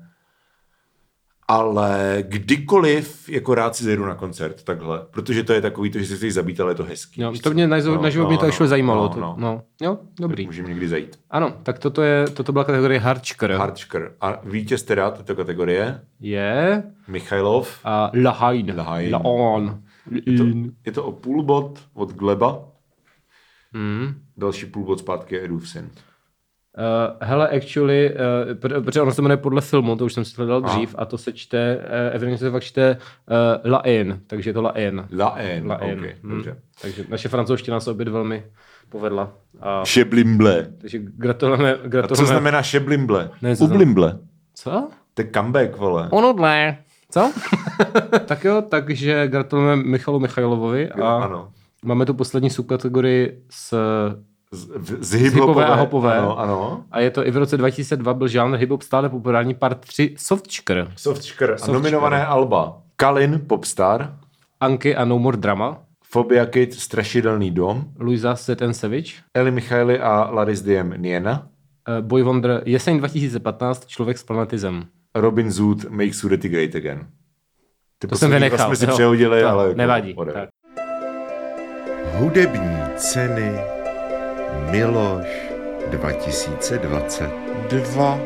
ale kdykoliv jako rád si zajdu na koncert takhle, protože to je takový to, že si chceš zabít, ale je to hezký. Jo, to mě na život no, mě to ještě no, zajímalo. No, to, no. no. Jo, dobrý. Tak můžeme někdy zajít. Ano, tak toto, je, toto byla kategorie Hardcore. Hardcore. A vítěz teda této kategorie je Michailov a Lahain. Lahain. Laon. Je to, je to o půl bod od Gleba. Mm. Další půl bod zpátky je Edův syn. Uh, hele, actually, uh, protože ono se jmenuje podle filmu, to už jsem si hledal dřív, a to se čte, uh, evidentně se fakt čte uh, Laen, takže je to Laen. Laen, Laen. ok, hmm. dobře. Takže naše francouzština se opět velmi povedla. A... Šeblimble. Takže gratulujeme, gratulujeme. A co znamená šeblimble? Ne, Ublimble. Co? To je comeback, vole. Onodle. Co? Tak jo, takže gratulujeme Michalu Michailovovi a ano. Máme tu poslední subkategorii s Z, z hip-hopové a hopové. Ano, ano. A je to i v roce dva tisíce dva byl žánr hip-hop stále populární part tři Softškr. Softškr. A nominované alba. Kalin, Popstar. Anky a No More Drama. Phobia Kid, Strašidelný dom. Luisa Set and Savage. Eli Michaili a Laris Diem Niena. Uh, Boy Wonder, Jeseň dva tisíce patnáct, Člověk z planety Zem. Robin Zoot, Make Sudety Great Again. Ty to jsem vynechal. jsme si přehodili, to ale... Nevadí. Jako, tak. Hudební ceny Miloš dva tisíce dvacet dva.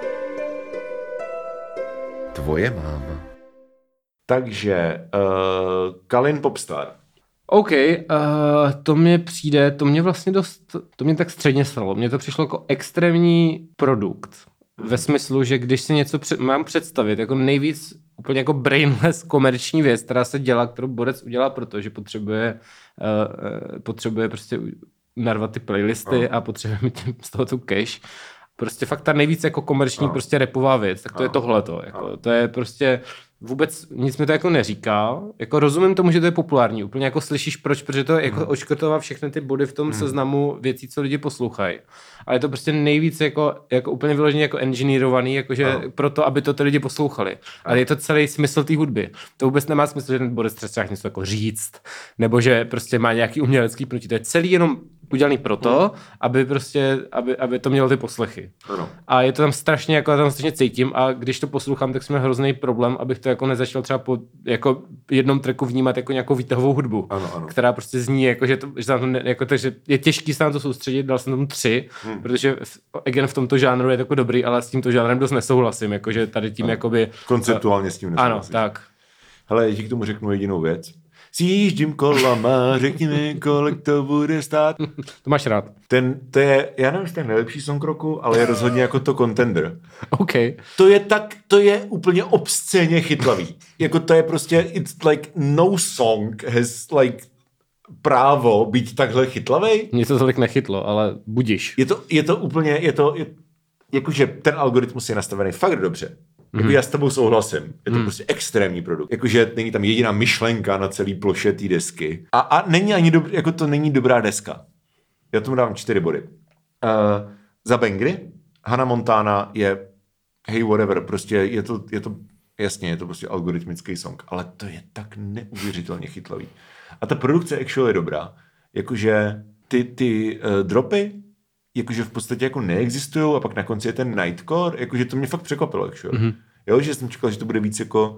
Tvoje máma. Takže uh, Kalin Popstar. OK, uh, to mě přijde, to mě vlastně dost, to mě tak středně stalo. Mně to přišlo jako extrémní produkt. ve smyslu, že když si něco před, mám představit, jako nejvíc úplně jako brainless komerční věc, která se dělá, kterou Borec udělá, protože potřebuje, uh, potřebuje prostě narvat ty playlisty oh. a potřebuje mít z toho tu cash. Prostě fakt ta nejvíc jako komerční oh. prostě rapová věc, tak to oh. je tohleto. Jako, oh. To je prostě vůbec nic mi to jako neříká. Jako rozumím tomu, že to je populární. Úplně jako slyšíš proč, protože to jako mm. oškrtová všechny ty body v tom mm. seznamu věcí, co lidi poslouchají. Ale je to prostě nejvíc jako, jako úplně vyloženě jako engineerovaný, jakože oh. proto, aby to ty lidi poslouchali. Oh. Ale je to celý smysl té hudby. To vůbec nemá smysl, že ten Borec třeba něco jako říct, nebo že prostě má nějaký umělecký pnutí. To je celý jenom udělaný proto, mm. aby prostě, aby, aby to mělo ty poslechy. Ano. A je to tam strašně, jako já tam strašně cítím a když to poslouchám, tak jsem měl hrozný problém, abych to jako nezačal třeba po jako jednom tracku vnímat jako nějakou výtahovou hudbu, ano, ano. která prostě zní jako, že to, že, to ne, jako, takže je těžký se na to soustředit, dal jsem tomu tři, hmm. protože v, again v tomto žánru je to jako dobrý, ale s tímto žánrem dost nesouhlasím, jakože tady tím ano. jakoby... Konceptuálně s tím nesouhlasím. Ano, tak. Hele, já ti k tomu řeknu jedinou věc. Sjíždím kolama, řekni mi, kolik to bude stát. To máš rád. Ten, to je, já nevím, jestli to je nejlepší song roku, ale je rozhodně jako to contender. OK. To je tak, to je úplně obscénně chytlavý. Jako to je prostě, it's like no song has like právo být takhle chytlavej. Mě to tolik nechytlo, ale budiš. Je to, je to úplně, je to, je, jakože ten algoritmus je nastavený fakt dobře. Jako mm. já s tebou souhlasím. Je to mm. prostě extrémní produkt. Jakože není tam jediná myšlenka na celý ploše té desky. A, a není ani dobrý, jako to není dobrá deska. Já tomu dám čtyři body. Uh, za bangry Hannah Montana je hey whatever, prostě je to, je to jasně, je to prostě algoritmický song, ale to je tak neuvěřitelně chytlavý. A ta produkce actually je dobrá. Jakože ty, ty uh, dropy jakože v podstatě jako neexistujou a pak na konci je ten Nightcore, jakože to mě fakt překvapilo. Mm-hmm. Jo, že jsem čekal, že to bude víc jako,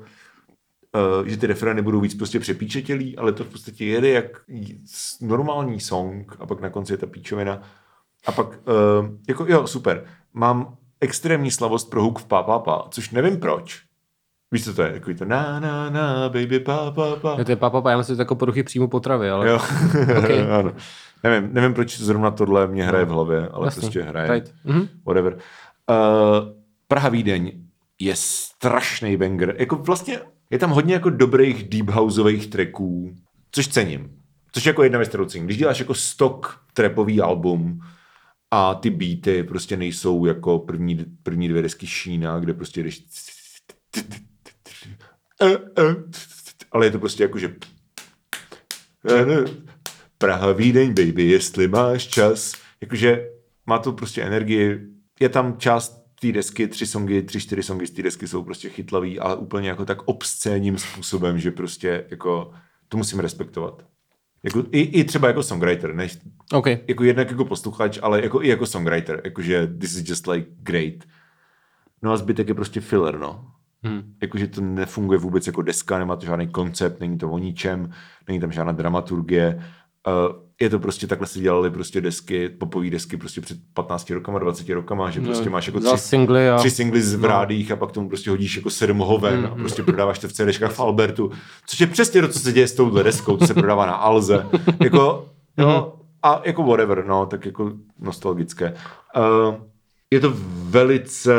uh, že ty refrény budou víc prostě přepíčetělý, ale to v podstatě jede jak normální song a pak na konci je ta píčovina. A pak, uh, jako jo, super, mám extrémní slavost pro hook v pa, pa, pa, což nevím proč. Víš, co to je? Takový to na, na, na, baby, pa, pa, pa. Jo, to je pa, pa, pa, já myslím, že to jako poruchy příjmu potravy, ale... Jo, okay. Ano. Nevím, nevím, proč zrovna tohle mě hraje v hlavě, ale Jasný. prostě hraje. Right. Whatever. Uh, Praha Vídeň je strašný banger. Jako vlastně je tam hodně jako dobrých deep houseových tracků, což cením. Což je jako jedna věc, kterou cením. Když děláš jako stock trapový album a ty beaty prostě nejsou jako první, první dvě desky Šína, kde prostě jdeš ale je to prostě jako, že Praha, Vídeň, baby, jestli máš čas. Jakože má to prostě energii. Je tam část té desky, tři songy, tři, čtyři songy z té desky jsou prostě chytlavý, ale úplně jako tak obscénním způsobem, že prostě jako to musím respektovat. Jako, i, i třeba jako songwriter, ne? Okay. Jako jednak jako posluchač, ale jako i jako songwriter. Jakože this is just like great. No a zbytek je prostě filler, no. Hmm. Jakože to nefunguje vůbec jako deska, nemá to žádný koncept, není to o ničem, není tam žádná dramaturgie. Uh, je to prostě, takhle si dělali prostě desky, popový desky prostě před patnácti rokama, dvaceti rokama, že prostě no, máš jako tři singly, a... tři singly v rádích no. a pak tomu prostě hodíš jako sedm hoven mm, a prostě prodáváš to v CDčkách v Albertu, což je přesně to, co se děje s touhle deskou, to se prodává na Alze. Jako, no, a jako whatever, no, tak jako nostalgické. Uh, je to velice,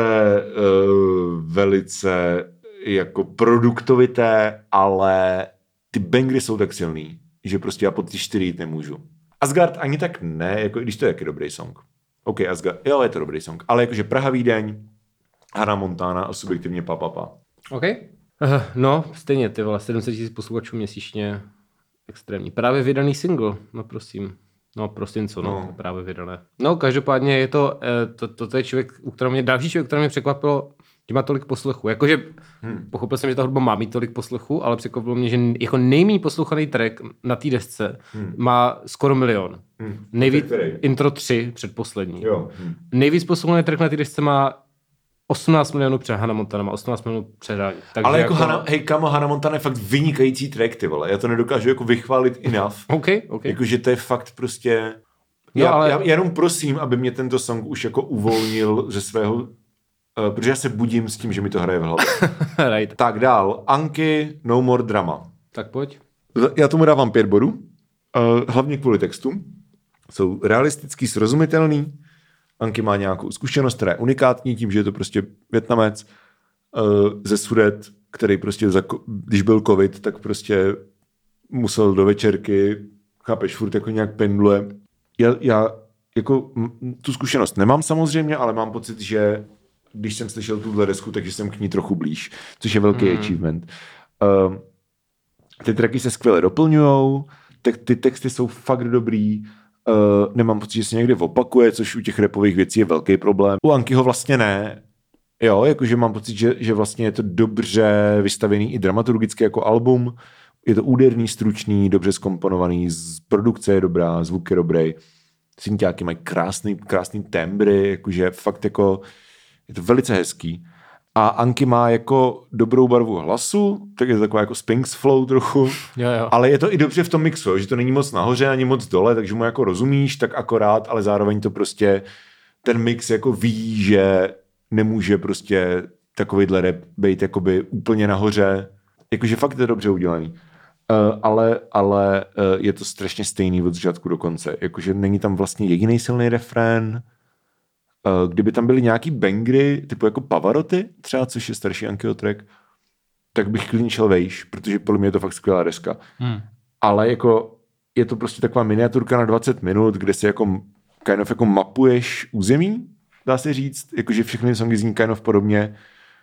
uh, velice jako produktovité, ale ty bangry jsou tak silný, že prostě já pod ty čtyři jít nemůžu. Asgard ani tak ne, jako když to je jaký dobrý song. OK, Asgard, jo, je to dobrý song, ale jakože Praha, Vídeň, Hannah Montana a subjektivně pa, pa, pa. OK. Uh, no, stejně, ty vole, sedm set tisíc posluchačů měsíčně, extrémní. Právě vydaný single, no prosím. No, prosím, co, no, no. právě vydané. No, každopádně je to, to, to, to je člověk, u kterého mě, další člověk, který mě překvapilo, že má tolik poslechů. Jakože hmm. pochopil jsem, že ta hudba má mít tolik poslechů, ale překvapilo mě, že jako nejméně poslouchaný track na té desce hmm. má skoro milion. Hmm. Nejvíc intro tři, předposlední. Jo. Hmm. Nejvíc poslouchaný track na té desce má osmnáct milionů před Hannah Montana, má osmnáct milionů předání. Ale jako, jako Hannah, hej kamo, Hannah Montana je fakt vynikající track, ty vole. Já to nedokážu jako vychválit enough. Okay, okay. Jakože to je fakt prostě... Já, no, ale... já, já jenom prosím, aby mě tento song už jako uvolnil ze svého... Uh, protože já se budím s tím, že mi to hraje v hlavě. Right. Tak dál. Anky, No More Drama. Tak pojď. Já tomu dávám pět bodů. Uh, hlavně kvůli textu. Jsou realistický, srozumitelný. Anky má nějakou zkušenost, která je unikátní tím, že je to prostě Vietnamec uh, ze Sudet, který prostě, za, když byl covid, tak prostě musel do večerky, chápeš, furt jako nějak pendluje. Já, já jako m, tu zkušenost nemám samozřejmě, ale mám pocit, že když jsem slyšel tuhle desku, takže jsem k ní trochu blíž, což je velký mm. achievement. Uh, ty tracky se skvěle doplňujou, te- ty texty jsou fakt dobrý, uh, nemám pocit, že se někde opakuje, což u těch rapových věcí je velký problém. U Ankyho vlastně ne. Jo, jakože mám pocit, že, že vlastně je to dobře vystavený i dramaturgicky jako album. Je to úderný, stručný, dobře zkomponovaný, produkce je dobrá, zvuk je dobrý. Synťáky mají krásný, krásný tembry, jakože fakt jako je to velice hezký. A Anky má jako dobrou barvu hlasu, tak je to taková jako Sphinx flow trochu, jo, jo. Ale je to i dobře v tom mixu, že to není moc nahoře ani moc dole, takže mu jako rozumíš, tak akorát, ale zároveň to prostě ten mix jako ví, že nemůže prostě takovýhle rap být jakoby úplně nahoře, jakože fakt je dobře udělaný. Uh, ale, ale uh, je to strašně stejný od začátku do konce, jakože není tam vlastně jediný silný refrén. Uh, kdyby tam byly nějaký bangry, typu jako Pavarotti, třeba, což je starší Ankyho track, tak bych klidně šel vejš, protože podle mě je to fakt skvělá deska. Hmm. Ale jako je to prostě taková miniaturka na dvacet minut, kde si jako kind of jako mapuješ území, dá se říct, jakože všechny songy zní kind of podobně.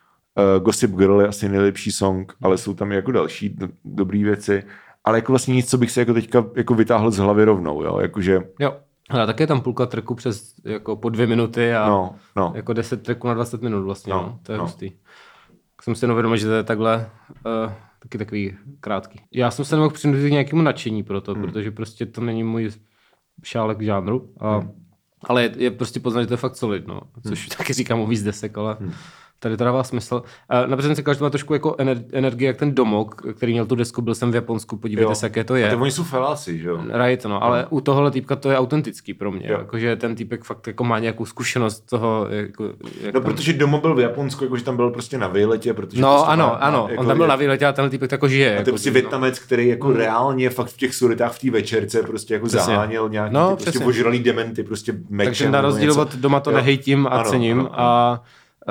Uh, Gossip Girl je asi nejlepší song, ale jsou tam i jako další do, dobrý věci. Ale jako vlastně nic, co bych se jako teďka jako vytáhl z hlavy rovnou, jo, jakože... Jo. Ale také tam půlka tracku přes jako po dvě minuty a no, no. jako deset tracků na dvacet minut vlastně, no, no. To je no. hustý. Jsem si uvědomil, že to je takhle uh, taky takový krátký. Já jsem se nemohl přinutit k nějakému nadšení pro to, hmm. protože prostě to není můj šálek žánru. A, hmm. Ale je, je prostě poznat, že to je fakt solid, no. Což hmm. taky říkám o víc desek, ale... Hmm. Tady to dává smysl. Například jsem si říkal, že to má trošku jako ener- energie, jak ten Domok, který měl tu desku, byl jsem v Japonsku, podívejte jo. se, jaké to je. A to oni jsou feláci, že jo? Right, no, ale no. u tohohle týpka to je autentický pro mě, jakože ten týpek fakt jako má nějakou zkušenost toho, jako, jak no, tam... protože Domo byl v Japonsku, jakože tam byl prostě na výletě, protože... No, prostě ano, má, ano, jako, on tam byl na výletě a tenhle týpek jako žije. A to je prostě Vietnamec, který jako hmm. reálně fakt v těch suritách v té večerce prostě jako přesně. zaháněl nějaký no, ty prostě ožralý dementy, prostě mečem. Takže na rozdíl od Doma to nehejtím a ano, cením ano, ano. a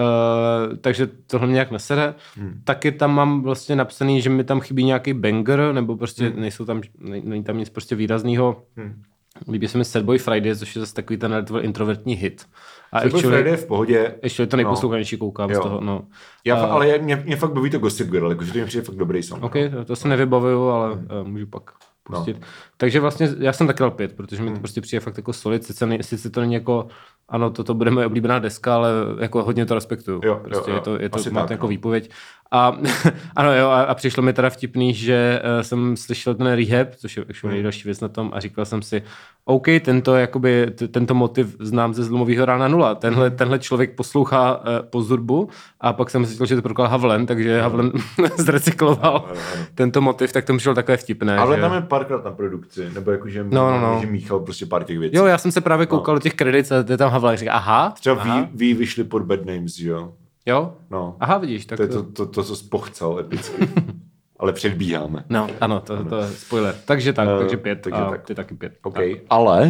Uh, takže tohle mě nějak nesere. Hmm. Taky tam mám vlastně napsaný, že mi tam chybí nějaký banger, nebo prostě hmm. nejsou tam, není tam nic prostě výraznýho. Hmm. Líbí se mi Sad Boy Friday, což je zase takový ten introvertní hit. A Sad Boy Friday je v pohodě. Ještě to nejposlouchanější koukám z toho. No. Já uh, fa- ale mě, mě fakt baví to Gossip Girl, jakože to mi přijde fakt dobrý song. Ok, to, to se nevybavuju, ale hmm. uh, můžu pak pustit. No. Takže vlastně já jsem taky dal pět, protože mi to hmm. prostě přijde fakt jako solid, sice, ne, sice to není jako ano, toto bude moje oblíbená deska, ale jako hodně to respektuju. Jo, prostě jo, jo. Je to, je to má to jako výpověď. A ano, jo, a, a přišlo mi teda vtipný, že uh, jsem slyšel ten Rehab, což je actually nejdelší věc na tom, a říkal jsem si, OK, tento, jakoby, t- tento motiv znám ze Zlomovýho rána nula. Tenhle, tenhle člověk poslouchá uh, Pozurbu a pak jsem zjistil, že to proklad Havlen, takže Havlen zrecykloval no, no, no. tento motiv, tak to mi šlo takové vtipné. Ale že... tam je párkrát na produkci, nebo jakože no, no, no. že míchal prostě pár těch věcí. Jo, já jsem se právě koukal no. do těch kreditů a je tam Havlen, říká, aha. Třeba aha. Ví, ví vyšli pod Bad Names, jo? Jo? No. Aha, vidíš. Tak to je to, to, to, co spochcal epicky. Ale předbíháme. No, ano, to, to je spoiler. Takže tak, uh, takže pět. Takže a tak. Ty taky pět. Okay. Ale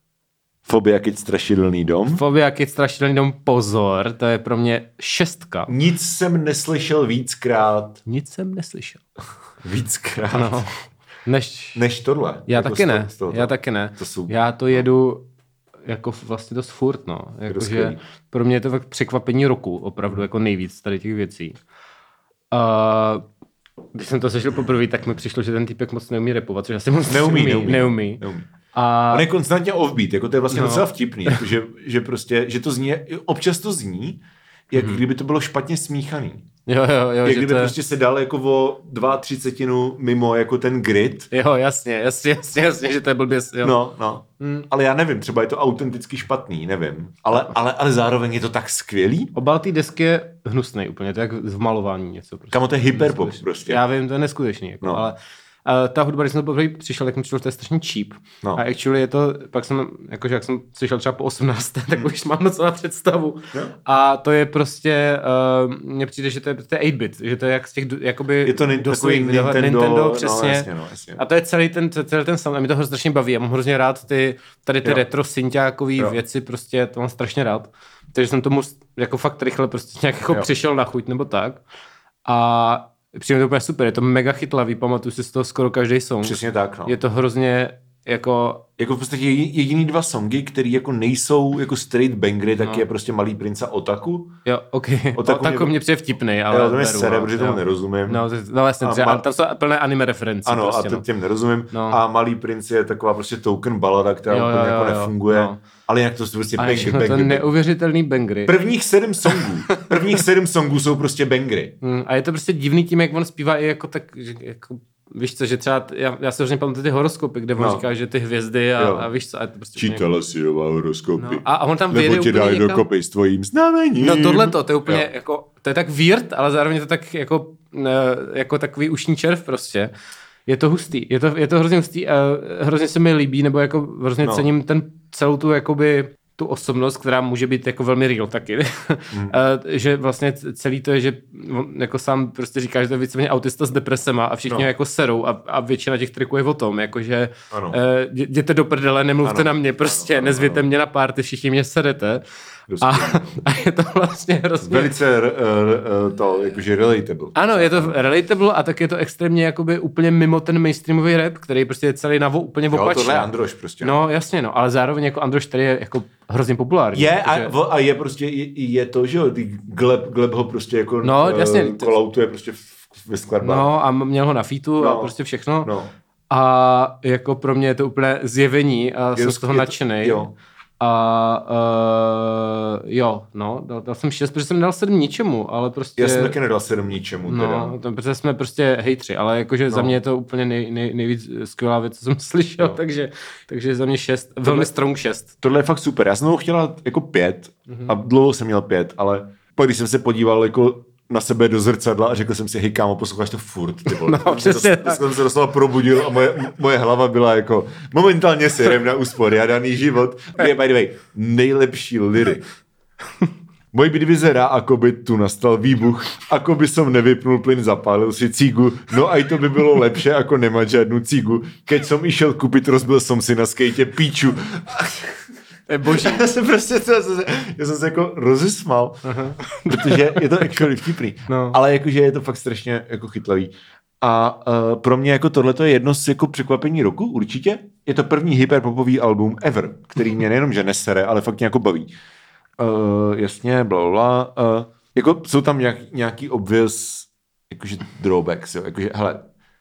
Fobia Kid Strašidelný dom. Fobia Kid Strašidelný dom, pozor, to je pro mě šestka. Nic jsem neslyšel víckrát. Nic jsem neslyšel. Víckrát? No. Než, Než tohle. Já jako taky ne, toho, já taky ne. To jsou... Já to jedu jako vlastně dost furt, no. Jakože pro mě je to fakt překvapení roku, opravdu jako nejvíc tady těch věcí. Uh, když jsem to slyšel poprvé, tak mi přišlo, že ten týpek moc neumí rapovat, což asi moc neumí. Neumí. neumí, neumí. neumí. A... On je konstantně offbeat, jako to je vlastně no. docela vtipný, jako že, že prostě, že to zní, občas to zní, jak mm-hmm. kdyby to bylo špatně smíchaný. Jo, jo, jo. Jak kdyby to... prostě se dal jako o dva třicetinu mimo jako ten grid. Jo, jasně, jasně, jasně, jasně, že to je blbě. Jo. No, no. Mm. Ale já nevím, třeba je to autenticky špatný, nevím. Ale, ale, ale zároveň je to tak skvělý. Obal té desky je hnusnej úplně, to je jak v malování něco. Prostě. Kamo, to je hyperpop prostě. Já vím, to je neskutečný, jako, no. ale Uh, ta hudba, když jsem to poprvé přišel, tak mi přišlo, že to je strašně cheap. No. A actually je to, pak jsem, jakože jak jsem slyšel třeba po osmnácté, tak už mám docela představu. No. A to je prostě, uh, mně přijde, že to je, to je osm bit, že to je jak z těch, jakoby... Je to ni- takový Nintendo, Nintendo, přesně. No, jasně, no, jasně. A to je celý ten, celý ten sound, a mi to strašně baví. Já mám hrozně rád ty, tady ty Jo. retro synťákový Jo. věci, prostě to mám strašně rád. Takže jsem tomu jako fakt rychle prostě nějak jako Jo. přišel na chuť nebo tak. A přijde to úplně super, je to mega chytlavý, pamatuju si z toho skoro každý song. Přesně tak, no. Je to hrozně jako... Jako v podstatě jediný dva songy, který jako nejsou jako straight bangry, tak No. je prostě Malý princ a Otaku. Jo, ok. Otaku Otaku mě- mě přijde vtipnej, ale... Jo, to mě beru, sere, no. protože tomu Jo. nerozumím. No, to, no vlastně, A třeba, ma- a tam jsou plné anime reference. Ano, prostě, a to no. těm nerozumím. No. A Malý princ je taková prostě token balada, která Jo, úplně jo, jako jo, jo. nefunguje. No. Ale jinak to jsou prostě A bangry, všechno bangry, to bangry. neuvěřitelný bangry. Prvních sedm songů, prvních sedm songů jsou prostě bangry. Hmm, a je to prostě divný tím, jak on zpívá i jako tak, že jako, víš co, že třeba, t- já, já si hrozně pamatuju ty horoskopy, kde on No. říká, že ty hvězdy a, Jo. a víš co, a je to prostě... Čítala si doma horoskopy. No, a, a on tam vyjede Nebo tě úplně dají do někam... kopy s tvojím znamením. No tohleto, to je úplně Jo. jako, to je tak weird, ale zároveň je to tak jako, ne, jako takový ušní červ prostě. Je to hustý, je to, je to hrozně hustý a hrozně se mi líbí, nebo jako hrozně No. cením ten celou tu jakoby tu osobnost, která může být jako velmi real taky. Hmm. Že vlastně celý to je, že on jako sám prostě říká, že to je víceméně autista s depresema a všichni No. jako serou a, a většina těch triků je o tom, jakože Ano. eh, jdi- jděte do prdele, nemluvte Ano. na mě, prostě Ano, ano, nezvěte ano. mě na párty, všichni mě serete. Prostě. A, a je to vlastně hrozně... Velice r, r, r, to, jakože relatable. Ano, je to relatable a tak je to extrémně jakoby úplně mimo ten mainstreamový rap, který prostě je celý navo úplně Jo, opačný. tohle je Androš prostě. No jasně, no, ale zároveň jako Androš tady je jako hrozně populární. Je a, protože- v- a je prostě, je, je to, že jo, ty Gleb, Gleb ho prostě jako No, eh, jasně. kolautuje prostě v- ve skladbách. No a měl ho na featu a No. prostě všechno. No. A jako pro mě je to úplně zjevení a jsem to- z toho je to- nadšenej. jo. A uh, jo, no, dal, dal jsem šest, protože jsem nedal sedm ničemu, ale prostě... Já jsem taky nedal sedm ničemu teda. No, to, protože jsme prostě hejtři, ale jakože no. za mě je to úplně nej, nej, nejvíc skvělá věc, co jsem slyšel, No. takže, takže za mě šest, velmi strong šest. Tohle je fakt super. Já jsem ho chtěla jako pět a dlouho jsem měl pět, ale pak když jsem se podíval jako na sebe do zrcadla a řekl jsem si, hej kámo, posloucháš to furt, ty vole. No, přesně to, tak. jsem se doslova probudil a moje, moje hlava byla jako, momentálně si jdem na úspor, já daný život. Je, by the way, nejlepší lyrik. Můj byt vyzerá, ako by tu nastal výbuch, ako by som nevypnul plyn, zapálil si cígu, no aj to by bylo lepšie, ako nemať žádnu cígu. Keď som išel kupit, rozbil som si na skejtě píču. To je boží. Já jsem prostě, já jsem se, já jsem se jako rozesmál, uh-huh. protože je to actually vtipný, No. ale jakože je to fakt strašně jako chytlavý. A uh, pro mě jako tohleto je jedno z jako překvapení roku, určitě. Je to první hyperpopový album ever, který mě nejenom, že nesere, ale fakt mě jako baví. Uh, jasně, blablabla. Uh, jako jsou tam nějak, nějaký obvious jakože drawbacks, jo. Jakože, hele,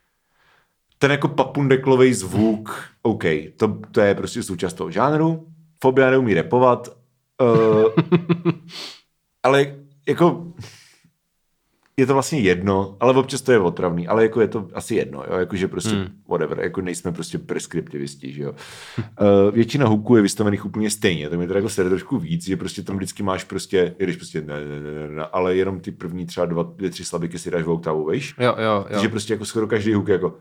ten jako papundeklovej zvuk, OK, to, to je prostě součást toho žánru. Fobia neumí rapovat, uh, ale jako je to vlastně jedno, ale občas to je otravný, ale jako je to asi jedno, jo, jakože prostě hmm. whatever, jako nejsme prostě preskriptivisti, že jo. Uh, většina hooků je vystavených úplně stejně, to mi teda jako sere trošku víc, že prostě tam vždycky máš prostě, i když prostě ne, ne, ne, ne, ale jenom ty první třeba dva, dvě, tři slabiky si dáš v oktavu, vejš? Jo, jo, jo. Že prostě jako skoro každý hook je jako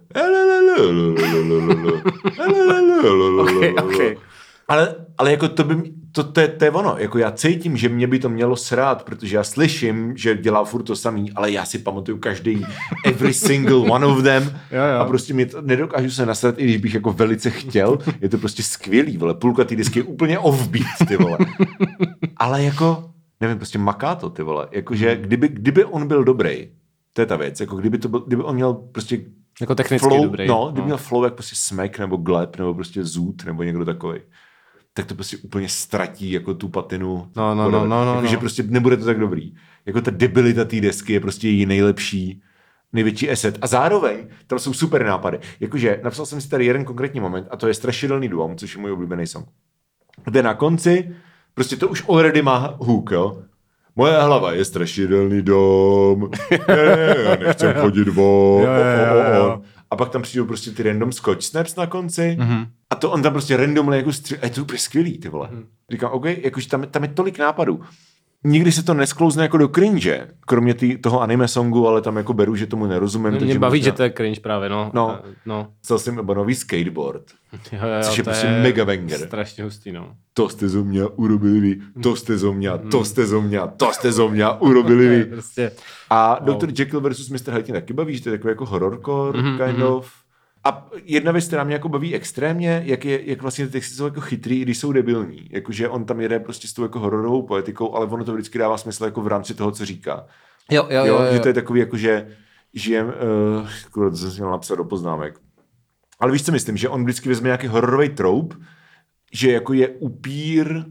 Okay, okay. Ale, ale jako to by, to, to, je, to je ono, jako já cítím, že mě by to mělo srát, protože já slyším, že dělá furt to samý, ale já si pamatuju každý, every single one of them Jo, jo. a prostě mě to, nedokážu se nasrat, i když bych jako velice chtěl, je to prostě skvělý, vole, půlka té disky je úplně offbeat, ty vole. Ale jako, nevím, prostě maká to, ty vole, jakože kdyby, kdyby on byl dobrý, to je ta věc, jako kdyby, to byl, kdyby on měl prostě Jako technicky flow, dobrý. no, kdyby měl flow jak prostě Smack nebo Gleb nebo prostě Zoot nebo někdo takový, tak to prostě úplně ztratí jako tu patinu. No, no, no, no, no, jako, že no. prostě nebude to tak dobrý. Jako ta debilita té desky je prostě její nejlepší, největší asset. A zároveň tam jsou super nápady. Jakože napsal jsem si tady jeden konkrétní moment a to je Strašidelný dům, což je můj oblíbený song. Kde na konci, prostě to už already má hook, jo. Moje hlava je strašidelný dom, ne, já nechcem chodit von, Jo, jo, jo, jo. a pak tam přijdou prostě ty random Scotch snaps na konci Mhm. a to on tam prostě randomly jako stři... A je to úplně skvělý, ty vole. Mhm. Říkám, OK, jakože tam, tam je tolik nápadů. nikdy se to nesklouzne jako do cringe, kromě tý, toho anime songu, ale tam jako beru, že tomu nerozumím. Mě baví, možná... že to je cringe právě, no. No, no. Vzal jsem nebo nový skateboard, jo, jo, což je prostě je mega banger. Strašně hustý, no. To jste zo mě urobili vy, to jste zo mě, to jste zo mě, to jste zo mě urobili vy. prostě... A wow. doktor Jekyll versus mister Hyde taky baví, že to je takový jako horrorcore, mm-hmm, kind mm-hmm. of. A jedna věc, která mě jako baví extrémně, jak, je, jak vlastně ty texty jsou jako chytrý, když jsou debilní. Jakože on tam jede prostě s tou jako hororovou poetikou, ale ono to vždycky dává smysl jako v rámci toho, co říká. Jo, jo, jo. jo, jo. Že to je takový jako, že žijem, uh, kurva, to jsem si měl napsat do poznámek. Ale víš, co myslím, že on vždycky vezme nějaký hororový troub, že jako je upír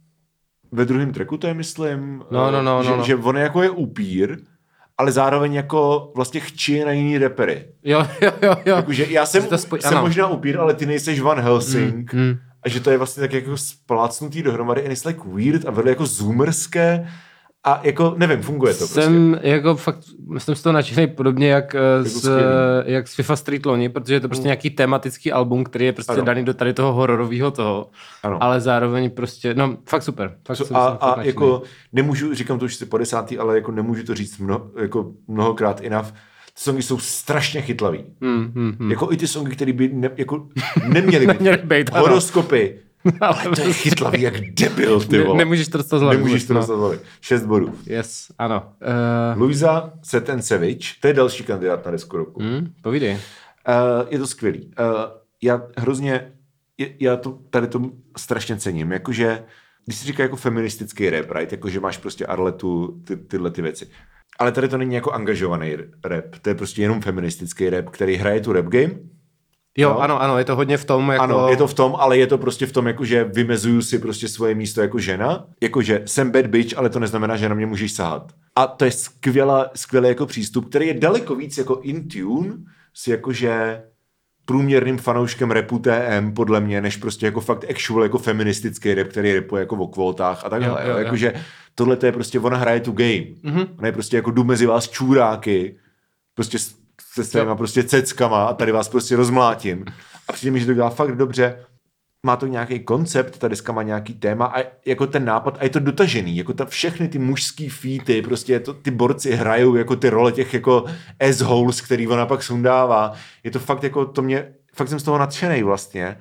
ve druhém tracku, to je myslím, no, no, no, že, no, no. že on jako je upír, ale zároveň jako vlastně chčí na jiný repery. Jo, jo, jo. jo. Jakože já jsem, spoj... jsem možná upír, ale ty nejseš Van Helsing. Mm, mm. A že to je vlastně tak jako splácnutý dohromady and it's like weird a vedle jako zoomerské a jako, nevím, funguje to prostě. Jsem jako fakt, jsem z toho nadšenej podobně jak, jako z, jak z FIFA Street loni, protože je to prostě mm. nějaký tematický album, který je prostě ano. daný do tady toho hororového toho, ano. ale zároveň prostě, no fakt super. Fakt so, a a jako nemůžu, říkám to už si po desátý, ale jako nemůžu to říct mno, jako mnohokrát enough, ty songy jsou strašně chytlavý. Hmm, hmm, hmm. Jako i ty songy, které by ne, jako neměly být. neměly být horoskopy. Ale to je chytlavý jak debil, ty vole. Ne, nemůžeš to dostat z hlavy. Nemůžeš to dostat z hlavy. Šest bodů. Yes, ano. Uh... Luisa Setencevič, to je další kandidát na desku roku. Hmm, povídej. Uh, je to skvělý. Uh, já hrozně, já to, tady to strašně cením. Jakože, když si říká jako feministický rap, right? Jakože máš prostě Arletu, ty, tyhle ty věci. Ale tady to není jako angažovaný rap. To je prostě jenom feministický rap, který hraje tu rap game. Jo, no. ano, ano, je to hodně v tom, jako... Ano, je to v tom, ale je to prostě v tom, jako že vymezuju si prostě svoje místo jako žena, jakože jsem bad bitch, ale to neznamená, že na mě můžeš sahat. A to je skvělá, skvělý jako přístup, který je daleko víc jako in tune s jakože průměrným fanouškem rapu T M, podle mě, než prostě jako fakt actual jako feministický rap, který rapuje jako o kvótách a takhle. Jo, jo, jo. Jakože tohle to je prostě, ona hraje tu game. Mm-hmm. Ona je prostě jako jdu mezi vás čůráky, prostě se svýma prostě ceckama a tady vás prostě rozmlátím. A přijde mi, že to dělá fakt dobře. Má to nějaký koncept, ta deska má nějaký téma a jako ten nápad a je to dotažený. Jako ta, všechny ty mužský featy, prostě je to, ty borci hrajou jako ty role těch jako assholes, který ona pak sundává. Je to fakt jako, to mě, fakt jsem z toho nadšenej vlastně.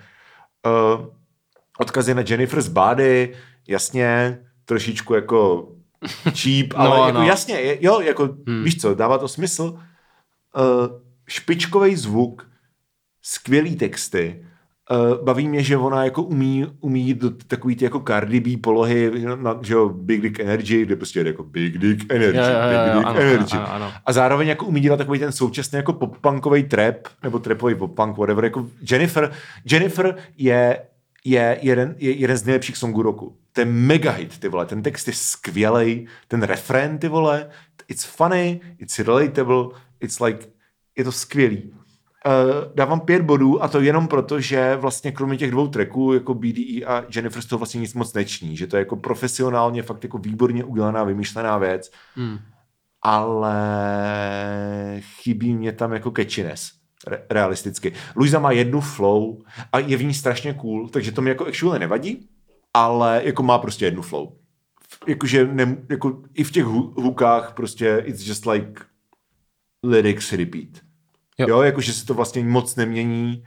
Uh, odkazy na Jennifer's Body, jasně, trošičku jako cheap, ale no, jako no. jasně, je, jo, jako hmm. víš co, dává to smysl. Uh, špičkovej zvuk, skvělý texty, uh, baví mě, že ona jako umí, umí do takový ty jako Cardi B polohy, na, že jo, Big Dick Energy, kde prostě je jako Big Dick Energy, jo, jo, jo, Big jo, Dick ano, Energy. ano, ano. A zároveň jako umí dělat takový ten současný jako pop-punkovej trap, nebo trapový pop-punk, whatever, jako Jennifer, Jennifer je, je, jeden, je jeden z nejlepších songů roku. To je mega hit, ty vole, ten text je skvělej, ten refrén, ty vole, it's funny, it's relatable, it's like, je to skvělý. Uh, dávám pět bodů a to jenom proto, že vlastně kromě těch dvou tracků, jako B D E a Jennifer z toho vlastně nic moc neční, že to je jako profesionálně fakt jako výborně udělaná, vymyšlená věc, hmm. ale chybí mě tam jako catchiness, re- realisticky. Luisa má jednu flow a je v ní strašně cool, takže to mi jako actually nevadí, ale jako má prostě jednu flow. Jakože ne, jako i v těch hookách prostě it's just like lyrics repeat. Jo, jo jakože se to vlastně moc nemění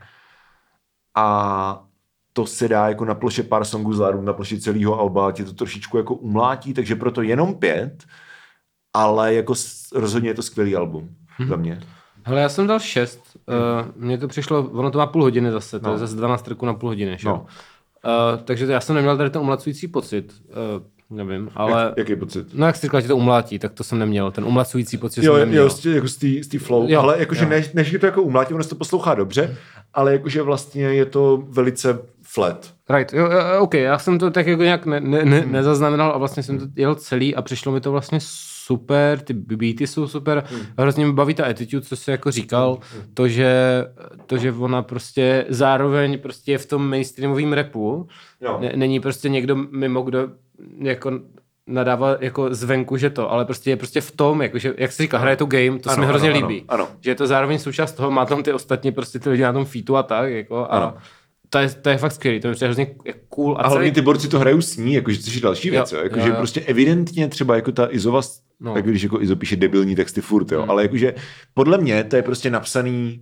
a to se dá jako na ploše pár songů zvládnout, na ploše celého alba, tě to trošičku jako umlátí, takže proto jenom pět, ale jako rozhodně je to skvělý album hmm. za mě. Hele, já jsem dal šest. Hmm. Uh, mně to přišlo, ono to má půl hodiny zase, to no. je zase dvanáct tracků na půl hodiny, no. uh, takže to já jsem neměl tady ten umlacující pocit. Uh, Nevím, ale... Jak, jaký pocit? No jak jsi říkal, že to umlátí, tak to jsem neměl. Ten umlacující pocit jo, jsem neměl. Jo, jako z té flow. Jo, ale jakože než, než je to jako umlátí, ono se to poslouchá dobře, ale jakože vlastně je to velice flat. Right, jo, ok, já jsem to tak jako nějak ne, ne, ne, hmm. nezaznamenal a vlastně jsem to jel celý a přišlo mi to vlastně super, ty beaty jsou super, hmm. hrozně mi baví ta attitude, co jsi jako říkal, hmm. to, že, to, že ona prostě zároveň prostě je v tom mainstreamovém rapu, ne, není prostě někdo mimo, kdo jako nadává jako zvenku, že to, ale prostě je prostě v tom, jakože, jak jsi říkal, hraje to game, to ano, se mi hrozně ano, líbí. Ano, ano. Že je to zároveň součást toho, má tam ty ostatní prostě ty lidi na tom featu a tak, jako, a, To je, to je fakt skvělý, to je hrozně cool. A, a hlavně ty borci to hrajou s ní, jakože což je další věc, jo, jo, jakože jo, jo. prostě evidentně třeba jako ta Izova, no. jako když jako Izo píše debilní texty furt, jo, hmm. ale jakože podle mě to je prostě napsaný,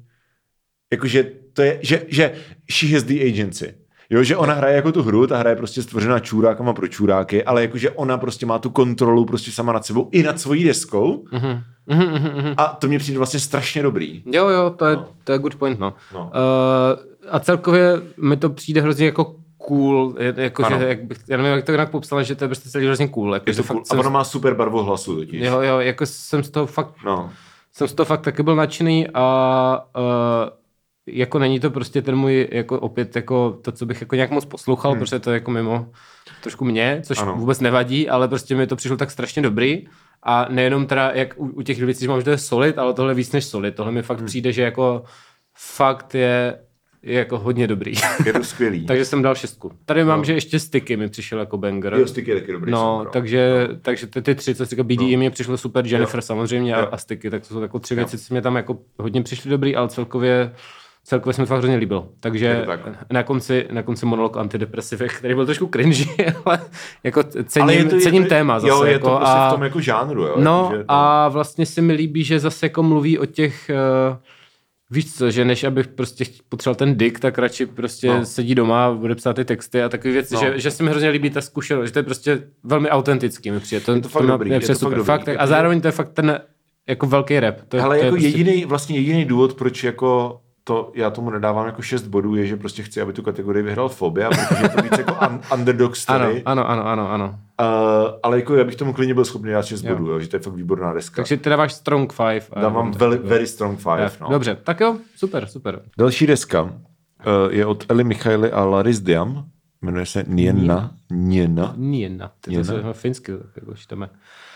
jakože to je, že, že she has the agency. Jo, že ona hraje jako tu hru, ta hra je prostě stvořená čůrákama pro čůráky, ale jakože ona prostě má tu kontrolu prostě sama nad sebou i nad svojí deskou. Mm-hmm. Mm-hmm. A to mě přijde vlastně strašně dobrý. Jo, jo, to je, no. to je good point, no. no. Uh, a celkově mi to přijde hrozně jako cool, jako že, jak bych, já nevím, jak to jinak popsal, že to je prostě celý hrozně cool. Jako, je to cool. A ono má super barvu hlasu totiž. Jo, jo, jako jsem z toho fakt, no. jsem z toho fakt taky byl nadšený a uh, jako není to prostě ten můj, jako opět, jako to, co bych jako nějak moc poslouchal, hmm. protože to je jako mimo trošku mě, což ano. vůbec nevadí, ale prostě mi to přišlo tak strašně dobrý a nejenom teda, jak u, u těch věcí, že mám, že to je solid, ale tohle víc než solid, tohle mi fakt hmm. přijde, že jako fakt je, je jako hodně dobrý. Je to skvělý. Takže jsem dal šestku. Tady mám, no. že ještě Sticky mi přišel jako banger. Jo, Sticky je taky dobrý. No, super, takže, no. takže ty, ty tři, co říká B D E no. mě přišlo super, Jennifer jo. samozřejmě a, a Sticky, tak to jsou jako tři jo. věci, co mě tam jako hodně přišly dobrý, ale celkově Celkově se mi to fakt hrozně líbil. Takže na konci, na konci monolog antidepresivek, který byl trošku cringy, ale jako cením, ale je to, cením je to, téma zase. Jo, je jako to prostě a, v tom jako žánru. Jo, no jako, to... a vlastně se mi líbí, že zase jako mluví o těch, uh, víš co, že než abych prostě potřeboval ten dick, tak radši prostě no. sedí doma, bude psát ty texty a takové věci, no. že, že se mi hrozně líbí ta zkušenost, že to je prostě velmi autentický mi přijde. To, je to fakt to dobrý. Je to super. Fakt fakt, a zároveň to je fakt ten jako velký rap. To je, ale to jako je prostě... jediný, vlastně jediný důvod, proč jako to já tomu nedávám jako šest bodů, je, že prostě chci, aby tu kategorii vyhrál Fobia, protože je to víc jako un- underdog story. Ano, ano, ano, ano. Uh, ale jako já bych tomu klidně byl schopný dát šest jo. bodů, jo, že to je fakt výborná deska. Takže ty dáváš strong five. Dávám very, very strong five. No. Dobře, tak jo, super, super. Další deska uh, je od Eli Michaily a Laris Diam. Jmenuje se Niena. Niena. Niena. To se finsky jako čteme.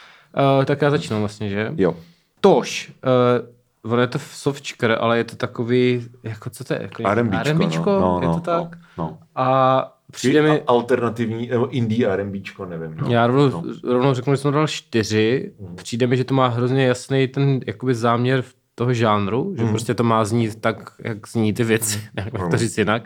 Uh, tak já začnu vlastně, že? Jo. Tož. Uh, Ono je to softčker, ale je to takový, jako co to je? Jako RMBčko, no, no, je to no, tak? No. A přijde mi... Alternativní, nebo indie RMBčko, nevím. No. Já rovnou, no. rovnou řeknu, že jsem dal čtyři. Mm. Přijde mi, že to má hrozně jasný ten jakoby záměr toho žánru, že mm. prostě to má znít tak, jak zní ty věci, mm. nevím, jak to říct jinak.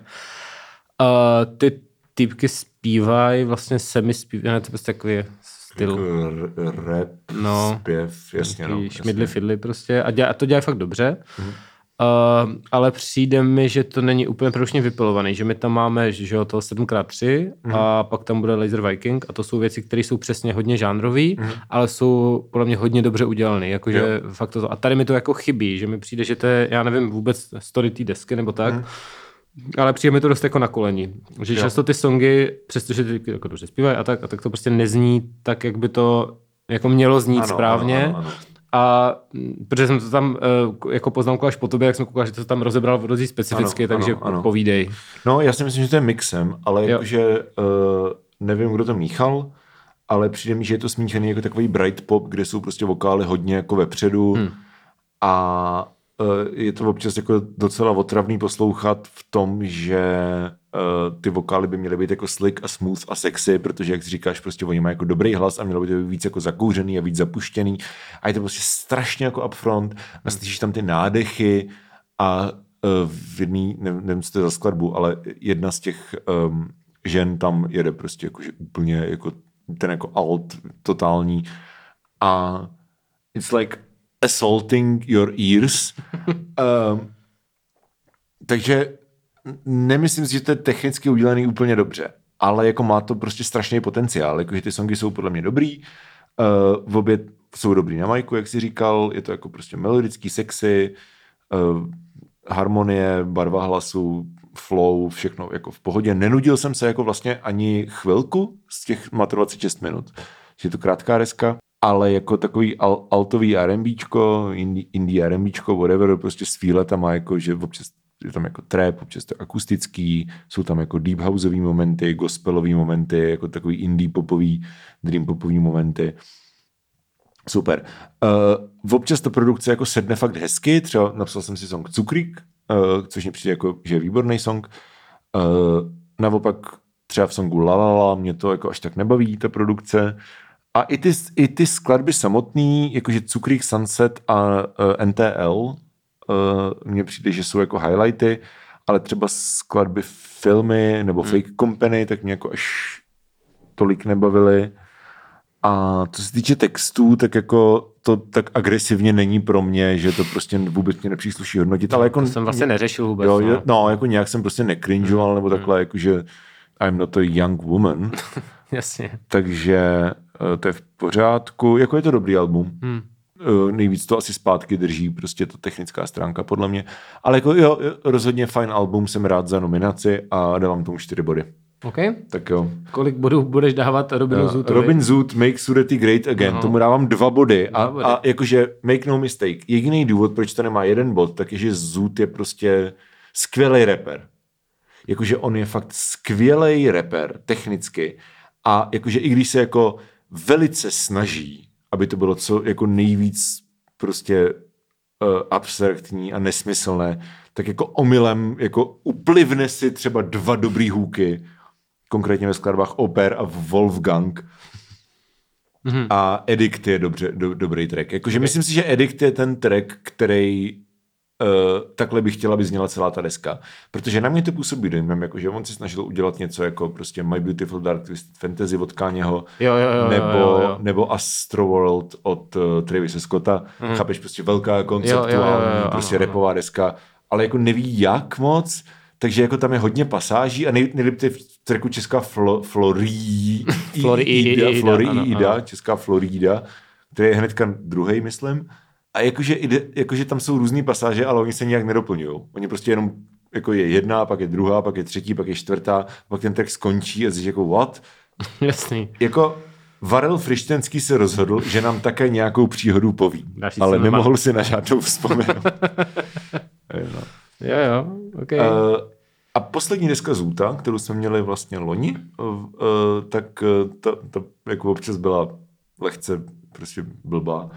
Uh, ty týpky zpívají, vlastně semi zpívají, ne, to je prostě takový styl. Rap, no, zpěv, jasně. No, šmidly, fidly prostě. A, dělá, a to dělají fakt dobře. Mm. Uh, ale přijde mi, že to není úplně produčně vypilovaný, že my tam máme, že jo, to sedm krát tři mm. a pak tam bude Laser Viking a to jsou věci, které jsou přesně hodně žánrový, mm. ale jsou podle mě hodně dobře udělaný, jakože fakt to, a tady mi to jako chybí, že mi přijde, že to je, já nevím vůbec story té desky nebo tak, mm. ale přijde mi to dost jako na koleni, že jo. Často ty songy, přestože ty jako dobře zpívají a tak, a tak to prostě nezní tak, jak by to jako mělo znít ano, správně. Ano, ano, ano. A protože jsem to tam uh, jako poznámku až po tobě, jak jsem koukal, že to tam rozebral v rozí specificky, ano, takže ano, ano. povídej. No, já si myslím, že to je mixem, ale jakože uh, nevím, kdo to míchal, ale přijde mi, že je to smíchaný jako takový bright pop, kde jsou prostě vokály hodně jako vepředu hmm. a uh, je to občas jako docela otravný poslouchat v tom, že uh, ty vokály by měly být jako slick a smooth a sexy, protože jak si říkáš, prostě oni mají jako dobrý hlas a mělo by to být víc jako zakouřený a víc zapuštěný a je to prostě strašně jako upfront a slyšíš tam ty nádechy a uh, v jedný, nevím, nevím, co to je za skladbu, ale jedna z těch um, žen tam jede prostě jakože úplně jako ten jako alt totální a it's like assaulting your ears. um, takže nemyslím si, že to je technicky udělaný úplně dobře, ale jako má to prostě strašný potenciál, jakože ty songy jsou podle mě dobrý, uh, v obě jsou dobrý na majku, jak jsi říkal, je to jako prostě melodický, sexy, uh, harmonie, barva hlasu, flow, všechno jako v pohodě. Nenudil jsem se jako vlastně ani chvilku z těch má to dvacet šest minut, že je to krátká deska, ale jako takový al- altový RMBčko, indie, indie RMBčko, whatever, prostě s výletama, jako že občas je tam jako trap, občas to akustický, jsou tam jako deep houseový momenty, gospelový momenty, jako takový indie popový, dream popový momenty. Super. Uh, občas ta produkce jako sedne fakt hezky, třeba napsal jsem si song Cukrík, uh, což mi přijde jako, že je výborný song. Uh, naopak třeba v songu La La La mě to jako až tak nebaví, ta produkce. A i ty, i ty skladby samotný, jakože Cukrík, Sunset a uh, N T L, uh, mně přijde, že jsou jako highlighty, ale třeba skladby, filmy nebo hmm. Fake Company, tak mě jako až tolik nebavily. A co se týče textů, tak jako to tak agresivně není pro mě, že to prostě vůbec mě nepřísluší hodnotit. Ale jako, to jsem vlastně neřešil vůbec. Jo, no. no, jako nějak jsem prostě nekrinžoval, hmm. nebo takhle, jako že I'm not a young woman. Jasně. Takže to je v pořádku. Jako je to dobrý album. Hmm. Nejvíc to asi zpátky drží prostě ta technická stránka, podle mě. Ale jako jo, rozhodně fajn album, jsem rád za nominaci a dávám tomu čtyři body. OK. Tak jo. Kolik bodů budeš dávat Robinu uh, Zootovi? Robin Zoot, Make Sudety Great Again. Uh-huh. Tomu dávám dva body. Dva a, body. A jakože make no mistake. Jediný důvod, proč to nemá jeden bod, tak je, že Zoot je prostě skvělej rapper. Jakože on je fakt skvělej rapper, technicky. A jakože i když se jako velice snaží, aby to bylo co jako nejvíc prostě uh, abstraktní a nesmyslné, tak jako omylem jako uplivne si třeba dva dobrý hooky, konkrétně ve skladbách Oper a Wolfgang. Mm-hmm. A Edict je dobře, do, dobrý track. Jakože okay. Myslím si, že Edict je ten track, který uh, takhle bych chtěla, aby zněla celá ta deska. Protože na mě to působí dojmem, jakože on si snažil udělat něco jako prostě My Beautiful Dark Twisted Fantasy od Kanyeho, jo, jo, jo, nebo, jo, jo. nebo Astroworld od uh, Travise Scotta. Mm. Chápeš, prostě velká konceptuální, jo, jo, jo, jo, prostě ano, rapová ano. deska, ale jako neví jak moc, takže jako tam je hodně pasáží a nej, nejlíp je v tracku Česká Flo, Florí, Florida, Florida, Česká Florida, který je hnedka druhej, myslím. A jakože, ide, jakože tam jsou různý pasáže, ale oni se nijak nedoplňují. Oni prostě jenom jako je jedna, pak je druhá, pak je třetí, pak je čtvrtá, pak ten track skončí a jsi jako what? Jasný. Jako Varel Frištenský se rozhodl, že nám také nějakou příhodu poví, ale nemohl má... si na žádnou vzpomenout. no. Jo, jo, okay. uh, A poslední deska Zoota, kterou jsme měli vlastně loni, uh, tak ta, ta jako občas byla lehce prostě blbá,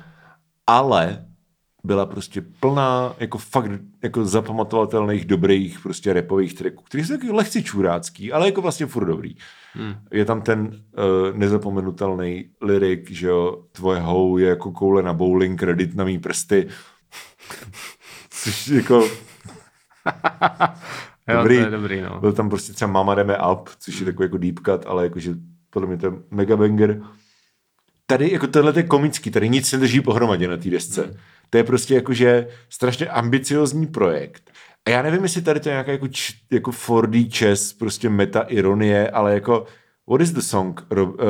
ale byla prostě plná jako fakt jako zapamatovatelných dobrých prostě rapových tracků, který jsou taky lehce čurácký, ale jako vlastně furt dobrý. Hmm. Je tam ten uh, nezapomenutelný lyrik, že jo, tvoje hou je jako koule na bowling, kredit na mý prsty. Což jako dobrý. Jo, to je dobrý, no. Byl tam prostě třeba Mama jdeme up, což je takový jako deep cut, ale jakože podle mě to je mega banger. Tady jako tohle je komický, tady nic se drží pohromadě na té desce. Hmm. To je prostě jakože strašně ambiciozní projekt. A já nevím, jestli tady to je nějaká jako, č, jako four D chess, prostě meta ironie, ale jako what is the song? Uh, uh,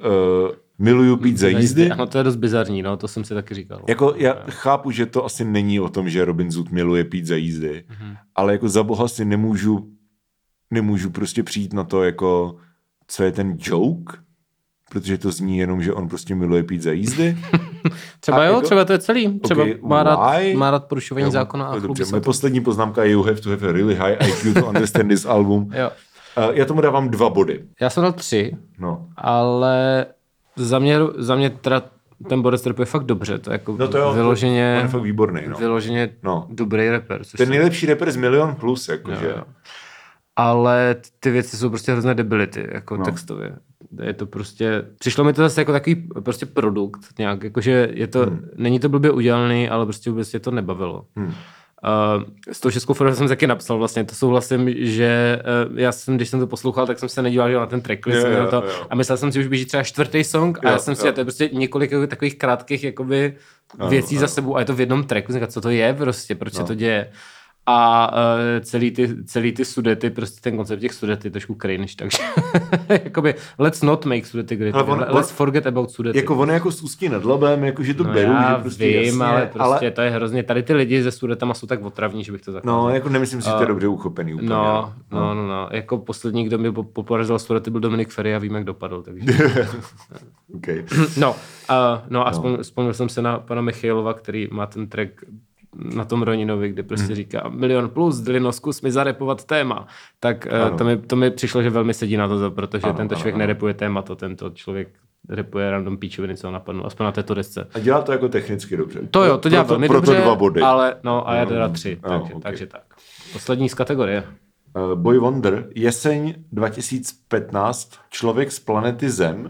Miluju pít za jízdy? Ano, to je dost bizarní, no, to jsem si taky říkal. Jako já chápu, že to asi není o tom, že Robin Zoot miluje pít za jízdy, mm-hmm. ale jako za boha si nemůžu nemůžu prostě přijít na to, jako co je ten joke, protože to zní jenom, že on prostě miluje pít za jízdy. Třeba a jo, jako, třeba to je celý. Třeba okay, má, rád, má rád porušování zákona a chlubí se. Moje poslední poznámka je you have to have a really high I Q to understand this album. Jo. Uh, já tomu dávám dva body. Já jsem dal tři, no. ale za mě, za mě teda ten Boris rapuje fakt dobře. To je jako no to jo, vyloženě, to je fakt výborný. No. Vyloženě no. dobrý rapper. Ten nejlepší rapper z Milion plus. Jako, jo, že... jo. Ale ty věci jsou prostě hrozné debility, jako no. textově. Je to prostě, přišlo mi to zase jako takový prostě produkt nějak, jakože je to, hmm. není to blbě udělaný, ale prostě vůbec mě to nebavilo. Hmm. Uh, s tou českou formou jsem taky napsal vlastně, to souhlasím, že uh, já jsem, když jsem to poslouchal, tak jsem se nedíval na ten tracklist jo, jo, to, jo. a myslel jsem si, že už běží třeba čtvrtý song a jo, já jsem si, že to je prostě několik takových krátkých jakoby ano, věcí ano. za sebou a je to v jednom tracku, co to je prostě, proč no. se to děje. A uh, celý, ty, celý ty sudety, prostě ten koncept těch sudet je trošku cringe, takže jakoby let's not make sudety great, on, let's on, forget about sudety. Jako on je jako s ústí nad labem, jako že to no beru, já že prostě vím, jasně, ale prostě ale... to je hrozně, tady ty lidi se sudetama jsou tak otravní, že bych to zakázal. No, jako nemyslím si, že to je dobře uchopený úplně. No, no, no, no, jako poslední, kdo mi poporazil sudety, byl Dominik Ferry a vím, jak dopadl, takže. okay. No, uh, no a no. Vzpomněl, vzpomněl jsem se na pana Michailova, který má ten track na tom Roninovi, kde prostě hmm. říká milion plus, Dylino, zkus mi zarepovat téma. Tak uh, to, mi, to mi přišlo, že velmi sedí na to, protože ano, tento člověk ano, nerepuje témato, tento člověk repuje random píčoviny, co ho napadnu, aspoň na této desce. A dělá to jako technicky dobře. To jo, to dělá velmi dobře, proto dva body. Ale no a já teda tři, ano, takže, okay. takže tak. Poslední z kategorie. Uh, Boy Wonder, jeseň dva tisíce patnáct, Člověk z planety Zem.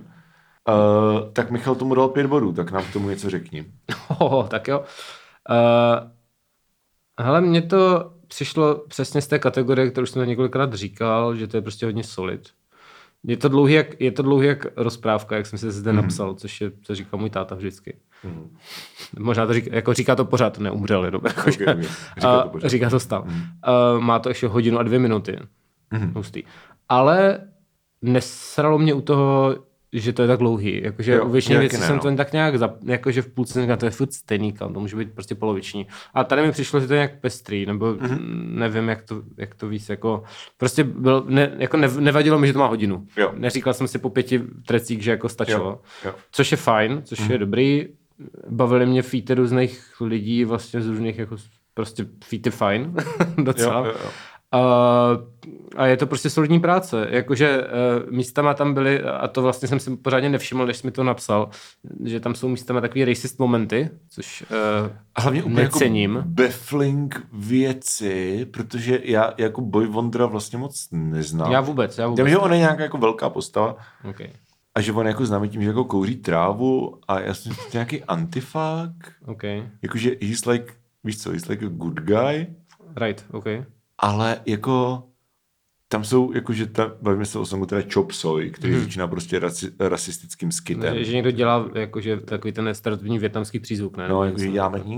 Uh, tak Michal tomu dal pět bodů, tak nám k tomu něco řekni. Oh, tak jo. Uh, hele, mě to přišlo přesně z té kategorie, kterou jsem několikrát říkal, že to je prostě hodně solid. Je to dlouhý jak, je to dlouhý jak rozprávka, jak jsem si zde mm. napsal, což je, co říká můj táta vždycky. Mm. Možná to říká, jako říká to pořád, neumřel jenom. Jako, okay, okay. Říká to pořád. Říká to stále. Mm. Uh, má to ještě hodinu a dvě minuty. Mm. Hustý. Ale nesralo mě u toho, že to je tak dlouhý. Jakože u většiny věcí ne, jsem no. to jen tak nějak, zap, jakože v půlce říkám, to je furt stejný, kam, to může být prostě poloviční. A tady mi přišlo, že to je nějak pestrý, nebo mm-hmm. nevím, jak to, jak to víc, jako prostě bylo, ne, jako ne, nevadilo mi, že to má hodinu. Jo. Neříkal jsem si po pěti trecích, že jako stačilo. Jo. Jo. Což je fajn, což mm-hmm. je dobrý. Bavili mě featy různých lidí, vlastně z různých, jako prostě featy fajn, docela. Jo, jo, jo. Uh, a je to prostě solidní práce, jakože uh, místama tam byly, a to vlastně jsem si pořádně nevšiml, než jsi mi to napsal, že tam jsou místama takový racist momenty, což uh, a hlavně úplně necením. Jako baffling věci, protože já jako Boy Wondera vlastně moc neznám. Já vůbec, já vůbec. Já vím, že on je nějaká jako velká postava. Okay. A že on jako známý tím, že jako kouří trávu a já jsem nějaký antifák. Okay. Jakože he's like, víš co, he's like a good guy. Right, okay. Ale jako tam jsou, jakože tam, bavíme se o songu teda Chop Suey, který hmm. začíná prostě rasi, rasistickým skitem. Že, že někdo dělá jakože takový ten stereotypní vietnamský přízvuk, ne? No, jakože já mám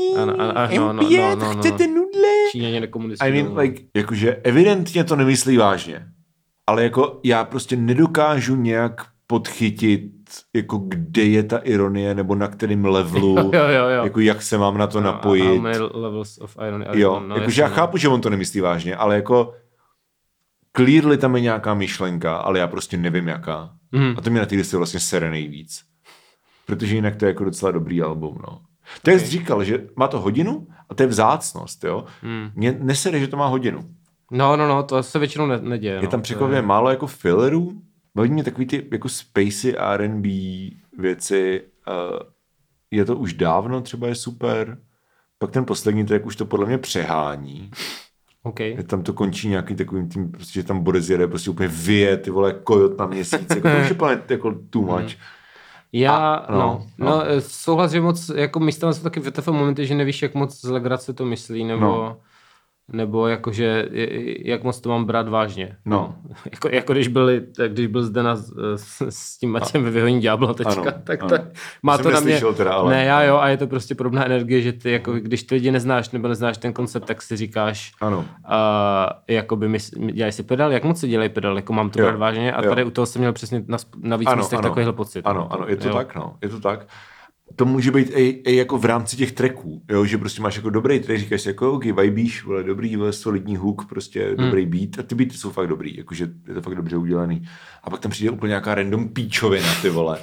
chcete nudle? Číňaně nekomunistují. I mean, like, jakože evidentně to nemyslí vážně, ale jako já prostě nedokážu nějak podchytit, jako kde je ta ironie, nebo na kterém levelu, jo, jo, jo. jako jak se mám na to no, napojit. Levels of irony. Jo, no, jakože já chápu, že on to nemyslí vážně, ale jako clearly tam je nějaká myšlenka, ale já prostě nevím jaká. Mm. A to mě na týhle se vlastně sere nejvíc. Protože jinak to je jako docela dobrý album, no. To okay. jsi říkal, že má to hodinu a to je vzácnost, jo. Mm. Mě nesere, že to má hodinu. No, no, no, to se většinou ne- neděje. Je tam no, překvapivě je... málo jako fillerů. Baví mě takový ty jako spacey R and B věci. Uh, je to už dávno, třeba je super. Pak ten poslední track už to podle mě přehání. Okay. Tam to končí nějakým takovým tím, prostě, že tam Boris jede, prostě úplně vyje, ty vole, kojot na měsíc. Jako to už je plně jako too much. Já, a, no, no, no. no, souhlas, že moc, jako místama jsou taky V T F momenty, že nevíš, jak moc z legrace to myslí, nebo... No. Nebo jakože, jak moc to mám brát vážně. No. Jako, jako když, byli, když byl zde na, s, s tím Matějem ve Vyhoní ďábla teďka, ano, tak, ano. tak má to na mě... Teda, ale... Ne, já jo, a je to prostě podobná energie, že ty, jako, když ty lidi neznáš nebo neznáš ten koncept, tak si říkáš, ano. A, jakoby my, dělají si pedal, jak moc si dělají pedal, jako mám to jo, brát vážně a jo. Tady u toho jsem měl přesně na, na víc místech takovýhle pocit. Ano, ano, je to jo. tak, no, je to tak. To může být i, i jako v rámci těch tracků, jo, že prostě máš jako dobrý track, říkáš si jako, ok, vibíš, vole, dobrý, vole, solidní hook, prostě hmm. dobrý beat a ty beaty jsou fakt dobrý, jakože je to fakt dobře udělaný. A pak tam přijde úplně nějaká random píčovina, ty vole.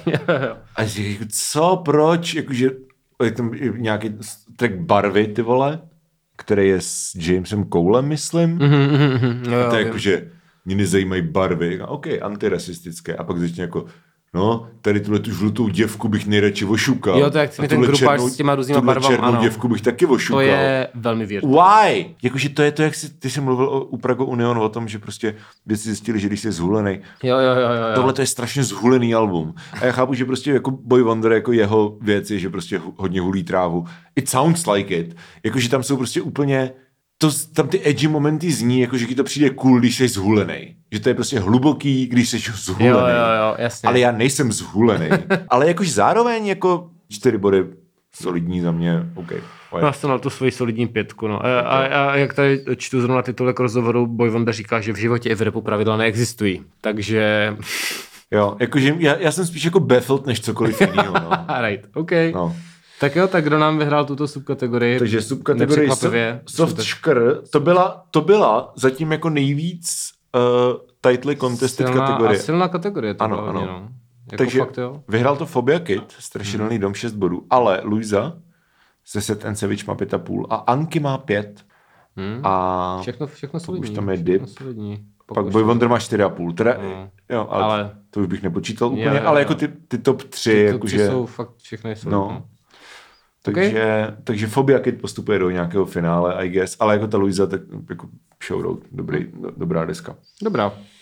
A říkáš, co, proč, jakože je tam nějaký track Barvy, ty vole, který je s Jamesem Colem, myslím. Mm-hmm, mm-hmm, jo, a to je jakože, mě nezajímají barvy, a ok, antirasistické, a pak začne jako, no, tady tuhle tu žlutou děvku bych nejradši ošukal. Jo, to jak ten grupář s těma různýma barvama, černou ano. děvku bych taky ošukal. To je velmi věrný. Why? Jakože to je to, jak jsi, ty jsi mluvil o, u Prago Union o tom, že prostě věci zjistili, že když jsi zhulený. Jo, jo, jo, jo. Tohle to je strašně zhulený album. A já chápu, že prostě jako Boy Wonder, jako jeho věc je, že prostě hodně hulí trávu. It sounds like it. Jakože tam jsou prostě úplně... To, tam ty edgy momenty zní, jako že ti to přijde cool, když jsi zhulený. Že to je prostě hluboký, když jsi zhulený. Jo, jo, jo, jasně. Ale já nejsem zhulený. Ale jakož zároveň jako čtyři body solidní za mě, OK. Já jsem na tu svoji solidní pětku, no. A, a, a jak tady čtu zrovna titulek rozhovoru, Boy Wonder říká, že v životě i v rapu pravidla neexistují. Takže... Jo, jakože já, já jsem spíš jako baffled než cokoliv jiného, no. Right, OK. No. Tak jo, tak kdo nám vyhrál tuto subkategorii? Takže subkategorii soft škr, to byla, to byla zatím jako nejvíc uh, tightly contested silná, kategorie. A silná kategorie to ano, byla ano. Mě, no. Jako takže fakt, jo. vyhrál to Phobia Kid, strašidelný hmm. dom šest bodů, ale Luisa se Set and Savage má pět a půl a Anky má pět. Hmm. A všechno, všechno solidní. Už tam je Dip. Solidní. Pak Boy Wonder má čtyři a půl. Teda, no. jo, ale, ale to už bych nepočítal úplně, jo, jo, ale jo. jako ty, ty top tři. Ty top jako tři že, jsou fakt všechny solidní. No. Takže, okay. takže Phobia Kid postupuje do nějakého finále, I guess, ale jako ta Luisa, tak jako showroad, dobrý, do, dobrá deska. Dobrá.